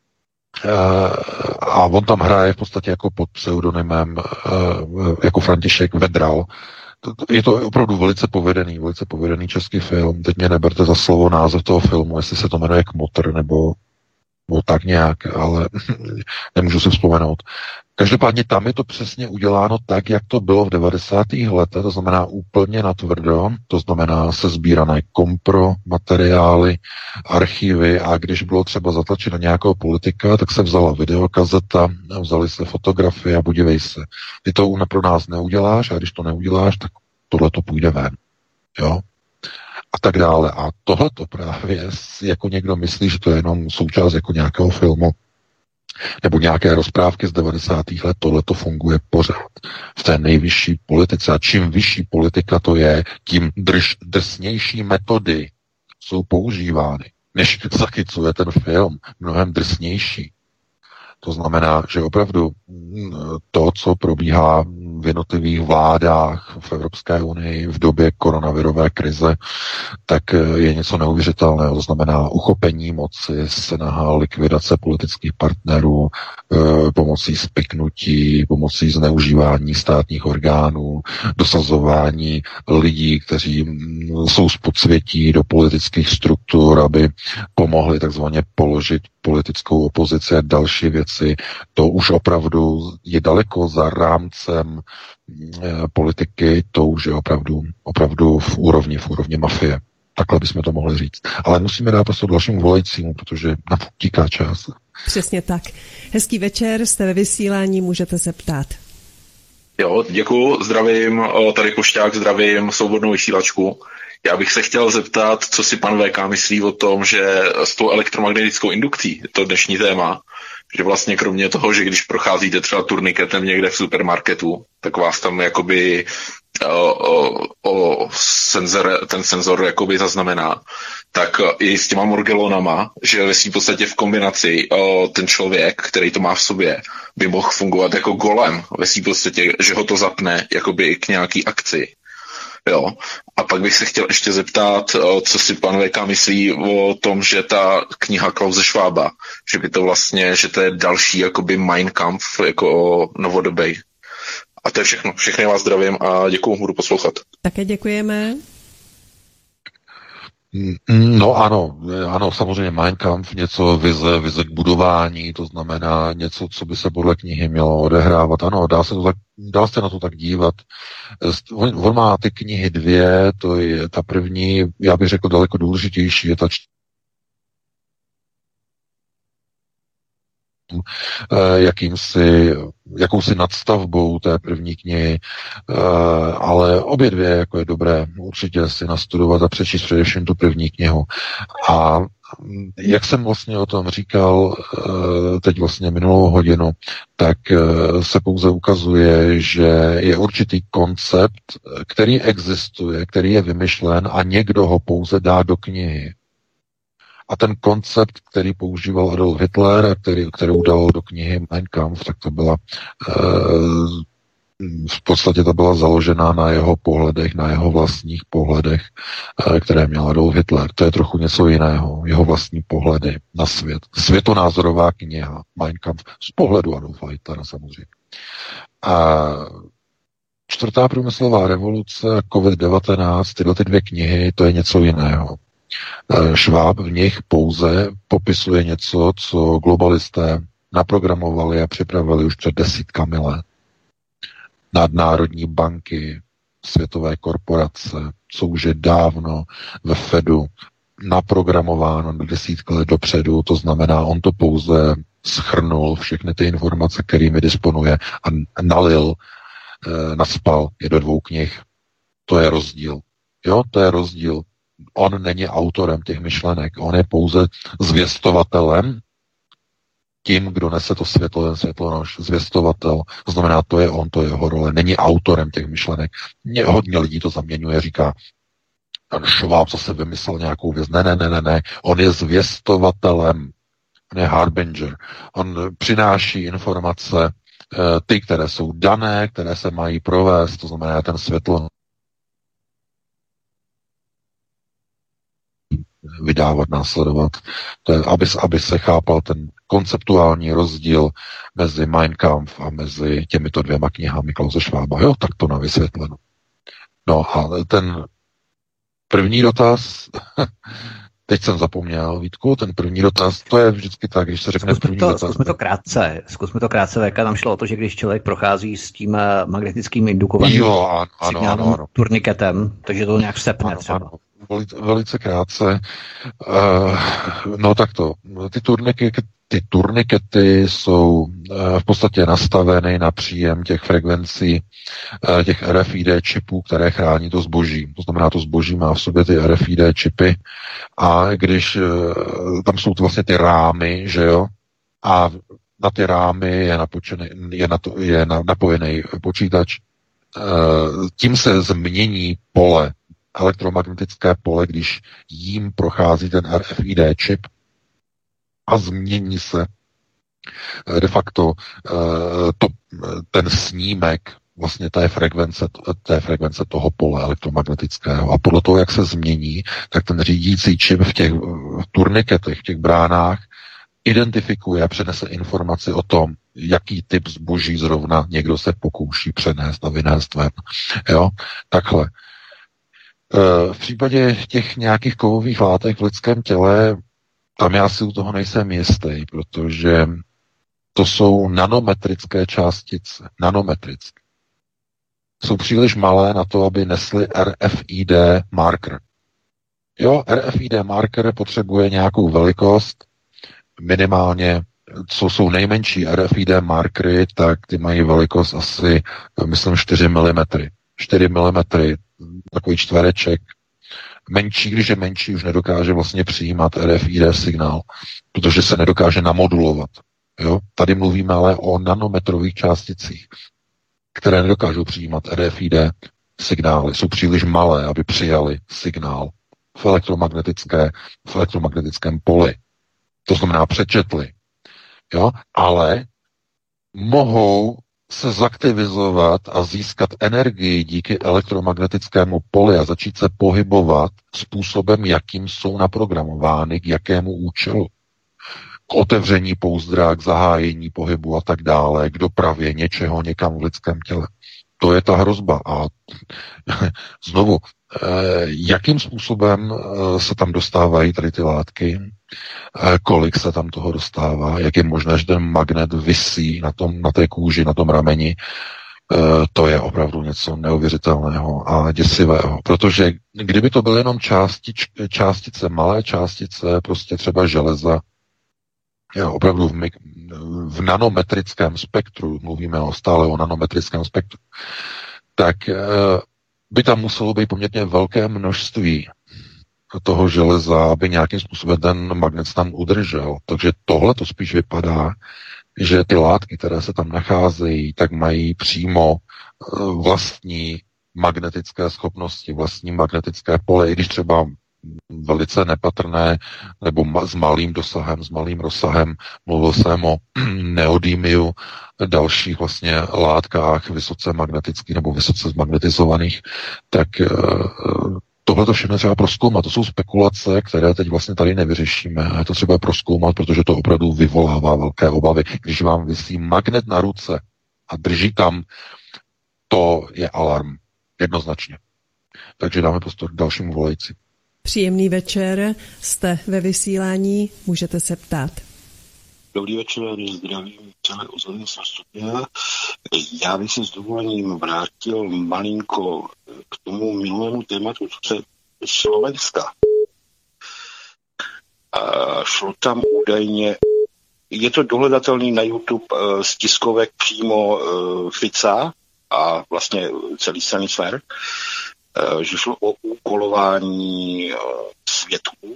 C: a on tam hraje v podstatě jako pod pseudonymem jako František Vedral. Je to opravdu velice povedený český film. Teď mě neberte za slovo název toho filmu, jestli se to jmenuje Kmotr nebo tak nějak, ale nemůžu si vzpomenout. Každopádně tam je to přesně uděláno tak, jak to bylo v 90. letech, to znamená úplně natvrdo, to znamená sesbírané kompro, materiály, archivy, a když bylo třeba zatlačit na nějakého politika, tak se vzala videokazeta, vzali se fotografie a podívej se. Ty to pro nás neuděláš, a když to neuděláš, tak tohle to půjde ven. Jo? A tak dále. A tohleto právě jako někdo myslí, že to je jenom součást jako nějakého filmu nebo nějaké rozprávky z 90. let, tohleto funguje pořád v té nejvyšší politice. A čím vyšší politika to je, tím drsnější metody jsou používány, než zachycuje ten film, mnohem drsnější. To znamená, že opravdu to, co probíhá v jednotlivých vládách v Evropské unii v době koronavirové krize, tak je něco neuvěřitelného. To znamená uchopení moci, snaha likvidace politických partnerů, pomocí spiknutí, pomocí zneužívání státních orgánů, dosazování lidí, kteří jsou z podsvětí do politických struktur, aby pomohli takzvaně položit politickou opozici a další věci. To už opravdu je daleko za rámcem politiky, to už je opravdu v úrovni mafie. Takhle bychom to mohli říct. Ale musíme dát prostě dalšímu volajícímu, protože nám utíká čas.
B: Přesně tak. Hezký večer, jste ve vysílání, můžete se ptát.
F: Jo, děkuju, zdravím, tady Pošťák, zdravím svobodnou vysílačku. Já bych se chtěl zeptat, co si pan VK myslí o tom, že s tou elektromagnetickou indukcí, to dnešní téma, že vlastně kromě toho, že když procházíte třeba turniketem někde v supermarketu, tak vás tam jakoby ten senzor jakoby zaznamená, tak i s těma morgelonama, že ve v podstatě v kombinaci ten člověk, který to má v sobě, by mohl fungovat jako golem, ve v podstatě, že ho to zapne jakoby k nějaký akci. Jo. A pak bych se chtěl ještě zeptat, co si pan VK myslí o tom, že ta kniha Klause Schwaba, že by to vlastně, že to je další jakoby Mein Kampf jako novodobej. A to je všechno. Všechny vás zdravím a děkuju, budu poslouchat.
B: Také děkujeme.
C: No ano, samozřejmě Mein Kampf, něco vize k budování, to znamená něco, co by se podle knihy mělo odehrávat. Ano, dá se na to tak dívat. On má ty knihy dvě, to je ta první, já bych řekl daleko důležitější, je ta jakousi nadstavbou té první knihy, ale obě dvě jako je dobré určitě si nastudovat a přečíst především tu první knihu. A jak jsem vlastně o tom říkal teď vlastně minulou hodinu, tak se pouze ukazuje, že je určitý koncept, který existuje, který je vymyšlen a někdo ho pouze dá do knihy. A ten koncept, který používal Adolf Hitler a kterou dal do knihy Mein Kampf, tak to byla v podstatě to byla založena na jeho pohledech, na jeho vlastních pohledech, které měl Adolf Hitler. To je trochu něco jiného, jeho vlastní pohledy na svět. Světonázorová kniha Mein Kampf z pohledu Adolfa Hitlera samozřejmě. A čtvrtá průmyslová revoluce a COVID-19, tyhle ty dvě knihy, to je něco jiného. Schwab v nich pouze popisuje něco, co globalisté naprogramovali a připravili už před desítkami let. Nadnárodní banky, světové korporace, co už je dávno ve Fedu naprogramováno na desítky let dopředu, to znamená, on to pouze shrnul všechny ty informace, kterými disponuje a naspal je do dvou knih. To je rozdíl. Jo, to je rozdíl. On není autorem těch myšlenek, on je pouze zvěstovatelem, tím, kdo nese to světlo, ten světlonož, zvěstovatel, to znamená, to je on, to je jeho role, není autorem těch myšlenek. Hodně lidí to zaměňuje, říká, ten Schwab zase vymyslel nějakou věc. Ne, on je zvěstovatelem, on je harbinger, on přináší informace, ty, které jsou dané, které se mají provést, to znamená ten světlo vydávat, následovat. To je, aby se chápal ten konceptuální rozdíl mezi Mein Kampf a mezi těmito dvěma knihami Klause Schwaba. Jo, tak to na vysvětleno. No a ten první dotaz, teď jsem zapomněl, Vítku, ten první dotaz, to je vždycky tak, když se řekne první dotaz.
A: Zkusme to krátce, VK, tam šlo o to, že když člověk prochází s tím magnetickým indukovaným signálem, turniketem, takže to nějak sepne třeba. Ano.
C: Velice krátce. No takto. Ty turnikety jsou v podstatě nastaveny na příjem těch frekvencí, těch RFID čipů, které chrání to zboží. To znamená, to zboží má v sobě ty RFID čipy a když tam jsou to vlastně ty rámy, že jo, a na ty rámy je napojený počítač, tím se změní pole, elektromagnetické pole, když jím prochází ten RFID čip a změní se de facto ten snímek vlastně té frekvence toho pole elektromagnetického. A podle toho, jak se změní, tak ten řídící čip v těch turniketech, v těch bránách identifikuje a přenese informaci o tom, jaký typ zboží zrovna někdo se pokouší přenést a vynést ven. Jo? Takhle. V případě těch nějakých kovových látek v lidském těle, tam já si u toho nejsem jistý, protože to jsou nanometrické částice. Nanometrické. Jsou příliš malé na to, aby nesly RFID marker. Jo, RFID marker potřebuje nějakou velikost, minimálně, co jsou nejmenší RFID markery, tak ty mají velikost asi, myslím, 4 mm. 4 mm, takový čtvereček. Menší, když je menší, už nedokáže vlastně přijímat RFID signál, protože se nedokáže namodulovat. Jo? Tady mluvíme ale o nanometrových částicích, které nedokážou přijímat RFID signály. Jsou příliš malé, aby přijali signál v elektromagnetickém poli. To znamená přečetli. Jo? Ale mohou se zaktivizovat a získat energii díky elektromagnetickému poli a začít se pohybovat způsobem, jakým jsou naprogramovány, k jakému účelu. K otevření pouzdra, k zahájení pohybu a tak dále, k dopravě něčeho někam v lidském těle. To je ta hrozba. A znovu, jakým způsobem se tam dostávají tady ty látky, kolik se tam toho dostává, jak je možné, že ten magnet visí na té kůži, na tom rameni, to je opravdu něco neuvěřitelného a děsivého. Protože kdyby to byly jenom částice, malé částice, prostě třeba železa, opravdu v nanometrickém spektru, mluvíme stále o nanometrickém spektru, tak by tam muselo být poměrně velké množství toho železa, aby nějakým způsobem ten magnet tam udržel. Takže tohle to spíš vypadá, že ty látky, které se tam nacházejí, tak mají přímo vlastní magnetické schopnosti, vlastní magnetické pole, i když třeba velice nepatrné, nebo s malým dosahem, s malým rozsahem. Mluvil jsem o neodymiu, dalších vlastně látkách vysoce magnetických nebo vysoce zmagnetizovaných, tak tohle to všechno třeba prozkoumat. To jsou spekulace, které teď vlastně tady nevyřešíme. A je to třeba prozkoumat, protože to opravdu vyvolává velké obavy. Když vám visí magnet na ruce a drží tam, to je alarm. Jednoznačně. Takže dáme prostor k dalšímu volající.
B: Příjemný večer, jste ve vysílání, můžete se ptát.
G: Dobrý večer, zdravím celé ozornictvo studia. Já bych se s dovolením vrátil malinko k tomu minulému tématu, co se Slovenska. Šlo tam údajně, je to dohledatelný na YouTube z tiskovek přímo Fica a vlastně celý strany sfér, že šlo o úkolování svědků,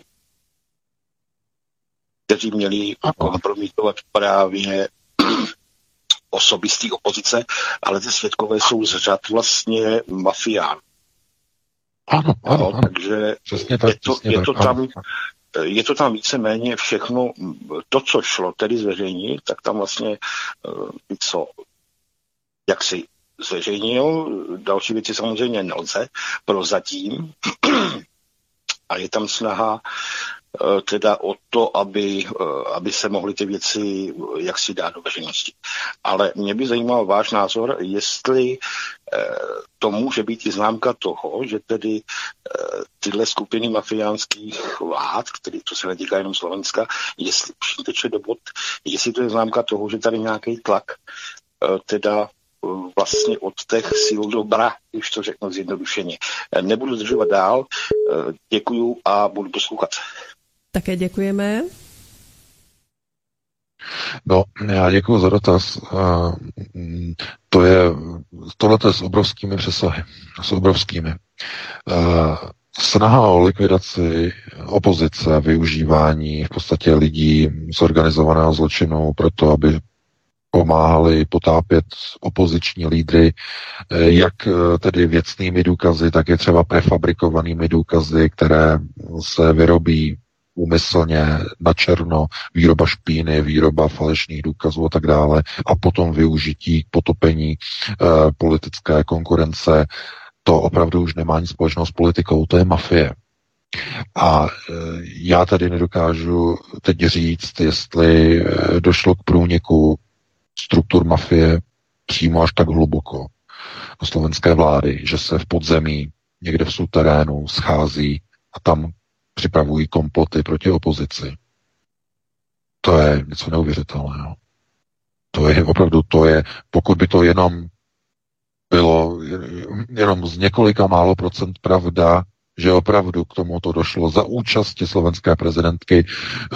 G: kteří měli kompromitovat právě osoby z té opozice, ale ty svědkové jsou z řad vlastně mafiánů.
C: Ano.
G: Takže je to tam víceméně všechno, to, co šlo tedy zveřejnit, tak tam vlastně co, jak si zveřejnil, další věci samozřejmě nelze prozatím a je tam snaha teda o to, aby se mohly ty věci jaksi dát do veřejnosti. Ale mě by zajímal váš názor, jestli to může být i známka toho, že tedy tyhle skupiny mafiánských vlád, které to se netýká jenom Slovenska, jestli teče do bod, jestli to je známka toho, že tady nějaký tlak teda vlastně od těch sil dobra, už to řeknu zjednodušeně. Nebudu zdržovat dál, děkuju a budu poslouchat.
B: Také děkujeme.
C: No, já děkuju za dotaz. Tohle je s obrovskými přesahy. S obrovskými. Snaha o likvidaci opozice, využívání v podstatě lidí z organizovaného zločinu proto, aby pomáhali potápět opoziční lídry, jak tedy věcnými důkazy, tak je třeba prefabrikovanými důkazy, které se vyrobí úmyslně na černo, výroba špíny, výroba falešných důkazů a tak dále a potom využití k potopení politické konkurence, to opravdu už nemá nic společného s politikou, to je mafie. A já tady nedokážu teď říct, jestli došlo k průniku struktur mafie přímo až tak hluboko do slovenské vlády, že se v podzemí někde v suterénu schází a tam připravují komploty proti opozici. To je něco neuvěřitelného. To je opravdu, pokud by to jenom bylo jenom z několika málo procent pravda, že opravdu k tomuto došlo za účasti slovenské prezidentky,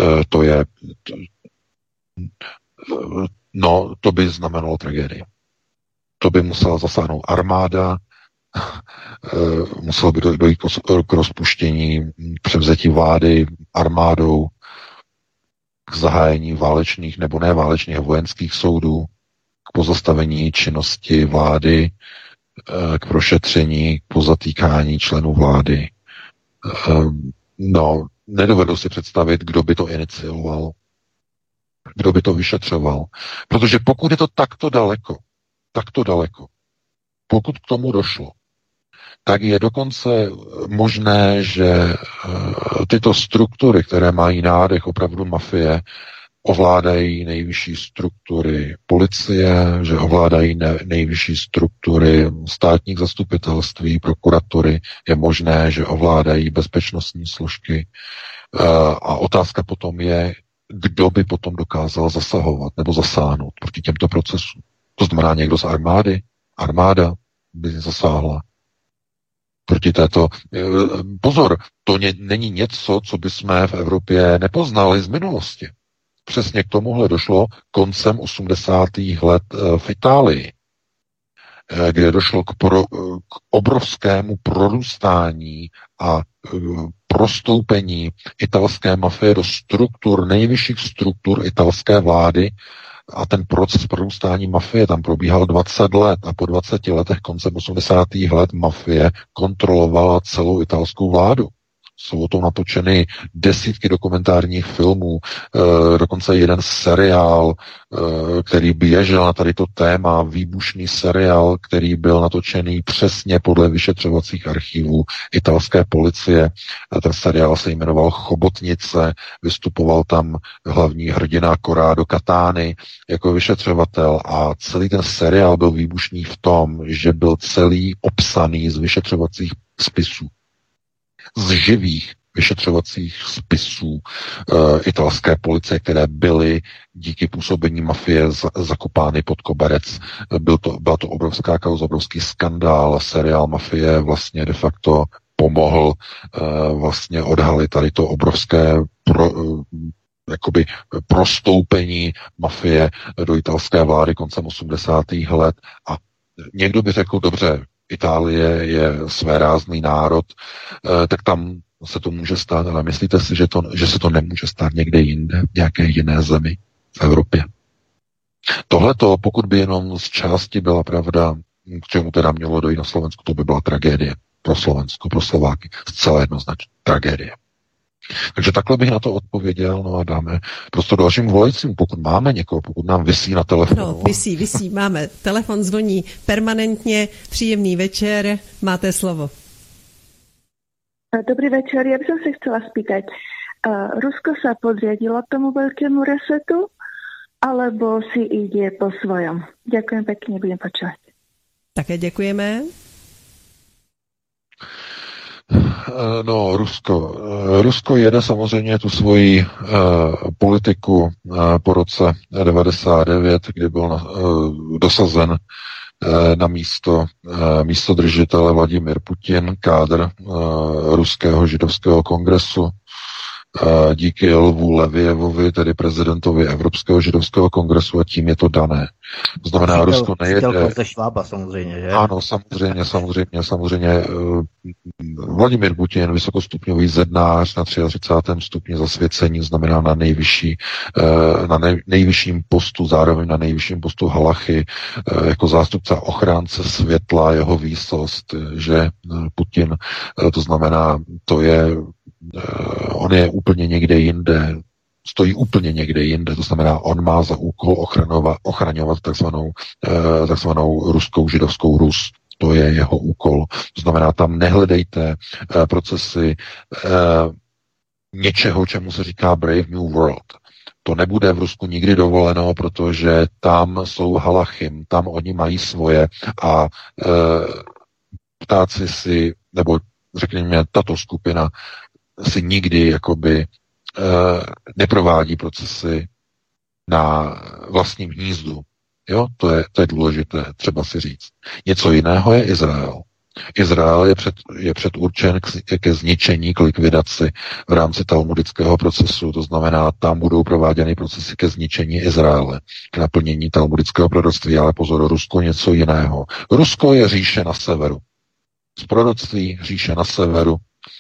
C: to by znamenalo tragédii. To by musela zasáhnout armáda, muselo by dojít k rozpuštění, převzetí vlády armádou, k zahájení válečných nebo neválečných vojenských soudů, k pozastavení činnosti vlády, k prošetření, k pozatýkání členů vlády. Nedovedu si představit, kdo by to inicioval, kdo by to vyšetřoval. Protože pokud je to takto daleko, pokud k tomu došlo, tak je dokonce možné, že tyto struktury, které mají nádech opravdu mafie, ovládají nejvyšší struktury policie, že ovládají nejvyšší struktury státních zastupitelství, prokuratury, je možné, že ovládají bezpečnostní složky. A otázka potom je, kdo by potom dokázal zasahovat nebo zasáhnout proti těmto procesům. To znamená někdo z armády? Armáda by zasáhla proti této... Pozor, to není něco, co bychom v Evropě nepoznali z minulosti. Přesně k tomuhle došlo koncem 80. let v Itálii, kde došlo k obrovskému prorůstání a prostoupení italské mafie do nejvyšších struktur italské vlády a ten proces prorůstání mafie tam probíhal 20 let a po 20 letech koncem 80. let mafie kontrolovala celou italskou vládu. Jsou o tom natočeny desítky dokumentárních filmů, dokonce jeden seriál, který běžel na tady to téma, výbušný seriál, který byl natočený přesně podle vyšetřovacích archivů italské policie. Ten seriál se jmenoval Chobotnice, vystupoval tam hlavní hrdina Corrado Catani jako vyšetřovatel a celý ten seriál byl výbušný v tom, že byl celý obsaný z vyšetřovacích spisů, z živých vyšetřovacích spisů italské policie, které byly díky působení mafie zakopány pod koberec. Byla to obrovská kauza, obrovský skandál. Seriál Mafie vlastně de facto pomohl vlastně odhalit tady to obrovské prostoupení mafie do italské vlády koncem 80. let. A někdo by řekl, dobře, Itálie je svérázný národ, tak tam se to může stát, ale myslíte si, že se to nemůže stát někde jinde, v nějaké jiné zemi v Evropě? Tohleto, pokud by jenom z části byla pravda, k čemu teda mělo dojít na Slovensku, to by byla tragédie pro Slovensko, pro Slováky. Zcela jednoznačně tragédie. Takže takhle bych na to odpověděl, no a dáme prostor dalším volajícím, pokud máme někoho, pokud nám visí na telefonu.
B: No, visí, máme. Telefon zvoní permanentně, příjemný večer, máte slovo.
H: Dobrý večer, ja by som sa chcela spýtať, Rusko sa podriadilo tomu veľkému resetu, alebo si ide po svojom? Ďakujem pekne, budem počúvať.
B: Také děkujeme.
C: No, Rusko jede samozřejmě tu svoji politiku po roce 99, kdy byl dosazen na místo držitele Vladimír Putin, kádr Ruského židovského kongresu, díky Lvu Levijevovi, tedy prezidentovi Evropského židovského kongresu, a tím je to dané. To znamená, Rusko nejede...
A: ze Švába samozřejmě, že?
C: Ano, samozřejmě. Vladimír Putin, vysokostupňový zednář na 33. stupni zasvěcení, znamená na nejvyšším postu, zároveň na nejvyšším postu halachy, jako zástupce ochránce světla, jeho výsost, že Putin, to znamená, to je On je úplně někde jinde, stojí úplně někde jinde, to znamená, on má za úkol ochraňovat takzvanou ruskou židovskou Rus. To je jeho úkol. To znamená, tam nehledejte procesy něčeho, čemu se říká Brave New World. To nebude v Rusku nikdy dovoleno, protože tam jsou halachim, tam oni mají svoje a ptáci si, nebo řekněme, tato skupina si nikdy jakoby neprovádí procesy na vlastním hnízdu. Jo, to je důležité, třeba si říct. Něco jiného je Izrael. Izrael je předurčen ke zničení, k likvidaci v rámci talmudického procesu, to znamená, tam budou prováděny procesy ke zničení Izraele, k naplnění talmudického proroctví, ale pozor, Rusko něco jiného. Rusko je říše na severu. Z proroctví říše na severu,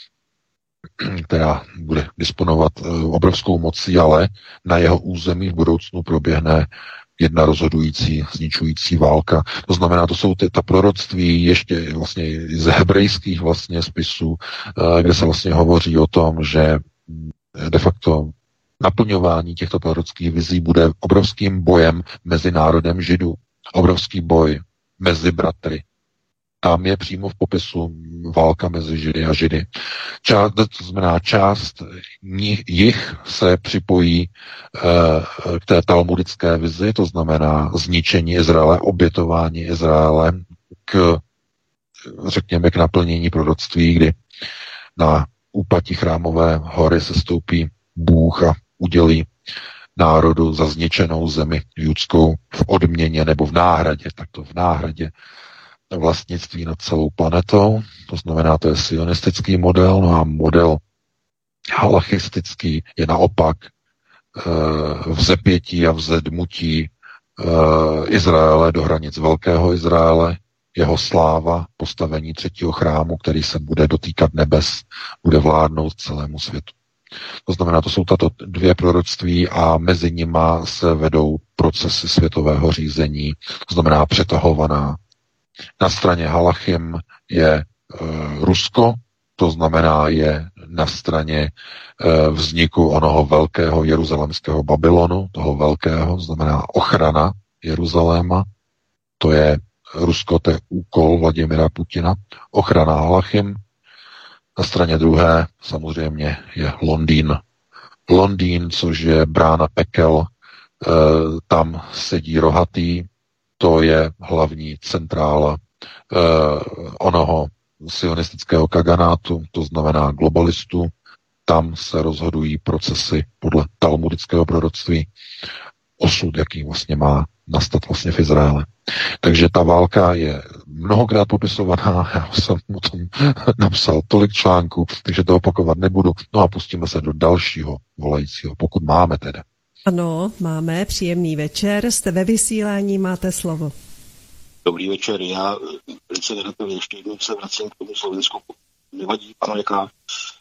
C: která bude disponovat obrovskou mocí, ale na jeho území v budoucnu proběhne jedna rozhodující, zničující válka. To znamená, to jsou ta proroctví ještě vlastně z hebrejských vlastně spisů, kde se vlastně hovoří o tom, že de facto naplňování těchto prorockých vizí bude obrovským bojem mezi národem Židů. Obrovský boj mezi bratry. Tam je přímo v popisu válka mezi Židy a Židy. To znamená, část jich se připojí k té talmudické vizi, to znamená zničení Izraele, obětování Izraele řekněme, k naplnění proroctví, kdy na úpatí Chrámové hory se stoupí Bůh a udělí národu za zničenou zemi judskou v odměně nebo v náhradě vlastnictví nad celou planetou, to znamená, to je sionistický model, no a model halachistický je naopak vzepětí a vzedmutí Izraele do hranic Velkého Izraele, jeho sláva, postavení třetího chrámu, který se bude dotýkat nebes, bude vládnout celému světu. To znamená, to jsou tato dvě proroctví a mezi nima se vedou procesy světového řízení, to znamená přetahovaná. Na straně halachim je Rusko, to znamená je na straně vzniku onoho velkého jeruzalemského Babylonu, toho velkého, to znamená ochrana Jeruzaléma, to je Rusko, to je úkol Vladimira Putina, ochrana halachim. Na straně druhé samozřejmě je Londýn. Londýn, což je brána pekel, tam sedí rohatý, to je hlavní centrála onoho sionistického kaganátu, to znamená globalistů. Tam se rozhodují procesy podle talmudického proroctví, osud, jaký vlastně má nastat vlastně v Izraeli. Takže ta válka je mnohokrát popisovaná, já jsem o tom napsal tolik článků, takže to opakovat nebudu. No a pustíme se do dalšího volajícího, pokud máme tedy.
B: Ano, máme, příjemný večer, jste ve vysílání, máte slovo.
G: Dobrý večer, já velice nerad ještě jednou se vracím k tomu Slovensku. Nevadí, ano, jaká?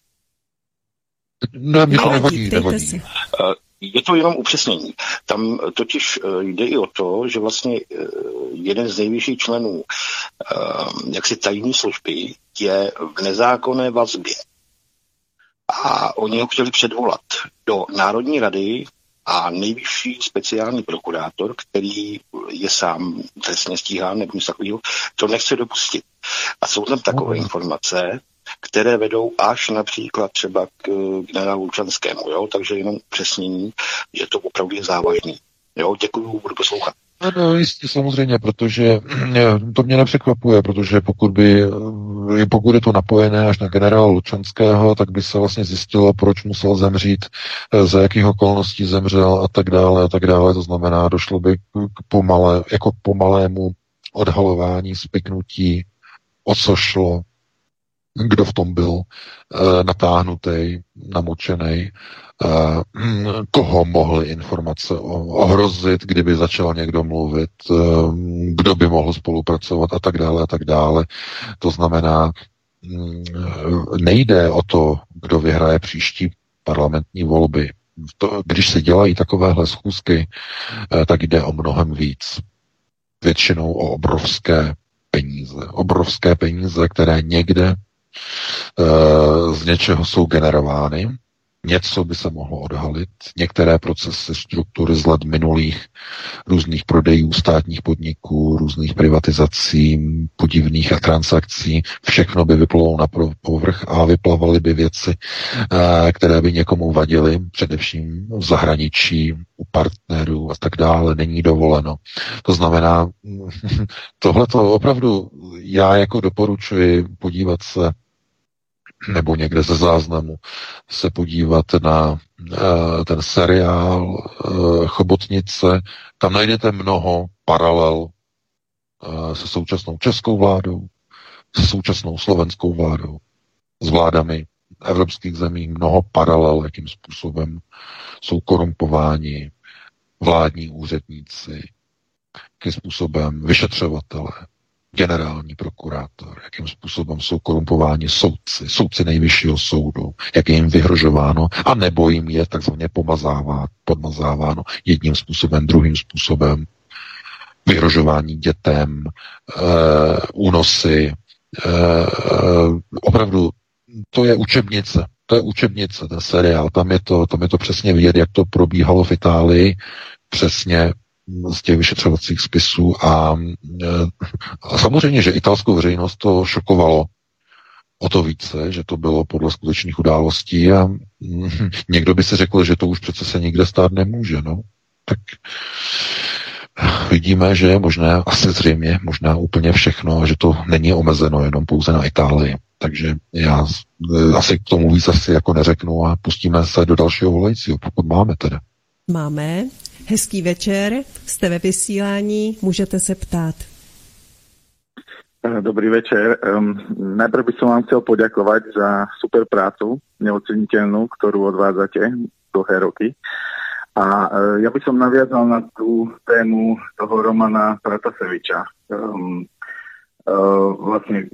C: Ne, mi to nevadí.
G: Je to jenom upřesnění. Tam totiž jde i o to, že vlastně jeden z nejvyšších členů jaksi tajné služby je v nezákonné vazbě. A oni ho chtěli předvolat do Národní rady a nejvyšší speciální prokurátor, který je sám trestně stíhán nebo něco takového, to nechce dopustit. A jsou tam takové informace, které vedou až například třeba k generálu Lučanskému, jo? Takže jenom přesnění, že to opravdu je závažný. Jo? Děkuju, budu poslouchat.
C: No, jistě, samozřejmě, protože to mě nepřekvapuje, protože pokud je to napojené až na generála Lučanského, tak by se vlastně zjistilo, proč musel zemřít, za jakých okolností zemřel a tak dále a tak dále. To znamená, došlo by k pomalému odhalování, spiknutí, o co šlo, kdo v tom byl natáhnutý, namočený, koho mohly informace ohrozit, kdyby začal někdo mluvit, kdo by mohl spolupracovat a tak dále a tak dále. To znamená, nejde o to, kdo vyhraje příští parlamentní volby. Když se dělají takovéhle schůzky, tak jde o mnohem víc. Většinou o obrovské peníze. Obrovské peníze, které někde z něčeho jsou generovány něco by se mohlo odhalit. Některé procesy, struktury z let minulých, různých prodejů státních podniků, různých privatizací, podivných a transakcí, všechno by vyplovalo na povrch a vyplavaly by věci, které by někomu vadily, především v zahraničí, u partnerů a tak dále, není dovoleno. To znamená, tohleto opravdu já jako doporučuji podívat se nebo někde ze záznamu se podívat na ten seriál Chobotnice. Tam najdete mnoho paralel se současnou českou vládou, se současnou slovenskou vládou, s vládami evropských zemí, mnoho paralel, jakým způsobem jsou korumpováni vládní úředníci, jakým způsobem vyšetřovatelé, generální prokurátor, jakým způsobem jsou korumpováni soudci nejvyššího soudu, jak je jim vyhrožováno, a nebo jim je takzvaně podmazáváno jedním způsobem, druhým způsobem, vyhrožování dětem, únosy, opravdu to je učebnice. To je učebnice, ten seriál. Tam je to přesně vidět, jak to probíhalo v Itálii, přesně z těch vyšetřovacích spisů a samozřejmě, že italskou veřejnost to šokovalo o to více, že to bylo podle skutečných událostí a někdo by si řekl, že to už přece se nikde stát nemůže, no. Tak vidíme, že je možné, asi zřejmě, možná úplně všechno, že to není omezeno jenom pouze na Itálii. Takže já asi k tomu víc asi jako neřeknu a pustíme se do dalšího volajícího, pokud máme teda.
B: Máme. Hezký večer, jste ve vysílání, můžete se ptát.
I: Dobrý večer. Najprv by som vám chcel poďakovať za super prácu, neoceniteľnú, ktorú odvádzate dlhé roky. A ja by som naviazal na tú tému toho Romana Prataseviča. Vlastne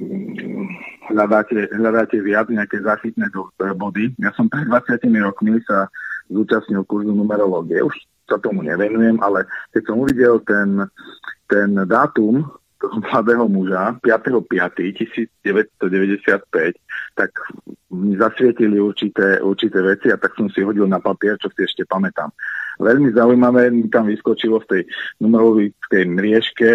I: hľadáte viac nejaké záchytné body. Ja som pred 20 rokmi sa zúčastnil kurzu numerológie. Už sa tomu nevenujem, ale keď som uvidel ten dátum toho mladého muža 5.5.1995, tak mi zasvietili určité veci a tak som si hodil na papier, čo si ešte pamätám. Veľmi zaujímavé mi tam vyskočilo v tej numerologickej mriežke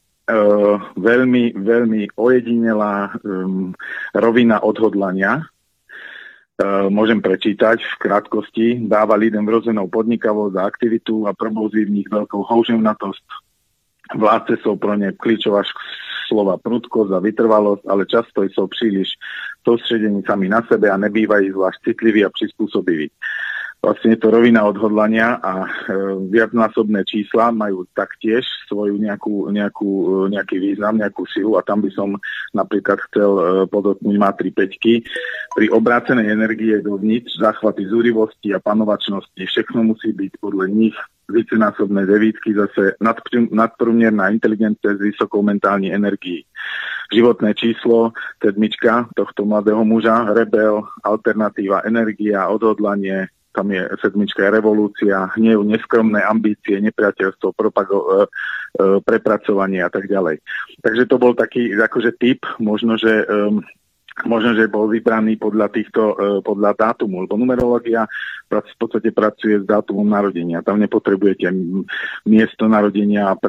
I: veľmi, veľmi ojedinelá rovina odhodlania. Môžem prečítať v krátkosti. Dáva lidem vrozenou podnikavosť a aktivitu a probúzí v nich veľkou houževnatosť. Vládce sú pro ne klíčová slova prudkosť a vytrvalosť, ale často sú príliš sústredení sami na sebe a nebývajú zvlášť citliví a prispôsobiví. Vlastne je to rovina odhodlania a viacnásobné čísla majú taktiež svoju nejaký význam, nejakú silu a tam by som napríklad chcel podotknúť má 3 päťky. Pri obrácenej energie dovnitř, záchvaty zúrivosti a panovačnosti, všechno musí byť podľa nich vícenásobné devítky, zase nadprůměrná inteligence s vysokou mentální energií. Životné číslo, 7 tohto mladého muža, rebel, alternatíva, energia, odhodlanie, tam je 7 revolúcia, hnev, neskromné ambície, nepriateľstvo, prepracovanie a tak ďalej. Takže to bol taký akože typ, možno, že bol vybraný podľa dátumu, lebo numerológia v podstate pracuje s dátumom narodenia. Tam nepotrebujete miesto narodenia a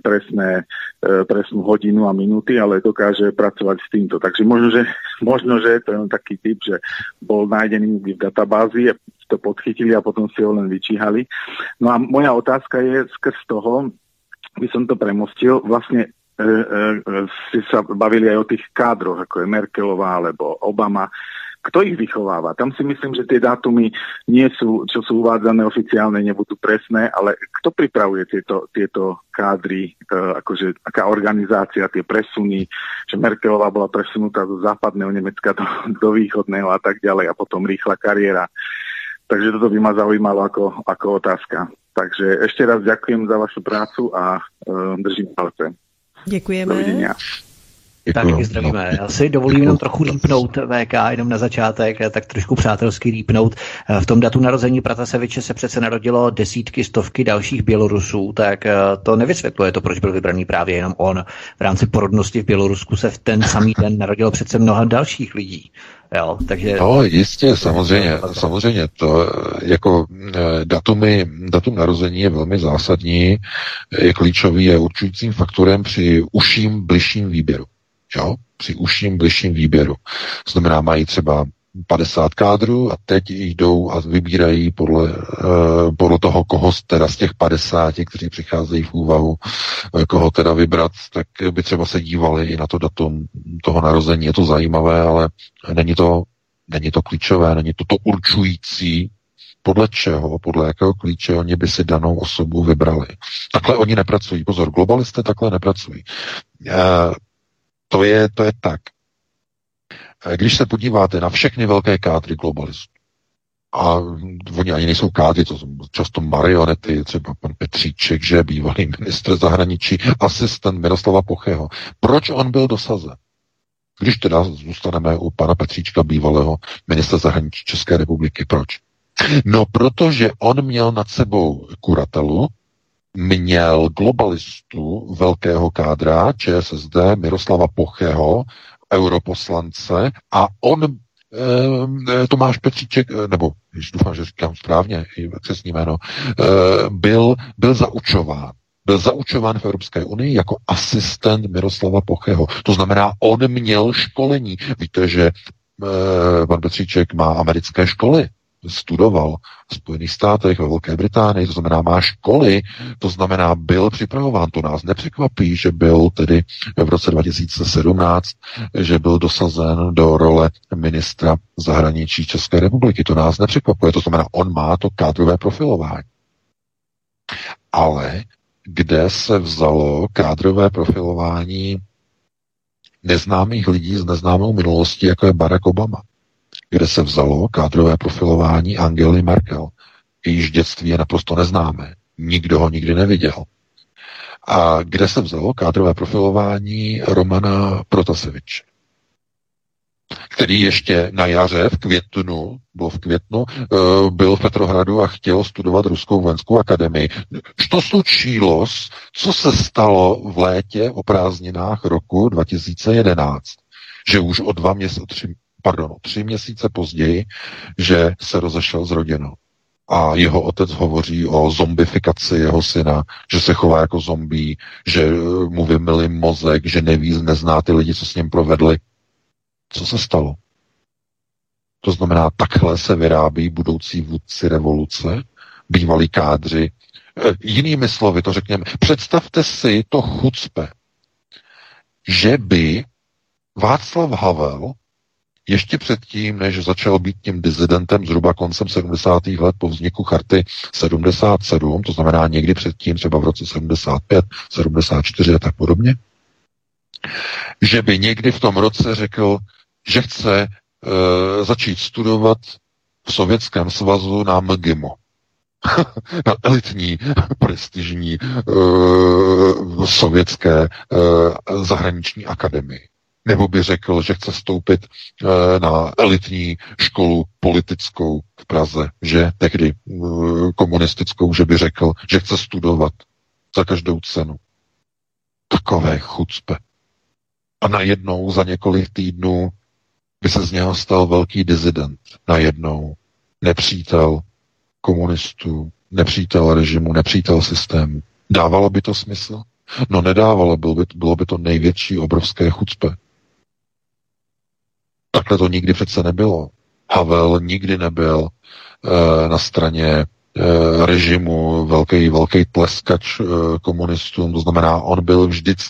I: presnú hodinu a minúty, ale dokáže pracovať s týmto. Takže možno, že to je taký typ, že bol nájdený v databázi, to podchytili a potom si ho len vyčíhali. No a moja otázka je, skrz toho by som to premostil, vlastne si sa bavili aj o tých kádroch, ako je Merkelová alebo Obama. Kto ich vychováva? Tam si myslím, že tie dátumy nie sú, čo sú uvádzané oficiálne, nebudú presné, ale kto pripravuje tieto kádry, akože aká organizácia, tie presuny, že Merkelová bola presunutá zo západného Nemecka do východného a tak ďalej a potom rýchla kariéra. Takže toto by ma zaujímalo ako otázka. Takže ešte raz ďakujem za vašu prácu a držím palce.
B: Děkujeme.
A: Taky zdravíme. Já si dovolím jenom trochu lípnout VK, jenom na začátek, tak trošku přátelsky lípnout. V tom datu narození Prataseviče se přece narodilo desítky, stovky dalších Bělorusů, tak to nevysvětluje to, proč byl vybraný právě jenom on. V rámci porodnosti v Bělorusku se v ten samý den narodilo přece mnoha dalších lidí. Jo, takže...
C: No, jistě, samozřejmě, to jako datum narození je velmi zásadní, je klíčový, je určujícím faktorem při užším bližším výběru. Jo? Při užším bližším výběru. To znamená, mají třeba 50 kádrů a teď jdou a vybírají podle toho, koho teda z těch 50, kteří přicházejí v úvahu, koho teda vybrat, tak by třeba se dívali i na to datum toho narození. Je to zajímavé, ale není to klíčové, není to určující, podle čeho, podle jakého klíče oni by si danou osobu vybrali. Takhle oni nepracují. Pozor, globalisté takhle nepracují. To je tak. Když se podíváte na všechny velké kádry globalistů, a oni ani nejsou kádry, to jsou často marionety, třeba pan Petříček, že bývalý ministr zahraničí, asistent Miroslava Pocheho. Proč on byl dosazen? Když teda zůstaneme u pana Petříčka, bývalého ministra zahraničí České republiky. Proč? No, protože on měl nad sebou kuratelu, měl globalistu velkého kádra ČSSD Miroslava Pocheho, europoslance, a on, Tomáš Petříček, nebo když doufám, že říkám správně, křestní jméno, byl zaučován. Byl zaučován v Evropské unii jako asistent Miroslava Pocheho. To znamená, on měl školení. Víte, že pan Petříček má americké školy. Studoval v Spojených státech, ve Velké Británii, to znamená má školy, to znamená byl připravován. To nás nepřekvapí, že byl tedy v roce 2017, že byl dosazen do role ministra zahraničí České republiky. To nás nepřekvapuje, to znamená, on má to kádrové profilování. Ale kde se vzalo kádrové profilování neznámých lidí s neznámou minulostí, jako je Barack Obama? Kde se vzalo kádrové profilování Angely Merkel? Jejíž dětství je naprosto neznámé. Nikdo ho nikdy neviděl. A kde se vzalo kádrové profilování Romana Protaseviče, který ještě na jaře v květnu, byl v Petrohradu a chtěl studovat Ruskou vojenskou akademii. Co slučilo, co se stalo v létě o prázdninách roku 2011? Že už o 3 měsíce později, že se rozešel s rodinou. A jeho otec hovoří o zombifikaci jeho syna, že se chová jako zombie, že mu vymyli mozek, že nezná ty lidi, co s ním provedli. Co se stalo? To znamená, takhle se vyrábí budoucí vůdci revoluce, bývalí kádři. Jinými slovy to řekněme, představte si to chucpe, že by Václav Havel ještě předtím, než začal být tím dizidentem zhruba koncem 70. let po vzniku Charty 77, to znamená někdy předtím, třeba v roce 75, 74 a tak podobně, že by někdy v tom roce řekl, že chce začít studovat v Sovětském svazu na MGIMO. Na elitní, prestižní sovětské zahraniční akademii. Nebo by řekl, že chce vstoupit na elitní školu politickou v Praze, že tehdy komunistickou, že by řekl, že chce studovat za každou cenu. Takové chucpe. A najednou za několik týdnů by se z něho stal velký dizident. Najednou nepřítel komunistů, nepřítel režimu, nepřítel systému. Dávalo by to smysl? No nedávalo, bylo by to největší obrovské chucpe. Takhle to nikdy přece nebylo. Havel nikdy nebyl na straně režimu velký tleskač komunistům, to znamená, on byl,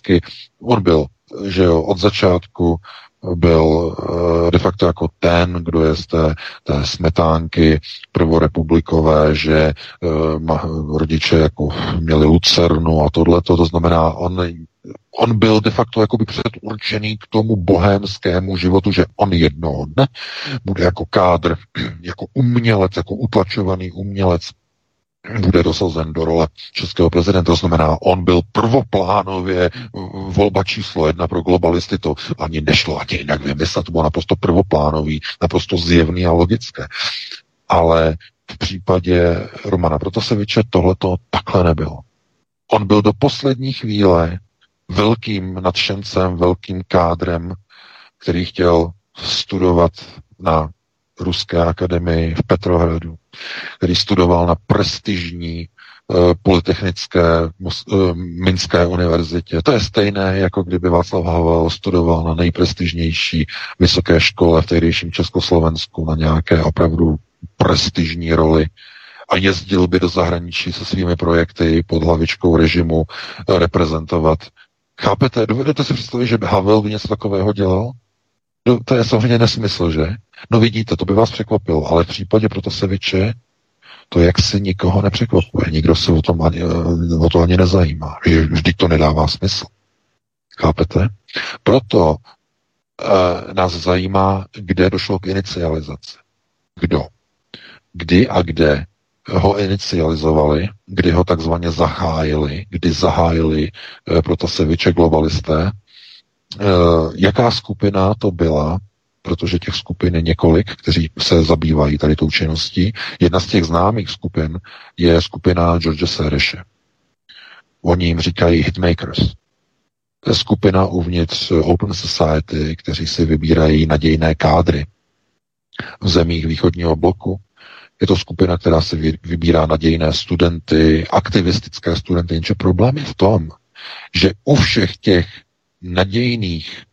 C: že jo, od začátku byl de facto jako ten, kdo je z té smetánky prvorepublikové, že rodiče jako měli lucernu a tohleto, to znamená, on byl de facto jakoby předurčený k tomu bohémskému životu, že on jednoho dne bude jako kádr, jako umělec, jako utlačovaný umělec, bude dosazen do role českého prezidenta. To znamená, on byl prvoplánově volba číslo 1 pro globalisty, to ani nešlo ani jinak vymyslet, to bylo naprosto prvoplánový, naprosto zjevný a logické. Ale v případě Romana Protaseviče tohleto takhle nebylo. On byl do poslední chvíle velkým nadšencem, velkým kádrem, který chtěl studovat na Ruské akademii v Petrohradu, který studoval na prestižní polytechnické Minské univerzitě. To je stejné, jako kdyby Václav Havel studoval na nejprestižnější vysoké škole v tehdejším Československu na nějaké opravdu prestižní roli a jezdil by do zahraničí se svými projekty pod hlavičkou režimu reprezentovat. Chápete? Dovedete si představit, že Havel by něco takového dělal? To je samozřejmě nesmysl, že? No vidíte, to by vás překvapilo, ale v případě Protaseviče to jaksi nikoho nepřekvapuje. Nikdo se o to ani nezajímá. Vždyť to nedává smysl. Chápete? Proto nás zajímá, kde došlo k inicializaci. Kdo? Kdy a kde ho inicializovali, kdy ho takzvaně zahájili, kdy zahájili Protaseviče globalisté. Jaká skupina to byla, protože těch skupin je několik, kteří se zabývají tady tou činností. Jedna z těch známých skupin je skupina George Soreše. Oni jim říkají hitmakers. To je skupina uvnitř Open Society, kteří si vybírají nadějné kádry v zemích východního bloku. Je to skupina, která si vybírá nadějné studenty, aktivistické studenty. Jenže problém je v tom, že u všech těch nadějných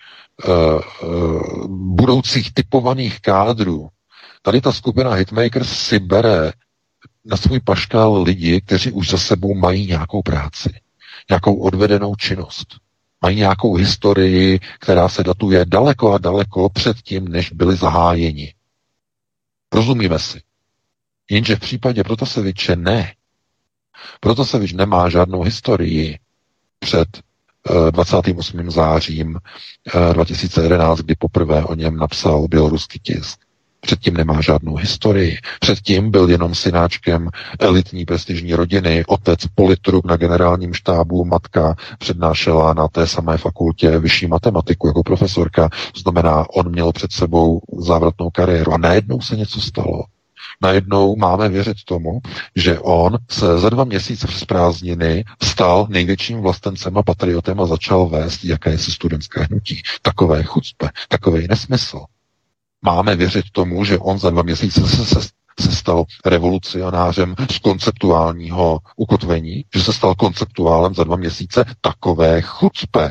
C: budoucích typovaných kádrů tady ta skupina hitmakers si bere na svůj paškál lidi, kteří už za sebou mají nějakou práci, nějakou odvedenou činnost. Mají nějakou historii, která se datuje daleko a daleko před tím, než byli zahájeni. Rozumíme si. Jenže v případě Protaseviče ne. Protasevič nemá žádnou historii před 28. zářím 2011, kdy poprvé o něm napsal běloruský tisk. Předtím nemá žádnou historii. Předtím byl jenom synáčkem elitní prestižní rodiny, otec politruk na generálním štábu, matka přednášela na té samé fakultě vyšší matematiku jako profesorka. To znamená, on měl před sebou závratnou kariéru a najednou se něco stalo. Najednou máme věřit tomu, že on se za 2 měsíce přes prázdniny stal největším vlastencem a patriotem a začal vést jakési studentské hnutí. Takové chucpe, takový nesmysl. Máme věřit tomu, že on za 2 měsíce se stal revolucionářem z konceptuálního ukotvení, že se stal konceptuálem za 2 měsíce, takové chucpe.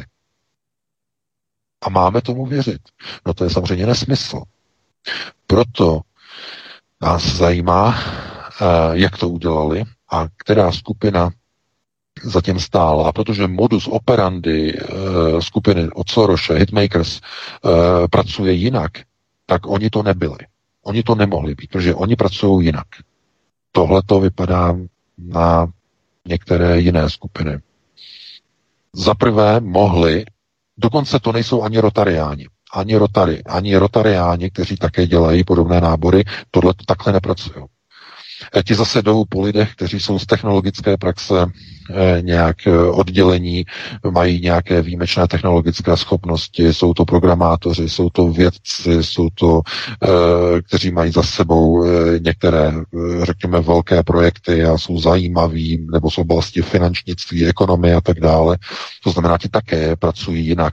C: A máme tomu věřit. No to je samozřejmě nesmysl. Proto nás zajímá, jak to udělali a která skupina zatím stála. A protože modus operandi skupiny od Sorose, hitmakers, pracuje jinak, tak oni to nebyli. Oni to nemohli být, protože oni pracují jinak. Tohle to vypadá na některé jiné skupiny. Za prvé mohli, dokonce to nejsou ani rotariáni, ani rotariáni, kteří také dělají podobné nábory, tohle takhle nepracují. Ti zase jdou po lidech, kteří jsou z technologické praxe nějak oddělení, mají nějaké výjimečné technologické schopnosti, jsou to programátoři, jsou to vědci, jsou to, kteří mají za sebou některé, řekněme, velké projekty a jsou zajímaví, nebo jsou v oblasti finančnictví, ekonomie a tak dále. To znamená, ti také pracují jinak.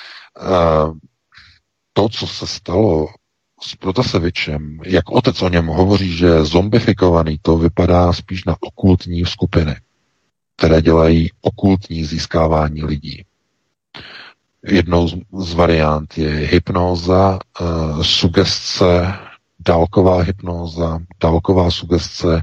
C: To, co se stalo s Protasevičem, jak otec o něm hovoří, že je zombifikovaný, to vypadá spíš na okultní skupiny, které dělají okultní získávání lidí. Jednou z variant je hypnóza, sugestce, dálková hypnóza, dálková sugestce,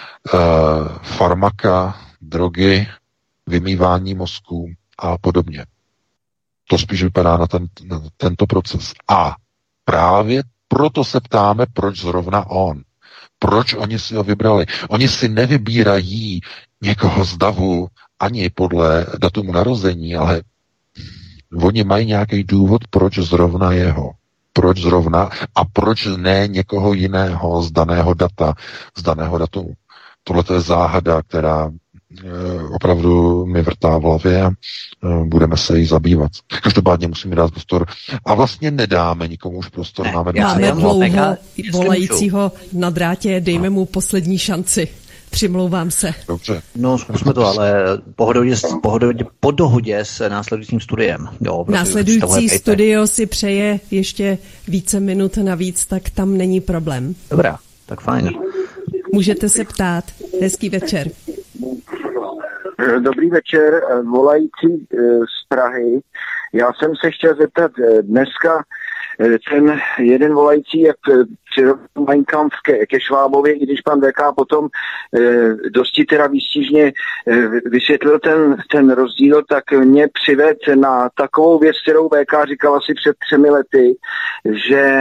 C: farmaka, drogy, vymývání mozku a podobně. To spíš vypadá na tento proces. A právě proto se ptáme, proč zrovna on. Proč oni si ho vybrali? Oni si nevybírají někoho z davu ani podle datumu narození, ale oni mají nějaký důvod, proč zrovna jeho. Proč zrovna a proč ne někoho jiného z daného data, z daného datumu. Tohle je záhada, která opravdu mi vrtá v hlavě a budeme se jí zabývat. Každopádně musíme dát prostor a vlastně nedáme nikomu už prostor.
B: Máme dlouho volajícího na drátě, dejme mu poslední šanci. Přimlouvám se.
C: Dobře.
A: No, zkusme to, ale po dohodě s následujícím studiem. Jo,
B: následující studio si přeje ještě více minut navíc, tak tam není problém.
A: Dobrá, tak fajn.
B: Můžete se ptát. Hezký večer.
J: Dobrý večer, volající z Prahy. Já jsem se chtěl zeptat, dneska ten jeden volající, jak přirovnal Mein Kampf ke Švábovi, i když pan VK potom dosti teda výstižně vysvětlil ten rozdíl, tak mě přived na takovou věc, kterou VK říkal asi před 3 lety, že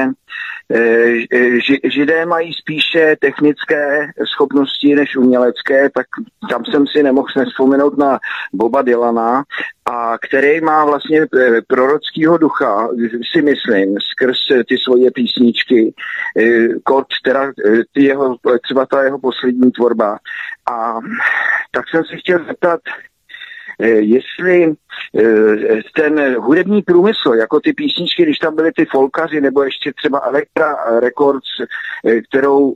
J: Židé mají spíše technické schopnosti než umělecké, tak tam jsem si nemohl nevzpomenout na Boba Dylana, a který má vlastně prorockého ducha, si myslím, skrz ty svoje písničky, kod, teda třeba ta jeho poslední tvorba. A tak jsem si chtěl zeptat, jestli ten hudební průmysl, jako ty písničky, když tam byly ty folkaři, nebo ještě třeba Elektra Records, kterou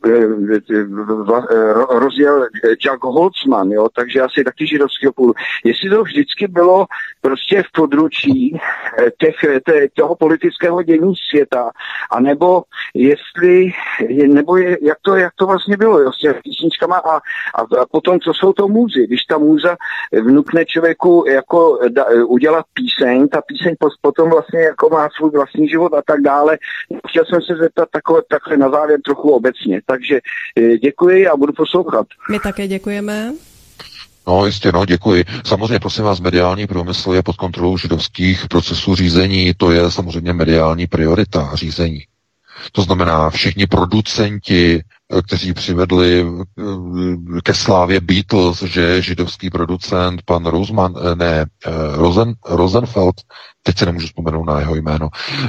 J: rozjel Jack Holzman, jo, takže asi taky židovského původu. Jestli to vždycky bylo prostě v područí toho politického dění světa, anebo jestli, nebo jak to vlastně bylo, jo, s těmi písničkama a potom, co jsou to můzy, když ta můza vnukne člověku jako udělat píseň, ta píseň potom vlastně jako má svůj vlastní život a tak dále. Chtěl jsem se zeptat takhle na závěr trochu obecně. Takže děkuji a budu poslouchat.
B: My také děkujeme.
C: No jistě, děkuji. Samozřejmě, prosím vás, mediální průmysl je pod kontrolou židovských procesů řízení, to je samozřejmě mediální priorita řízení. To znamená, všichni producenti, kteří ke slávě Beatles, že židovský producent, pan Rosenfeld, teď se nemůžu vzpomenout na jeho jméno,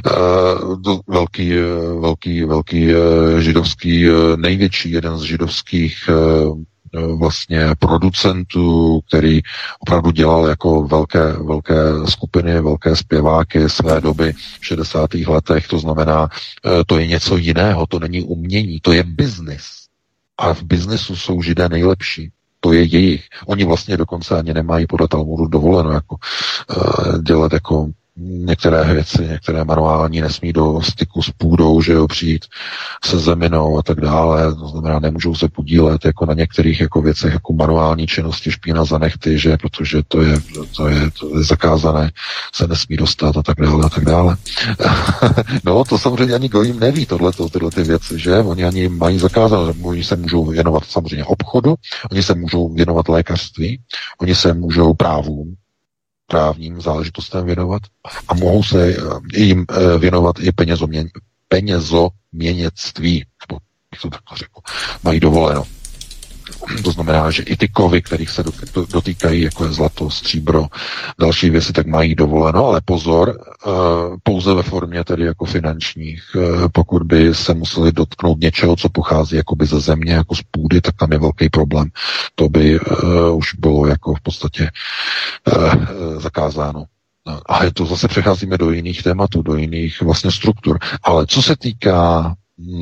C: velký židovský, největší jeden z židovských vlastně producentů, který opravdu dělal jako velké skupiny, velké zpěváky své doby v 60. letech, to znamená, to je něco jiného, to není umění, to je biznis. A v biznesu jsou Židé nejlepší. To je jejich. Oni vlastně dokonce ani nemají podle Talmudu dovoleno jako dělat jako některé věci, některé manuální nesmí do styku s půdou, že jo, přijít se zeminou a tak dále, to znamená, nemůžou se podílet jako na některých jako věcech, jako manuální činnosti, špína za nechty, že, protože to je zakázané, se nesmí dostat a tak dále. No, to samozřejmě ani Gojím neví tyhle ty věci, že, oni ani mají zakázané, oni se můžou věnovat samozřejmě obchodu, oni se můžou věnovat lékařství, oni se můžou právním záležitostem věnovat a mohou se jim věnovat i penězoměnictví, nebo jak to takhle řekl, mají dovoleno. To znamená, že i ty kovy, kterých se dotýkají, jako je zlato, stříbro, další věci, tak mají dovoleno, ale pozor, pouze ve formě tedy jako finančních. Pokud by se museli dotknout něčeho, co pochází jakoby ze země, jako z půdy, tak tam je velký problém. To by už bylo jako v podstatě zakázáno. A to zase přecházíme do jiných tématů, do jiných vlastně struktur. Ale co se týká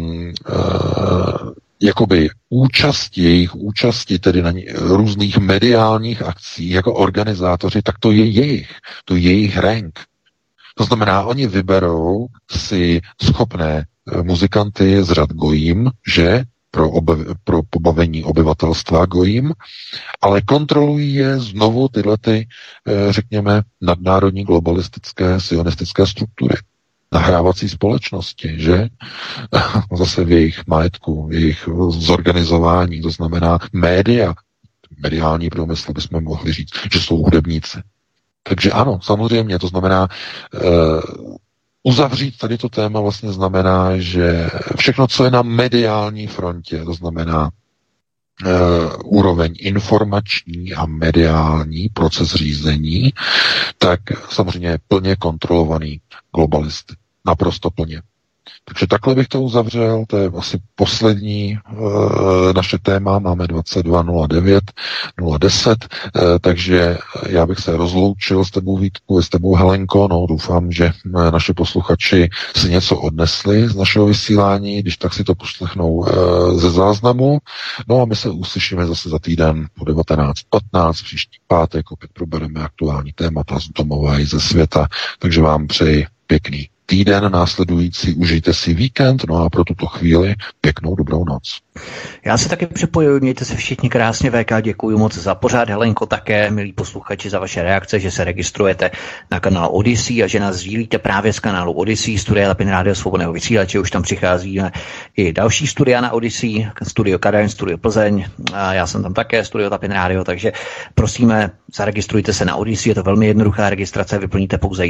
C: jakoby jejich účasti tedy na různých mediálních akcích jako organizátoři, tak to je jejich rank. To znamená, oni vyberou si schopné muzikanty z řad Gojím, že pro pobavení obyvatelstva Gojím, ale kontrolují je znovu tyhle řekněme, nadnárodní globalistické sionistické struktury. Nahrávací společnosti, že? Zase v jejich majetku, v jejich zorganizování, to znamená mediální průmysl bychom mohli říct, že jsou hudebníci. Takže ano, samozřejmě, to znamená uzavřít tady to téma vlastně znamená, že všechno, co je na mediální frontě, to znamená úroveň informační a mediální proces řízení, tak samozřejmě je plně kontrolovaný globalisty. Naprosto plně. Takže takhle bych to uzavřel, to je asi poslední naše téma, máme 22.09.010, takže já bych se rozloučil s tebou Vítku, s tebou Helenko, no doufám, že naše posluchači si něco odnesli z našeho vysílání, když tak si to poslechnou ze záznamu, no a my se uslyšíme zase za týden po 19.15, příští pátek, opět probereme aktuální témata z domova i ze světa, takže vám přeji pěkný týden následující, užijte si víkend, no a pro tuto chvíli pěknou dobrou noc.
A: Já se taky připojuji, mějte se všichni krásně, VK, děkuji moc za pořád, Helenko také, milí posluchači, za vaše reakce, že se registrujete na kanál Odyssey a že nás sdílíte právě z kanálu Odyssey, Studia Tapin Rádio Svobodného vysílače, už tam přichází i další studia na Odyssey, Studio Kadaň, Studio Plzeň, a já jsem tam také, Studio Tapin Rádio, takže prosíme, zaregistrujte se na Odyssey, je to velmi jednoduchá registrace, vyplníte pouze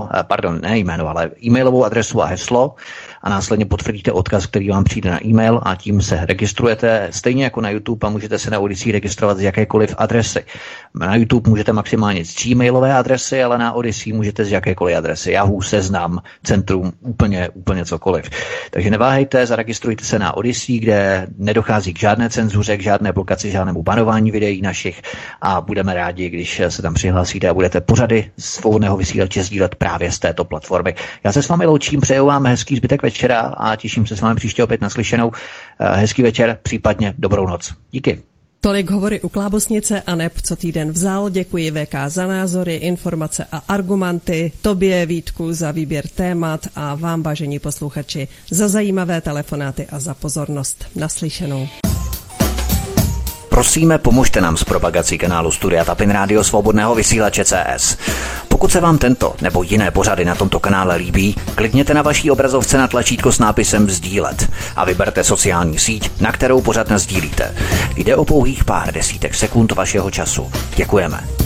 A: ale e-mailovou adresu a heslo a následně potvrdíte odkaz, který vám přijde na e-mail a tím se registrujete stejně jako na YouTube a můžete se na Odyssey registrovat z jakékoliv adresy. Na YouTube můžete maximálně z Gmailové adresy, ale na Odyssey můžete z jakékoliv adresy. Yahoo, Seznam, Centrum, úplně cokoliv. Takže neváhejte, zaregistrujte se na Odyssey, kde nedochází k žádné cenzuře, k žádné blokaci, žádnému banování videí našich a budeme rádi, když se tam přihlásíte a budete pořady Svobodného vysílače sdílet právě z této platformy. Já se s vámi loučím, přeju vám hezký zbytek večera a těším se s vámi příště opět naslyšenou. Hezký večer, případně dobrou noc. Díky.
B: Tolik hovory u Klábosnice a neb co týden vzal. Děkuji VK za názory, informace a argumenty, tobě Vítku za výběr témat a vám, vážení posluchači, za zajímavé telefonáty a za pozornost. Naslyšenou.
A: Prosíme, pomožte nám s propagací kanálu Studia Tapin Rádio Svobodného vysílače CS. Pokud se vám tento nebo jiné pořady na tomto kanále líbí, klikněte na vaší obrazovce na tlačítko s nápisem sdílet a vyberte sociální síť, na kterou pořad nasdílíte. Jde o pouhých pár desítek sekund vašeho času. Děkujeme.